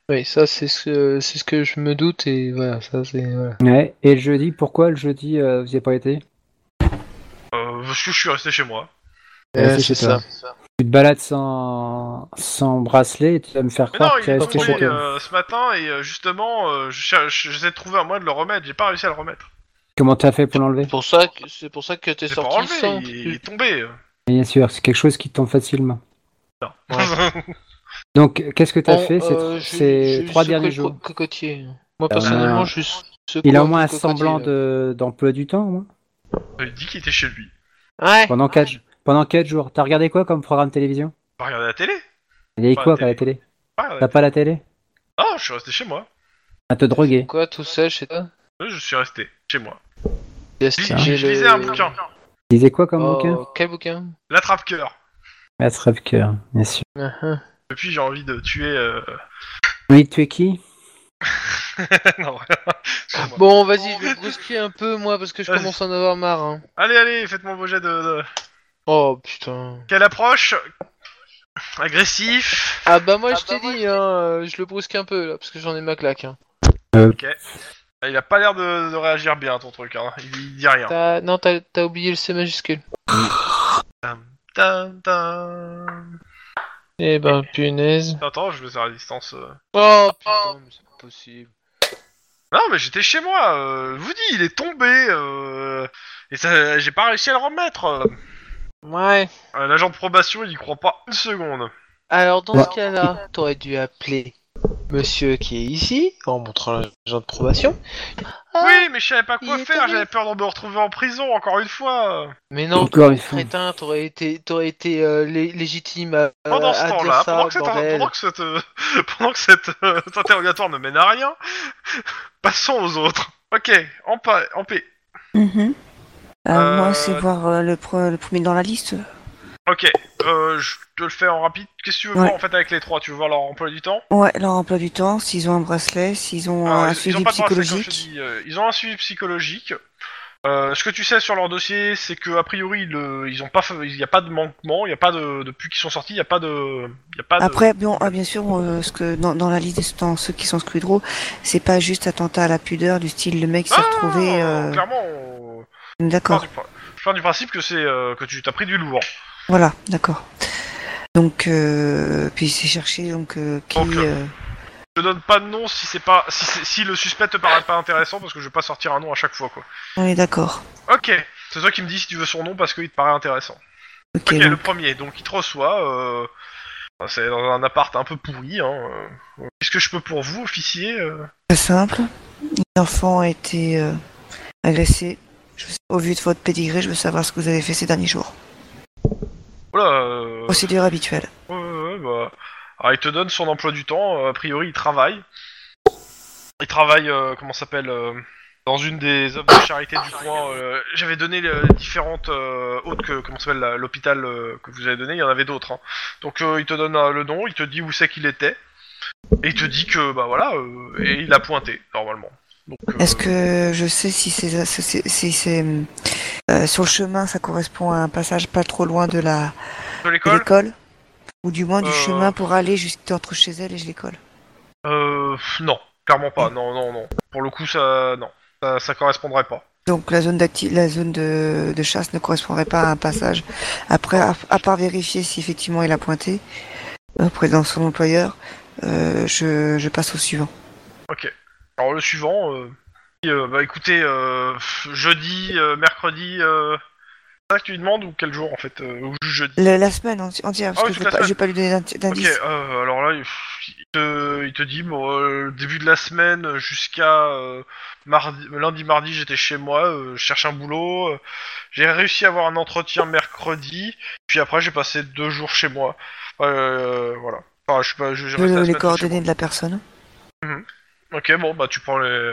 Oui, ça c'est ce que c'est ce que je me doute et voilà, ça c'est. Voilà. Ouais. Et le jeudi, pourquoi le jeudi euh, vous n'y avez pas été? Euh, parce que je suis resté chez moi. Ouais, Euh, c'est c'est chez toi. ça. Tu te balades sans, sans bracelet et tu vas me faire Mais non, croire il que tu es est resté tombé chez toi. euh, ce matin et euh, justement, euh, je cherche- j'essaie de trouver un moyen de le remettre. J'ai pas réussi à le remettre. Comment t'as fait pour l'enlever? C'est pour ça que c'est pour ça que t'es C'est pas sorti enlevé, sans. il, il est tombé. Bien sûr, c'est quelque chose qui tombe facilement. Non. Donc, qu'est-ce que t'as Bon, fait ces, euh, tr- je- ces je trois secoué derniers le co- jours? cocotier. Moi Ah, personnellement, on a- je secoue Il a au un moins peu un le cocotier, semblant là. de, d'emploi du temps, au moins? Il dit qu'il était chez lui. Ouais. Pendant quatre, pendant quatre jours. T'as regardé quoi comme programme télévision? Pas regarder la télé. Il y avait Pas quoi la à la télé? Pas regarder T'as la pas la télé? télé. Ah, je suis resté chez moi. À te droguer. Quoi, tout seul chez toi? Oui, je suis resté chez moi. Yes, Je, j'ai je le- lisais un bouquin. Tu disais quoi comme Oh, bouquin? quel bouquin? L'attrape-cœur. Attrape-cœur, bien sûr. Uh-huh. Depuis, j'ai envie de tuer. Euh... Oui, tu es qui? non, rien. C'est moi. Bon, vas-y, je vais brusquer un peu moi parce que je Vas-y. commence à en avoir marre. Hein. Allez, allez, faites-moi vos jets de, de. Oh putain. Quelle approche? Agressif. Ah bah moi je t'ai dit, hein, euh, je le brusque un peu là parce que j'en ai ma claque. Hein. Ok. Il a pas l'air de, de réagir bien ton truc, hein. Il, il dit rien. T'as... Non, t'as... t'as oublié le C majuscule. Tam, tam, tam. Eh ben punaise. Attends, je vais faire la distance. euh. Oh putain, mais c'est pas possible. Non, mais j'étais chez moi. Euh, je vous dis, il est tombé. Euh, et ça, j'ai pas réussi à le remettre. Euh, Ouais. euh, L'agent de probation, il y croit pas une seconde. Alors dans Ouais. ce cas-là, t'aurais dû appeler monsieur qui est ici en montrant l'agent de probation. Ah, Oui, mais je savais pas quoi il est faire. tombé. J'avais peur de me retrouver en prison encore une fois. Mais non, Encore une fois. crétin, t'aurais été, t'aurais été euh, lé- légitime à, Pendant ce à dire temps-là, ça, pendant que, cette, bordel. pendant que, cette, euh, pendant que cette, euh, cet interrogatoire ne mène à rien, passons aux autres. Ok, en, pa- en paix. Mhm. Euh, Euh, Moi, c'est voir euh, le, pre- le premier dans la liste. Ok, euh, je te le fais en rapide. Qu'est-ce que tu veux Ouais. voir en fait avec les trois? Tu veux voir leur emploi du temps? Ouais, leur emploi du temps, s'ils ont un bracelet, s'ils ont Alors, un ils- ils, suivi ont pas de bracelet, comme je te psychologique. dis. Euh, ils ont un suivi psychologique. Euh, ce que tu sais sur leur dossier, c'est que a priori, le, ils ont pas, fait- il n'y a pas de manquement, il n'y a pas de, depuis qu'ils sont sortis, il n'y a pas de, il y a pas de. Après, bon, ah, bien sûr, euh, ce que dans, dans la liste des dans ceux qui sont Scrudro, c'est pas juste attentat à la pudeur du style le mec s'est Ah, retrouvé. euh, clairement. on- D'accord. Je pars du, je pars du principe que c'est euh, que tu t'as pris du lourd. Voilà, d'accord. Donc, euh, puis c'est chercher donc euh, qui. Donc, euh, Je te donne pas de nom si c'est pas, si, c'est- si le suspect te paraît pas intéressant parce que je vais pas sortir un nom à chaque fois quoi. On est d'accord. Ok, c'est toi qui me dis si tu veux son nom parce qu'il te paraît intéressant. Ok, Ok, donc, le premier, donc il te reçoit. Euh... C'est dans un appart un peu pourri. Hein. euh. Qu'est-ce que je peux pour vous, officier euh très simple. L'enfant a été euh, agressé. Je veux- Au vu de votre pédigré, je veux savoir ce que vous avez fait ces derniers jours. Voilà. Euh... Procédure habituelle. Ouais, ouais, ouais, bah... Alors, il te donne son emploi du temps. euh, A priori, il travaille. Il travaille, euh, comment ça s'appelle euh, dans une des œuvres de charité du coin. euh, J'avais donné les différentes euh, autres que, comment ça s'appelle, la- l'hôpital euh, que vous avez donné. Il y en avait d'autres. Hein. Donc, euh, il te donne euh, le nom. Il te dit où c'est qu'il était. Et il te dit que, bah voilà, euh, et il a pointé normalement. Donc, euh, Est-ce que je sais si c'est si si c'est euh, sur le chemin, ça correspond à un passage pas trop loin de la de de l'école l'école, ou du moins du Euh. chemin pour aller juste entre chez elle et l'école. Euh, non, clairement pas. Non, non, non. Pour le coup, ça, non, ça, ça correspondrait pas. Donc la zone d'acti- la zone de, de chasse ne correspondrait pas à un passage. Après, à, à part vérifier si effectivement il a pointé auprès de son employeur, euh, je, je passe au suivant. Ok. Alors le suivant, euh, euh, bah écoutez, euh, jeudi, euh, mercredi, euh, c'est ça que tu lui demandes ou quel jour en fait, euh, ou juste jeudi. Le- la semaine enti- entière, parce Ah oui, que je toute vais la pas, je semaine. vais pas lui donner d'indi- Ok. d'indices. Euh, alors là, il il te, il te dit bon, euh, le début de la semaine jusqu'à euh, mardi, lundi, mardi, j'étais chez moi, euh, je cherche un boulot. euh, j'ai réussi à avoir un entretien mercredi, puis après j'ai passé deux jours chez moi. Euh, voilà. Enfin, je suis pas, j'ai Je resté la veux les semaine toute chez coordonnées moi. de la personne. Ok, bon, bah tu prends les.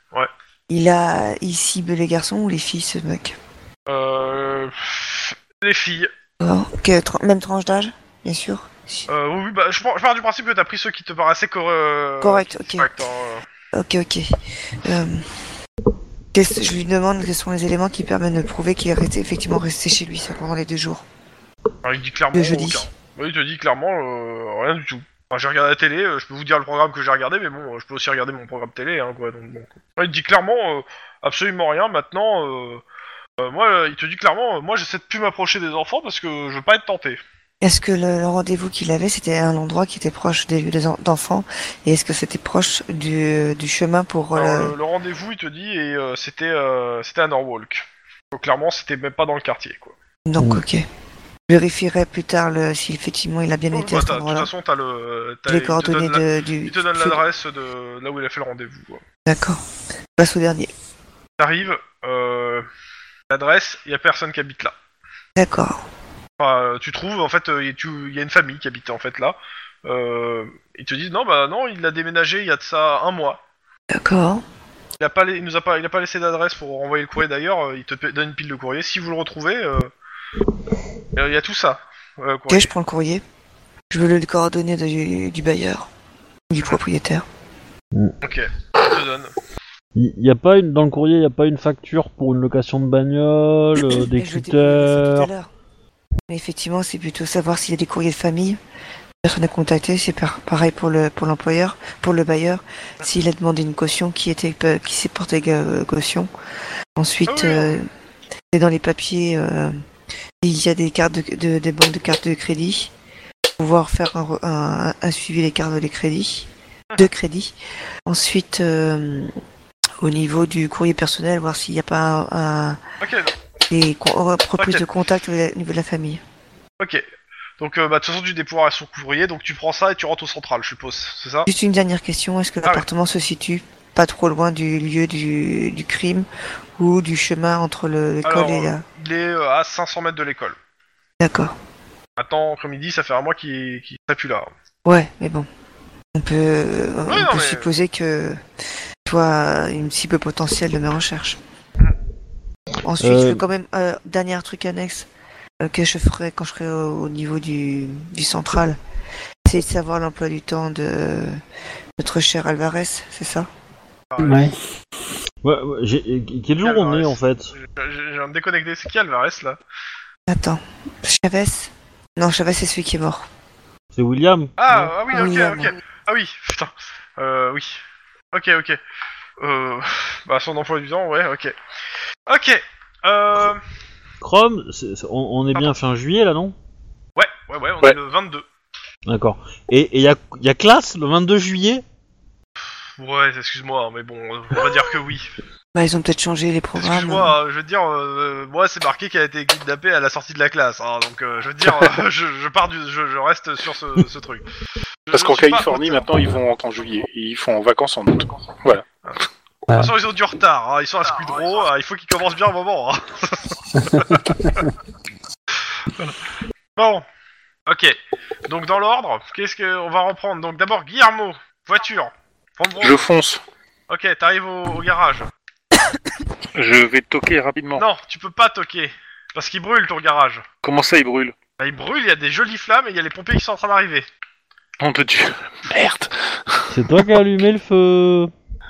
Il a, il cible les garçons ou les filles, ce mec. Euh, les filles. D'accord. Ok, tra- même tranche d'âge, bien sûr. Si- Euh, oui, oui, bah je pars, je pars du principe que t'as pris ceux qui te paraissaient cor- euh, Correct, ok. corrects, hein, euh. Ok, ok. Euh, qu'est-ce- je lui demande quels sont les éléments qui permettent de prouver qu'il est resté, effectivement resté chez lui pendant les deux jours. Alors, il dit clairement Le jeudi. aucun. Oui, il te dit clairement euh, rien du tout. Enfin, j'ai regardé la télé, euh, je peux vous dire le programme que j'ai regardé, mais bon, euh, je peux aussi regarder mon programme télé, hein, quoi. Donc, bon. Ouais, il te dit clairement, euh, absolument rien. Maintenant, euh, euh, moi, euh, il te dit clairement, euh, moi, j'essaie de plus m'approcher des enfants parce que je veux pas être tenté. Est-ce que le, le rendez-vous qu'il avait, c'était un endroit qui était proche des lieux des en- d'enfants, et est-ce que c'était proche du, du chemin pour Alors, le... le, le rendez-vous, il te dit, et euh, c'était, euh, c'était à Norwalk. Donc, clairement, c'était même pas dans le quartier, quoi. Donc, Mm. ok. Je vérifierai plus tard le, si effectivement il a bien Oh, été bah, à cet t'as- de toute endroit-là. façon, t'as le, t'as, Les il te coordonnées donne la- de, du... il te donne je- l'adresse de là où il a fait le rendez-vous. Quoi. D'accord. Je passe au dernier. T'arrives, euh, l'adresse, il y a personne qui habite là. D'accord. Enfin, euh, tu trouves, en fait, il tu, y a une famille qui habitait en fait là. Euh, ils te disent non, bah non, il a déménagé il y a de ça un mois. D'accord. Il a pas, il nous a pas, il a pas laissé d'adresse pour renvoyer le courrier d'ailleurs. euh, Il te pa- donne une pile de courrier. Si vous le retrouvez, euh, il y a tout ça. euh, Ok, courrier. je prends le courrier. Je veux le coordonnées de- du, du bailleur. Du propriétaire. Ok, je te donne. Il y a pas une dans le courrier, il y a pas une facture pour une location de bagnole, euh, des Mais je t'ai proposé ça tout à critères. l'heure. Mais effectivement, c'est plutôt savoir s'il y a des courriers de famille. Personne à contacter, c'est par- pareil pour le pour l'employeur, pour le bailleur. S'il a demandé une caution, qui était euh, qui s'est porté ga- caution. Ensuite, Ah oui, euh, c'est dans les papiers, euh, il y a des cartes de, de- des banques de cartes de crédit. Pouvoir faire un, re- un, un suivi des cartes de crédit, de crédit. Ensuite, euh, au niveau du courrier personnel, voir s'il n'y a pas un, un- Ok, des con- reprises Ok. de contact au niveau de la famille. ok. Donc, euh, bah, de toute façon, tu déploieras son courrier, donc tu prends ça et tu rentres au central, je suppose, c'est ça? Juste une dernière question, est-ce que Ah l'appartement se situe pas trop loin du lieu du, du crime ou du chemin entre le- l'école Alors, et la... il est euh, à cinq cents mètres de l'école. D'accord. Maintenant, après-midi, ça fait un mois qu'il qu'il serait plus là. Ouais, mais bon. On peut, on Ouais, non, peut mais- supposer que toi, une cible potentielle de mes recherches. Ensuite, Euh, je veux quand même, euh, dernier truc annexe euh, que je ferai quand je serai au, au niveau du, du central, c'est de savoir l'emploi du temps de notre cher Alvarez, c'est ça? Ouais. Ouais, ouais, j'ai- quel jour on est en fait? J'ai j'ai un déconnecté. C'est qui Alvarez là? Attends, Chavez? Non, Chavez c'est celui qui est mort. C'est William? Ah, Non ah oui, ok, William. ok. Ah oui, putain. Euh, oui. Ok, ok. Euh, bah son emploi du temps, ouais, ok. Ok. Euh, Chrome, c'est- c'est- on, on est bien fin juillet là, non? ouais, ouais, ouais, on Ouais. est le vingt-deux. D'accord. Et il y a, y a classe le vingt-deux juillet? Ouais, excuse-moi, mais bon, on va dire que oui. Bah, ils ont peut-être changé les programmes. Excuse-moi, euh, je veux dire, euh, moi c'est marqué qu'elle a été kidnappée à la sortie de la classe, hein, donc euh, je veux dire, euh, je, je pars du, je, je reste sur ce, ce truc. Je- Parce je qu'en suis pas Californie, auteur. maintenant, ils vont en, en juillet. Et ils font en vacances en août. Voilà. De toute façon, ils ont du retard, hein, ils sont à Squidrow, hein, il faut qu'ils commencent bien au moment. Hein. Voilà. Bon, ok. Donc dans l'ordre, qu'est-ce qu'on va reprendre? Donc d'abord Guillermo, voiture. Prends le bron- Je fonce. Ok, t'arrives au, au garage. Je vais toquer rapidement. Non, tu peux pas toquer, parce qu'il brûle ton garage. Comment ça, il brûle? Bah, il brûle, il y a des jolies flammes et il y a les pompiers qui sont en train d'arriver. Nom de Dieu. Merde. C'est toi qui as allumé le feu?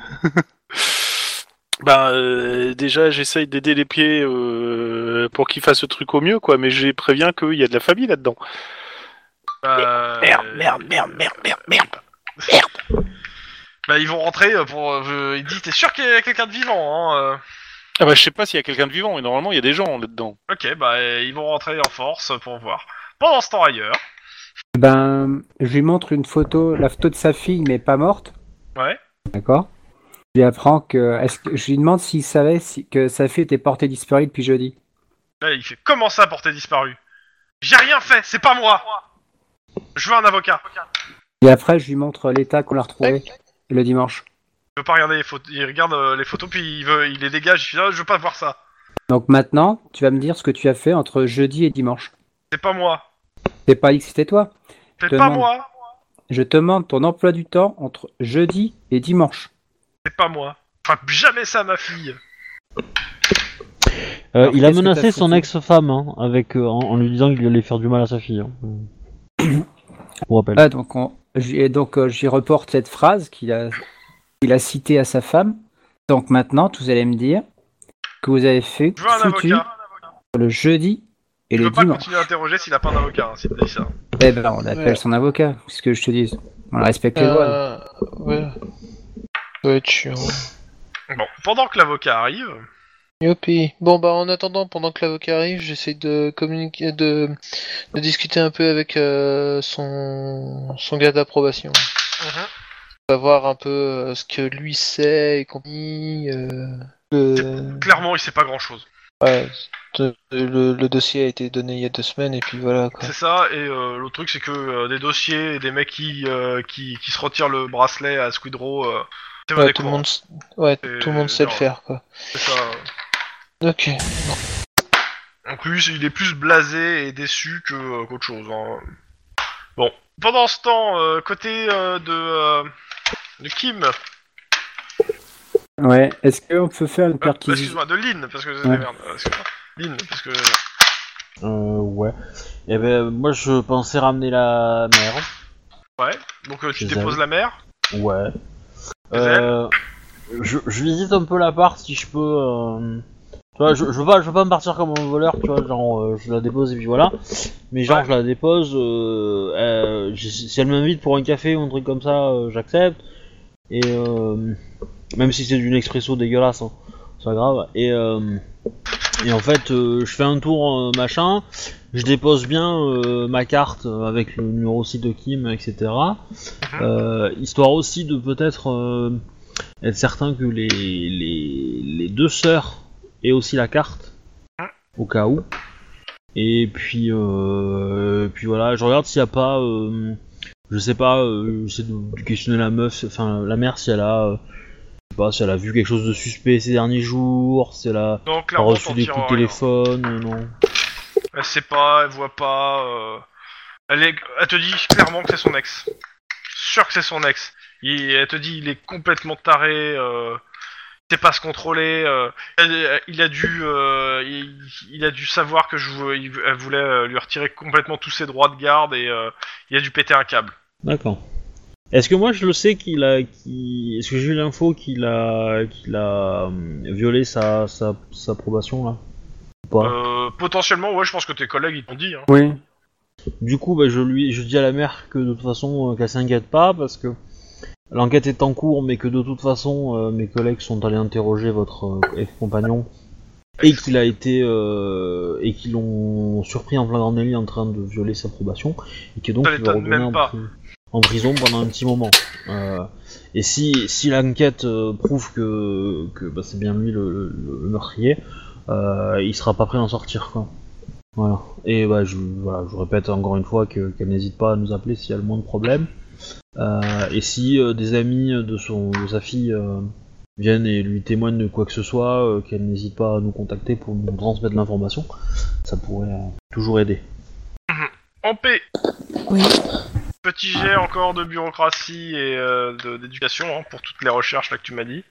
Ben, euh, déjà, j'essaye d'aider les pieds euh, pour qu'ils fassent ce truc au mieux, quoi. Mais j'ai préviens qu'il y a de la famille là-dedans. Euh... Merde, merde, merde, merde, merde, merde. Bah ils vont rentrer euh, pour... Euh, il dit, t'es sûr qu'il y a quelqu'un de vivant, hein euh Ah bah, je sais pas s'il y a quelqu'un de vivant, mais normalement, il y a des gens là-dedans. Ok, bah euh, ils vont rentrer en force pour voir. Pendant ce temps ailleurs... Ben, je lui montre une photo, la photo de sa fille, mais pas morte. Ouais. D'accord. Je lui apprends que, est-ce que je lui demande s'il savait si, que sa fille était portée disparue depuis jeudi. Là il fait, comment ça porter disparu? J'ai rien fait, c'est pas moi. Je veux un avocat. Et après, je lui montre l'état qu'on l'a retrouvé le dimanche. Il veut pas regarder les photos, il regarde euh, les photos puis il veut, il les dégage, il fait, ah, je veux pas voir ça. Donc maintenant, tu vas me dire ce que tu as fait entre jeudi et dimanche. C'est pas moi. T'es pas dit que c'était toi. C'est te pas demande. moi. Je te demande ton emploi du temps entre jeudi et dimanche. C'est pas moi. Frappe jamais ça à ma fille. Euh, Alors, il a qu'est-ce que menacé t'as son foutu ex-femme hein, avec, euh, en, en lui disant qu'il allait faire du mal à sa fille. Hein. Pour rappel. Ah, donc, on, j'y- donc euh, j'y reporte cette phrase qu'il a, qu'il a citée à sa femme. Donc maintenant, vous allez me dire que vous avez fait Je veux un foutu avocat. le jeudi et Je le veux pas dimanche. continuer à interroger s'il a pas d'avocat, hein, s'il te dit ça. Eh ben, on appelle Ouais. son avocat, c'est ce que je te dis. On respecte les lois. Euh, ouais. Ça va être chiant. Bon, pendant que l'avocat arrive, Youpi. Bon bah en attendant, pendant que l'avocat arrive, j'essaie de communiquer, de, de discuter un peu avec euh, son son gars d'approbation. On va voir un peu euh, ce que lui sait et compagnie. Euh, le... clairement, il sait pas grand-chose. Ouais, de- le, le dossier a été donné il y a deux semaines et puis voilà quoi. C'est ça, et euh, l'autre truc, c'est que euh, des dossiers et des mecs qui, euh, qui, qui se retirent le bracelet à Squidrow, euh, c'est Ouais, monnaie tout le courante. monde, s- ouais, C'est- tout le monde sait le non. faire quoi. C'est ça. Ok. Donc lui, il est plus blasé et déçu que, euh, qu'autre chose. Hein. Bon. Pendant ce temps, euh, côté euh, de, euh, de Kim, Ouais, est-ce qu'on peut faire une euh, perquisition? excuse-moi, de Lynn, parce que... Ouais. Merde, euh, excuse-moi. Lynn, parce que... Euh, ouais. Et ben, moi, je pensais ramener la mère. Ouais, donc euh, tu Chez déposes elle. la mère. Ouais. Chez Euh, je, je visite un peu l'appart si je peux. Euh... Tu vois, je, je veux pas, je veux pas me partir comme un voleur, tu vois, genre euh, je la dépose et puis voilà. Mais genre Ouais. je la dépose, euh, euh, j- si elle m'invite pour un café ou un truc comme ça, euh, j'accepte. Et euh, même si c'est d'une expresso dégueulasse, hein, c'est pas grave. Et euh, et en fait, euh, je fais un tour euh, machin, je dépose bien euh, ma carte avec le numéro aussi de Kim, et cetera. Euh, histoire aussi de peut-être euh, être certain que les, les, les deux sœurs aient aussi la carte, au cas où. Et puis, euh, puis voilà, je regarde s'il n'y a pas, euh, je sais pas, euh, j'essaie de questionner la meuf, enfin la mère si elle a, euh, je sais pas, si elle a vu quelque chose de suspect ces derniers jours, si elle a, Non, a clairement, reçu t'en des tires coups de rien. téléphone, euh, non. Elle sait pas, elle voit pas. Euh... Elle, est... elle te dit clairement que c'est son ex. Sûr que c'est son ex. Il... Elle te dit il est complètement taré. Euh... Il sait pas se contrôler. Euh... Elle- Il a dû, euh... il... il a dû savoir que je vou- il- elle voulait euh, lui retirer complètement tous ses droits de garde et euh... il a dû péter un câble. D'accord. Est-ce que moi je le sais qu'il a, qu'il... est-ce que j'ai eu l'info qu'il a, qu'il a euh, violé sa, sa, sa probation là ou pas? Euh... Potentiellement, ouais, je pense que tes collègues ils t'ont dit. Hein. Oui. Du coup, bah, je lui, je dis à la mère que de toute façon, euh, qu'elle s'inquiète pas parce que l'enquête est en cours, mais que de toute façon, euh, mes collègues sont allés interroger votre euh, ex-compagnon et qu'il a été euh, et qu'ils l'ont surpris en flagrant délit en train de violer sa probation et que donc Ça il va l'étonne retourner même en, pas. pri- en prison pendant un petit moment. Euh, et si si l'enquête euh, prouve que que bah, c'est bien lui le, le, le meurtrier, euh, il sera pas prêt à en sortir quoi. Voilà. Et bah je voilà, je répète encore une fois que, qu'elle n'hésite pas à nous appeler s'il y a le moindre problème. Euh, et si euh, des amis de son de sa fille euh, viennent et lui témoignent de quoi que ce soit, euh, qu'elle n'hésite pas à nous contacter pour nous transmettre l'information, ça pourrait euh, toujours aider. En paix. Oui. Petit jet encore de bureaucratie et euh, de- d'éducation hein, pour toutes les recherches là que tu m'as dit.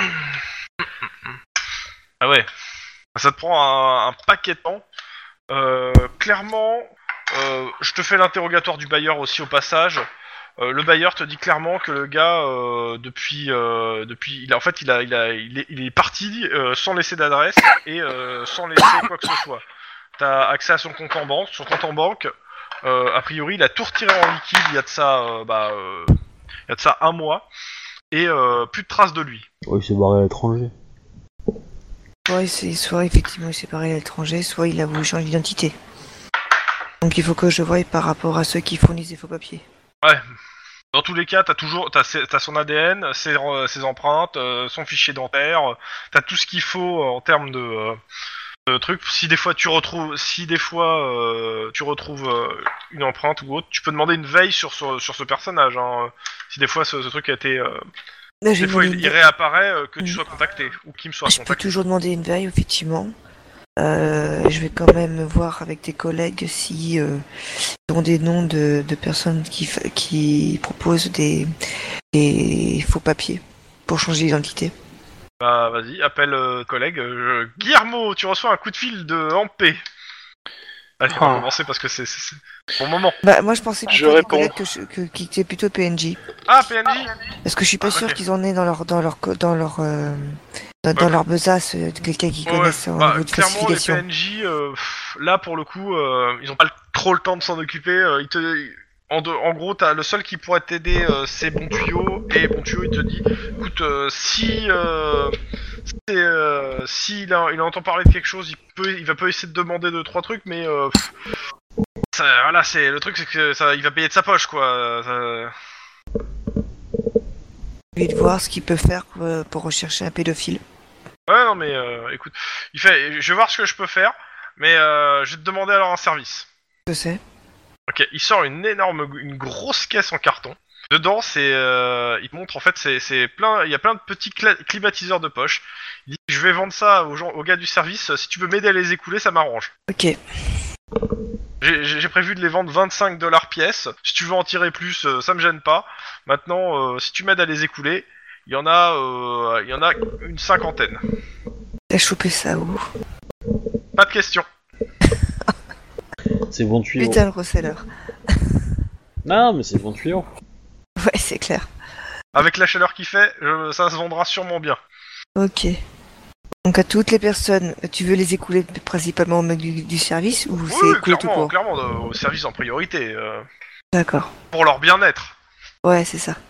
Ah ouais. Ça te prend un, un paquet de temps. Euh, clairement, euh, je te fais l'interrogatoire du bailleur aussi au passage. Euh, le bailleur te dit clairement que le gars, euh, depuis, euh, depuis, il a, en fait, il a, il a, il est, il est parti euh, sans laisser d'adresse et euh, sans laisser quoi que ce soit. T'as accès à son compte en banque, son compte en banque. Euh, a priori, il a tout retiré en liquide. Il y a de ça, euh, bah, euh, il y a de ça un mois et euh, plus de traces de lui. Ouais, il s'est barré à l'étranger. Soit, c'est, soit effectivement il s'est barré à l'étranger, soit il a voulu changer d'identité. Donc il faut que je voie par rapport à ceux qui fournissent des faux papiers. Ouais. Dans tous les cas, t'as toujours, t'as, ses- t'as son A D N, ses, euh, ses empreintes, euh, son fichier dentaire, euh, t'as tout ce qu'il faut euh, en termes de, euh, de trucs. Si des fois tu retrouves, si des fois euh, tu retrouves euh, une empreinte ou autre, tu peux demander une veille sur ce, sur ce personnage. Hein. Si des fois ce, ce truc a été, euh, Là, je des vais fois demander il, une il veille. réapparaît, euh, que tu Oui. sois contacté ou qu'il me soit Je peux contacté. toujours demander une veille, effectivement. Euh, je vais quand même voir avec tes collègues si euh, ils ont des noms de, de personnes qui, fa- qui proposent des, des faux papiers pour changer d'identité. Bah vas-y, appelle euh, collègue. Euh, Guillermo, tu reçois un coup de fil de Ampé. Allez, on va Oh. commencer parce que c'est, c'est, c'est bon moment. Bah, moi, je pensais Je plutôt à des réponds. collègues que je, que, qui étaient plutôt P N J. Ah, P N J. Parce que je suis pas Ah, sûr ok. qu'ils en aient dans leur, dans leur, co- dans leur, euh, dans, dans Ouais. leur besace euh, quelqu'un qui Ouais, connaisse au bah, niveau de clairement les P falsification. N J, euh, pff, là pour le coup, euh, ils ont pas le- trop le temps de s'en occuper. euh, ils te... en, de, en gros, t'as, le seul qui pourrait t'aider, euh, c'est Bon Tuyau, et Bon Tuyau, il te dit, écoute, euh, si, euh, c'est, euh, si il, a, il entend parler de quelque chose, il peut, il va peut essayer de demander deux trois trucs, mais euh, pff, ça, voilà, c'est le truc, c'est que ça, il va payer de sa poche, quoi. Ça... Lui de voir ce qu'il peut faire pour, pour rechercher un pédophile. Ouais, non, mais euh, écoute, il fait, je vais voir ce que je peux faire, mais euh, je vais te demander alors un service. Je sais. Ok, il sort une énorme, une grosse caisse en carton. Dedans, c'est, euh, il te montre en fait, c'est, c'est plein, il y a plein de petits cla- climatiseurs de poche. Il dit, je vais vendre ça aux gens, aux gars du service. Si tu peux m'aider à les écouler, ça m'arrange. Ok. J'ai, j'ai prévu de les vendre vingt-cinq dollars pièce. Si tu veux en tirer plus, euh, ça me gêne pas. Maintenant, euh, si tu m'aides à les écouler, il y en a, euh, il y en a une cinquantaine. T'as chopé ça où? Pas de questions. C'est Bon Tuyau. Putain, le reseller. Non, mais c'est Bon Tuyau. Ouais, c'est clair. Avec la chaleur qu'il fait, je- ça se vendra sûrement bien. Ok. Donc à toutes les personnes, tu veux les écouler principalement aux mecs du, du service ou Oui, c'est oui, écoulé tout clairement, court? clairement, euh, au service en priorité, euh, D'accord. pour leur bien-être. Ouais, c'est ça.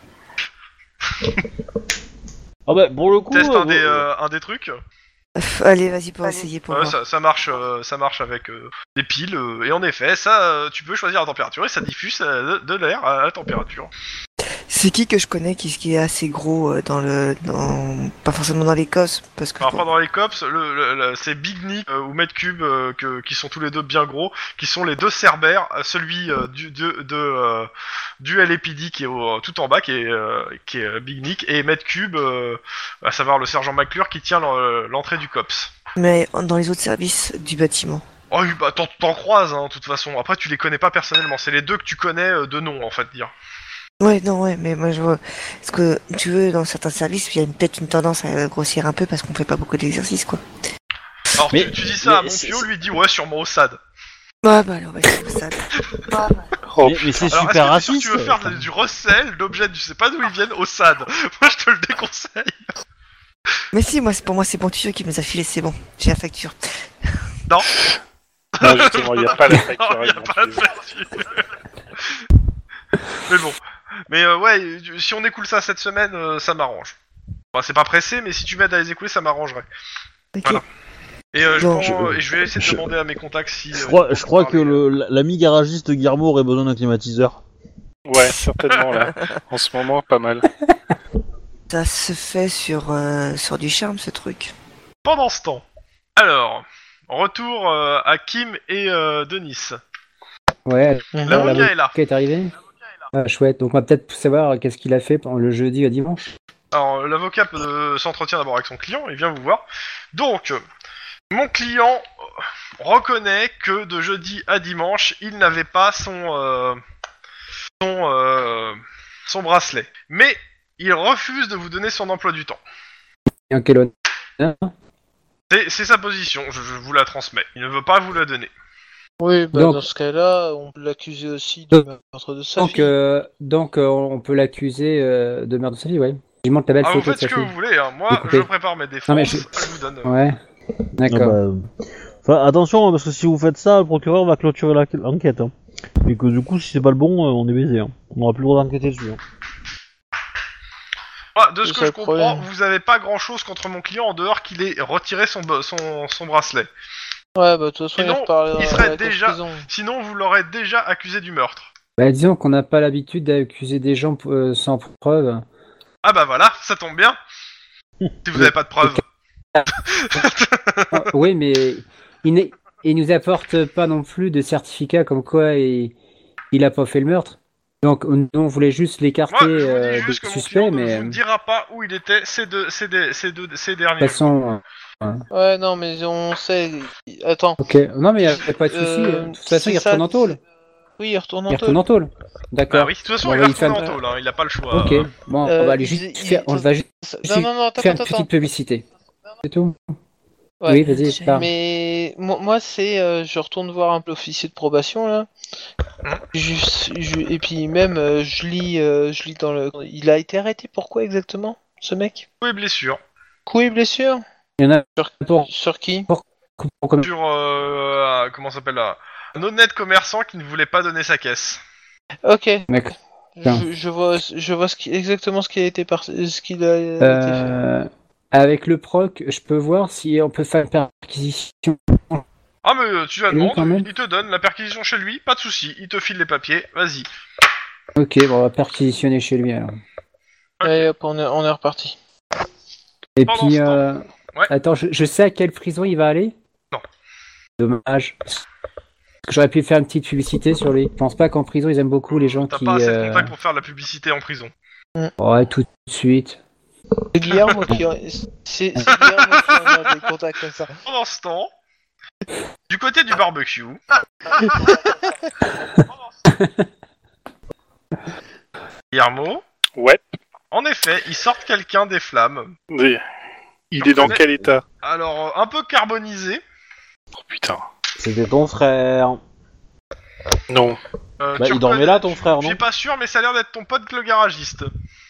Ah bah, pour le coup... Teste euh, un des, euh, euh, un des trucs. Pff, allez, vas-y pour essayer pour Ouais, voir. ça, ça marche, euh, ça marche avec euh, des piles. euh, et en effet, ça, euh, tu peux choisir la température et ça diffuse euh, de, de l'air à la température. C'est qui que je connais qui, qui est assez gros euh, dans le, dans, pas forcément dans l'Écosse parce que Alors bon, pendant les cops, le, le- le- c'est Big Nick euh, ou Medcube euh, que, qui sont tous les deux bien gros, qui sont les deux Cerbères, euh, celui euh, du de, de euh, du L A P D qui est au, tout en bas, qui est euh, qui est euh, Big Nick, et Medcube, euh, à savoir le sergent McClure qui tient l'en- l'entrée du cops. mais dans les autres services du bâtiment. Oh oui, bah t'en, t'en croises, hein, de toute façon. Après, tu les connais pas personnellement. C'est les deux que tu connais euh, de nom, en fait, dire. Ouais, non, ouais, mais moi je vois. Parce que tu veux, dans certains services, il y a une- peut-être une tendance à grossir un peu parce qu'on fait pas beaucoup d'exercices, quoi. Alors, Mais- tu, tu dis ça à mais mon c'est- tuyau, lui dit ouais, sûrement au S A D. Ouais, bah alors, on va essayer ça. Oh, Mais, mais c'est Alors, super est-ce que t'es sûr raciste. que tu veux faire de- du recel d'objets, tu sais pas d'où ils viennent, au S A D? Moi, je te le déconseille. Mais si, moi, c'est pour moi, c'est bon tuyau qui me les a filés, c'est bon. J'ai la facture. non, justement, il n'y a pas la facture. Non, y a avec mon pas de tuyau. facture. Mais bon. Mais euh, ouais, si on écoule ça cette semaine, euh, ça m'arrange. Bon, c'est pas pressé, mais si tu m'aides à les écouler, ça m'arrangerait. Ok. Voilà. Et, euh, je, Bon. prends- Je- et je vais essayer de je- demander à mes contacts si... Je euh, crois, ils je peuvent crois que parler, euh, le- l'ami garagiste Guillermo aurait besoin d'un climatiseur. Ouais, certainement, là. En ce moment, pas mal. Ça se fait sur, euh, sur du charme, ce truc. Pendant ce temps. Alors, retour euh, à Kim et euh, Denis. Ouais, L'avocat est là. qui est arrivé. Ah, chouette. Donc on va peut-être savoir qu'est-ce qu'il a fait pendant le jeudi à dimanche. Alors, l'avocat euh, s'entretient d'abord avec son client, il vient vous voir. Donc, euh, mon client euh, reconnaît que de jeudi à dimanche, il n'avait pas son euh, son euh, son bracelet. Mais il refuse de vous donner son emploi du temps. Et en quel honneur. C'est, c'est sa position, je, je vous la transmets. Il ne veut pas vous la donner. Oui, bah Donc- dans ce cas-là, on peut l'accuser aussi de meurtre de sa Donc, fille. euh, donc euh, on peut l'accuser euh, de meurtre de sa fille, ouais. Je montre la belle Ah, vous photo de faites ce sa que fille. vous voulez, hein. Moi, Écoutez. je prépare mes défenses, Non, mais je- je vous donne... euh, Ouais, Ah d'accord. bah, enfin, attention, hein, parce que si vous faites ça, le procureur va clôturer la- l'enquête. Hein. Et que du coup, si c'est pas le bon, euh, on est baisé. Hein. On aura plus le droit d'enquêter dessus. Hein. Ah, de ce C'est que ça je le comprends, problème. vous avez pas grand-chose contre mon client en dehors qu'il ait retiré son, bo- son, son bracelet. Ouais, bah de toute façon, Sinon, il reparlera il serait à la déjà- prison. Sinon, vous l'aurez déjà accusé du meurtre. Bah, disons qu'on n'a pas l'habitude d'accuser des gens euh, sans preuve. Ah bah voilà, ça tombe bien. Si vous avez pas de preuves. Ah, oui, mais il, n'est- il nous apporte pas non plus de certificat comme quoi il, il a pas fait le meurtre. Donc nous, on voulait juste Moi, l'écarter je vous dis euh, juste que de mon suspect, client ne mais vous de dira pas où il était ces deux, ces deux, ces deux, ces derniers toute façon. euh, Ouais, non, mais on sait. Attends. Ok, non mais il n'y a pas de souci. Euh, De toute façon, il c'est ça, retourne en tôle. Oui, il retourne en Il retourne tôle. en tôle. Bah D'accord. oui, de toute façon, On il va va lui faire retourner en une- tôle, hein, il a pas le choix. Ok, bon, Euh, on va lui il- juste il- faire, on va juste Non, non, non, attends, faire attends, une petite attends. publicité. C'est tout. Ouais. Oui, vas-y, parle. Mais mo- moi, c'est, euh, je retourne voir un peu l'officier de probation là. Juste, je- et puis même, euh, je lis, euh, je lis dans le. Il a été arrêté pourquoi exactement, ce mec? Coup et blessure. Coup et blessure? Il y en a Sur, pour, sur qui? pour combien Sur, euh, comment ça s'appelle là, un honnête commerçant qui ne voulait pas donner sa caisse. Ok. D'accord. Je, je vois, je vois ce qui, exactement ce qui a été par, ce qu'il a été fait. Euh, avec le proc, je peux voir si on peut faire une perquisition. Ah mais euh, tu la Lui, demandes, quand même. il te donne la perquisition chez lui, pas de souci, il te file les papiers, vas-y. Ok, bon, on va perquisitionner chez lui alors. Allez hop, on est, on est reparti. Et Pendant puis, ce temps. euh... Ouais. attends, je, je sais à quelle prison il va aller? Non. Dommage. Parce que j'aurais pu faire une petite publicité sur lui. Je pense pas qu'en prison ils aiment beaucoup les gens T'as qui. pas assez de euh, contacts pour faire de la publicité en prison. Ouais, tout de suite. C'est Guillermo qui, en- c'est, c'est Guillermo qui en a des contacts comme ça. Pendant ce temps, du côté du barbecue, Guillermo, Ouais. en effet, ils sortent quelqu'un des flammes. Mais il est dans quel état? Alors, euh, un peu carbonisé. Oh putain. C'était ton frère. Non. Euh, Bah, tu il dormait reconnais- là, ton frère, Je non suis pas sûr, mais ça a l'air d'être ton pote le garagiste.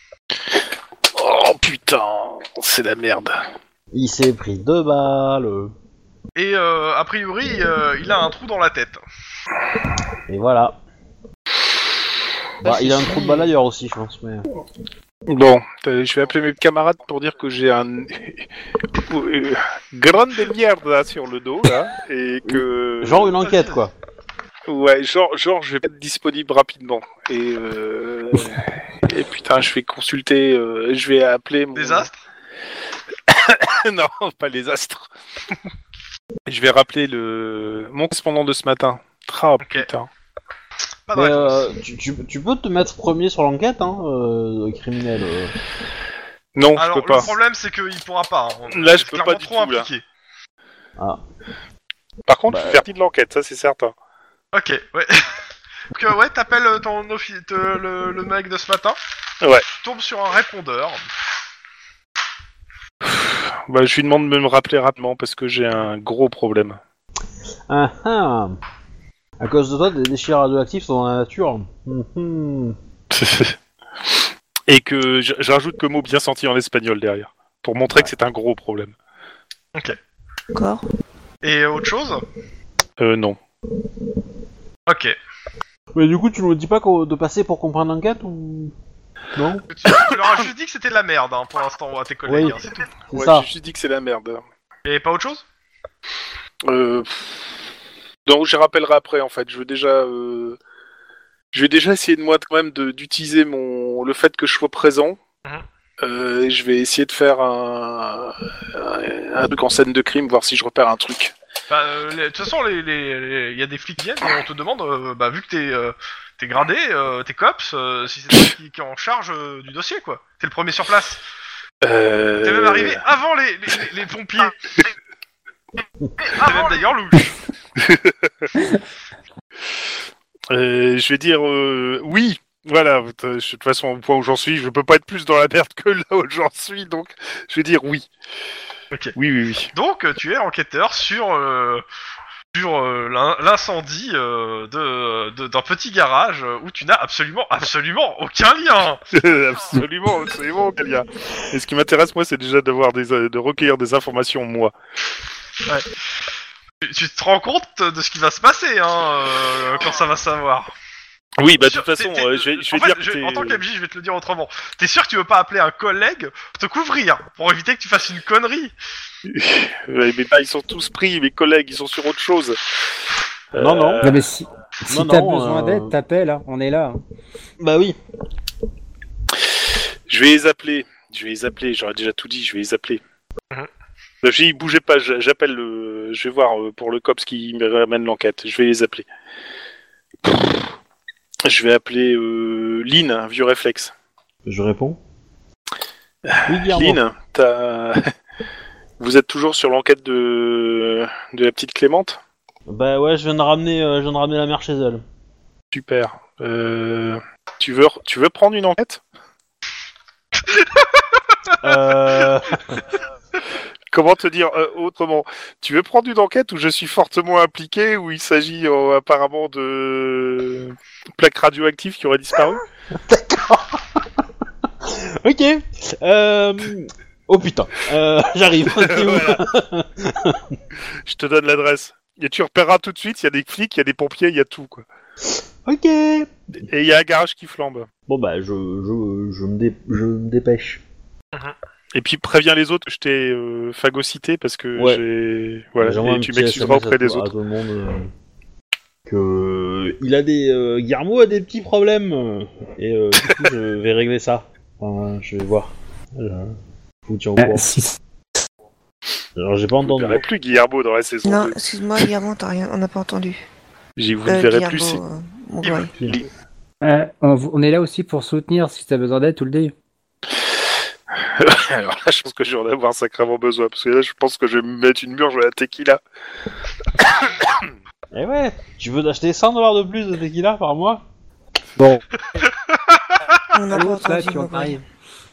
Oh putain, c'est la merde. Il s'est pris deux balles. Et euh, a priori, euh, il a un trou dans la tête. Et voilà. Bah, c'est il a un si- trou de balle ailleurs aussi, je pense. Mais... Bon, euh, je vais appeler mes camarades pour dire que j'ai un euh, grande merde là sur le dos là et que Genre une enquête, quoi. ouais, genre genre je vais être disponible rapidement et euh... et putain, je vais consulter, euh... je vais appeler mon Des astres. non, pas les astres. Je vais rappeler le mon correspondant de ce matin. Ah putain. Pas de Mais réponse. euh, tu, tu, tu peux te mettre premier sur l'enquête, hein, euh, criminel. euh. Non, Alors, je peux pas. le problème, c'est qu'il pourra pas. hein. Là, je C'est peux clairement pas du trop tout, là. impliqué. Ah. Par contre, Bah, je fais partie de l'enquête, ça c'est certain. Ok, ouais. Donc, euh, ouais, t'appelles euh, ton offi- te- le, le mec de ce matin. Ouais. Tu tombes sur un répondeur. Bah, je lui demande de me rappeler rapidement parce que j'ai un gros problème. Ah ah. À cause de toi, des déchets radioactifs sont dans la nature. Mhm. Et que j- j'ajoute que mot bien senti en espagnol derrière, pour montrer que c'est un gros problème. D'accord. Et autre chose. Euh, non. Ok. Mais du coup, tu nous dis pas qu'au- de passer pour comprendre l'enquête ou. Non? Tu, tu leur as juste dit que c'était de la merde hein, pour l'instant à tes collègues, Oui. hein, c'est tout. C'est Ouais, ça. j'ai juste dit que c'est la merde. Et pas autre chose. Euh... Donc, je rappellerai après, en fait. Je veux déjà... Euh... Je vais déjà essayer de moi quand même de, d'utiliser mon le fait que je sois présent. Mhm. Euh, je vais essayer de faire un... un un truc en scène de crime, voir si je repère un truc. Bah, euh, les- de toute façon, il les, les, il y a des flics qui viennent et on te demande, euh, bah, vu que t'es euh, t'es gradé, euh, t'es cops, euh, si c'est toi qui, qui est en charge euh, du dossier, quoi. T'es le premier sur place. Euh... T'es même arrivé avant les, les, les- les pompiers. T'es même d'ailleurs louche. Euh, je vais dire euh, oui. Voilà, de toute façon, au point où j'en suis, je peux pas être plus dans la merde que là où j'en suis, donc je vais dire oui. Ok. Oui, oui, oui. Donc, euh, tu es enquêteur sur euh, sur euh, l'in- l'incendie euh, de de- d'un petit garage euh, où tu n'as absolument absolument aucun lien. absolument, absolument, Kalia. Et ce qui m'intéresse, moi, c'est déjà d'avoir des, euh, de recueillir des informations, moi. Tu, tu te rends compte de ce qui va se passer hein, euh, quand ça va savoir. Oui, bah, de Sûr, toute façon, t'es- t'es- euh, je vais, je en vais fait, dire que je- t'es- en tant qu'M J, je vais te le dire autrement. T'es sûr que tu veux pas appeler un collègue pour te couvrir, pour éviter que tu fasses une connerie. Ouais, mais bah, ils sont tous pris, mes collègues, ils sont sur autre chose. Non, non. Non, mais si, si Non, t'as non, besoin euh, d'aide, t'appelles, hein, on est là. hein. Bah oui. Je vais les appeler. Je vais les appeler. J'aurais déjà tout dit. Je vais les appeler. Mhm. Bah, j'ai dit, bougez pas. j'- J'appelle le. Je vais voir euh, pour le cops qui me ramène l'enquête. Je vais les appeler. Je vais appeler euh, Lynn, un vieux réflexe. Je réponds. Oui, Guillermo. Lynn, t'as. Vous êtes toujours sur l'enquête de de la petite Clémente? Bah ouais, je viens de ramener, euh, je viens de ramener la mère chez elle. Super. Euh... Tu veux tu veux prendre une enquête? Euh... Comment te dire euh, autrement? Tu veux prendre une enquête où je suis fortement impliqué, où il s'agit euh, apparemment de plaques radioactives qui auraient disparu? Ok. Euh... Oh putain. Euh, J'arrive. C'est où Voilà. Je te donne l'adresse. Et tu repéreras tout de suite, il y a des flics, il y a des pompiers, il y a tout, quoi. Ok. Et il y a un garage qui flambe. Bon bah je je je me dé- je me dépêche. Et puis préviens les autres que je t'ai euh, phagocyté parce que Ouais. j'ai... Voilà, J'envoie et un tu petit m'excuseras S M S auprès à des tout- autres. À tout le monde. euh, que il a des euh, Guillermo a des petits problèmes euh, et euh, du coup je vais régler ça. Enfin, je vais voir. Je je vous tiens au Euh, courant. si- Alors j'ai pas Vous ne entendu. verrez plus Guillermo dans la saison Non, deux. excuse-moi, Guillermo, t'as rien, on n'a pas entendu. J'ai- Vous ne Euh, verrez Guillermo, plus... c'est- euh, Mogwai. Li- euh, on, on est là aussi pour soutenir si t'as besoin d'aide tout le dé. Alors là, je pense que je vais en avoir sacrément besoin, parce que là, je pense que je vais me mettre une murge à la tequila. Eh ouais, tu veux acheter cent dollars de plus de tequila par mois? Bon, On n'a pas l'autre là, entendu tu en Mogwai. arrives.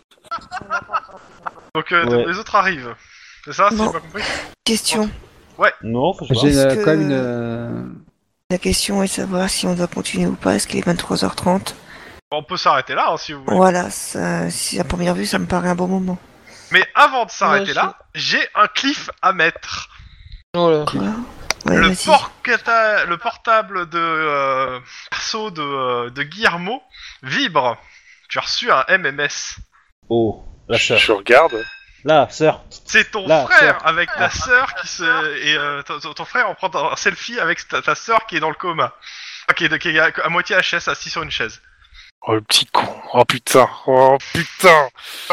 Donc euh, Ouais. les autres arrivent. C'est ça, si Non. j'ai pas compris? Question. Non, faut je sais J'ai pas. Est-ce euh, que- comme une. euh, La question est de savoir si on doit continuer ou pas. Est-ce qu'il est vingt-trois heures trente? On peut s'arrêter là, hein, si vous voulez. Voilà, ça, si à première vue, ça me paraît un bon moment. Mais avant de s'arrêter Moi là, j'ai un cliff à mettre. Voilà. Quoi? Ouais, le, vas-y. porta- le portable de euh, perso de, euh, de Guillermo vibre. Tu as reçu un M M S. Oh, la Je, sœur. je regarde. Là, sœur. C'est ton Là, frère sœur. avec ta sœur qui se et euh, ton, ton- ton frère on prend un selfie avec ta, ta sœur qui est dans le coma, Enfin, qui est, de- qui est à, à moitié H S assis sur une chaise. Oh, le petit con. Oh, putain. Oh, putain.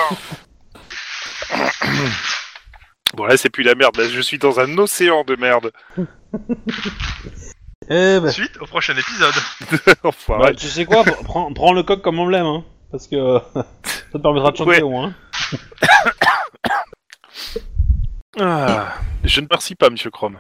Bon, là, c'est plus la merde. Là, je suis dans un océan de merde. Eh ben, Suite au prochain épisode. Enfin, bah, tu sais quoi, pr- prends, prends le coq comme emblème, hein, parce que ça te permettra de chanter Ouais. au moins. ah, je ne merci pas, Monsieur Chrome.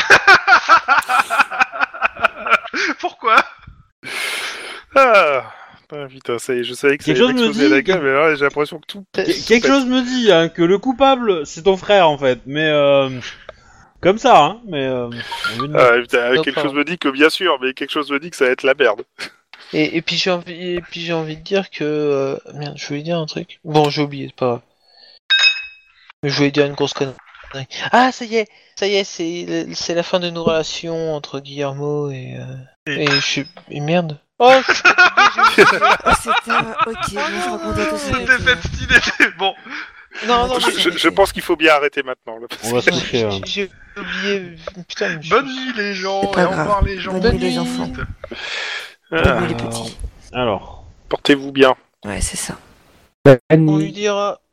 Pourquoi? Ah, ah, putain, ça y est, je savais que ça Quelque allait chose me m'exploser à la dit gueule, que- mais là, j'ai l'impression que tout... Qu- quelque chose me dit hein, que le coupable, c'est ton frère en fait, mais euh, comme ça, hein, mais euh, on veut une- Ah, putain, Non, quelque pas. chose me dit que, bien sûr, mais quelque chose me dit que ça va être la merde. Et, et puis j'ai envie, et puis j'ai envie de dire que euh, merde, je voulais dire un truc. Bon, j'ai oublié, c'est pas grave. Mais je voulais dire une grosse connerie. Ah, ça y est, ça y est, c'est c'est la fin de nos relations entre Guillermo et euh, Et- et je suis et merde. Oh, je suis fatigué, j'ai oublié. Oh, c'est un... Ok, moi je raconte tout ça. C'était cette idée. Bon, Non, non, Je, mais je- je pense qu'il faut bien arrêter maintenant. Là, parce On va se non, coucher. hein. j'ai j'ai oublié. Putain, mais je- bonne nuit les gens, C'est pas et au grave. revoir les gens. Bonne nuit, les enfants. Ah, Bonne nuit, les petits. Alors, portez-vous bien. Ouais, c'est ça. Bonne On lui nuit. dira,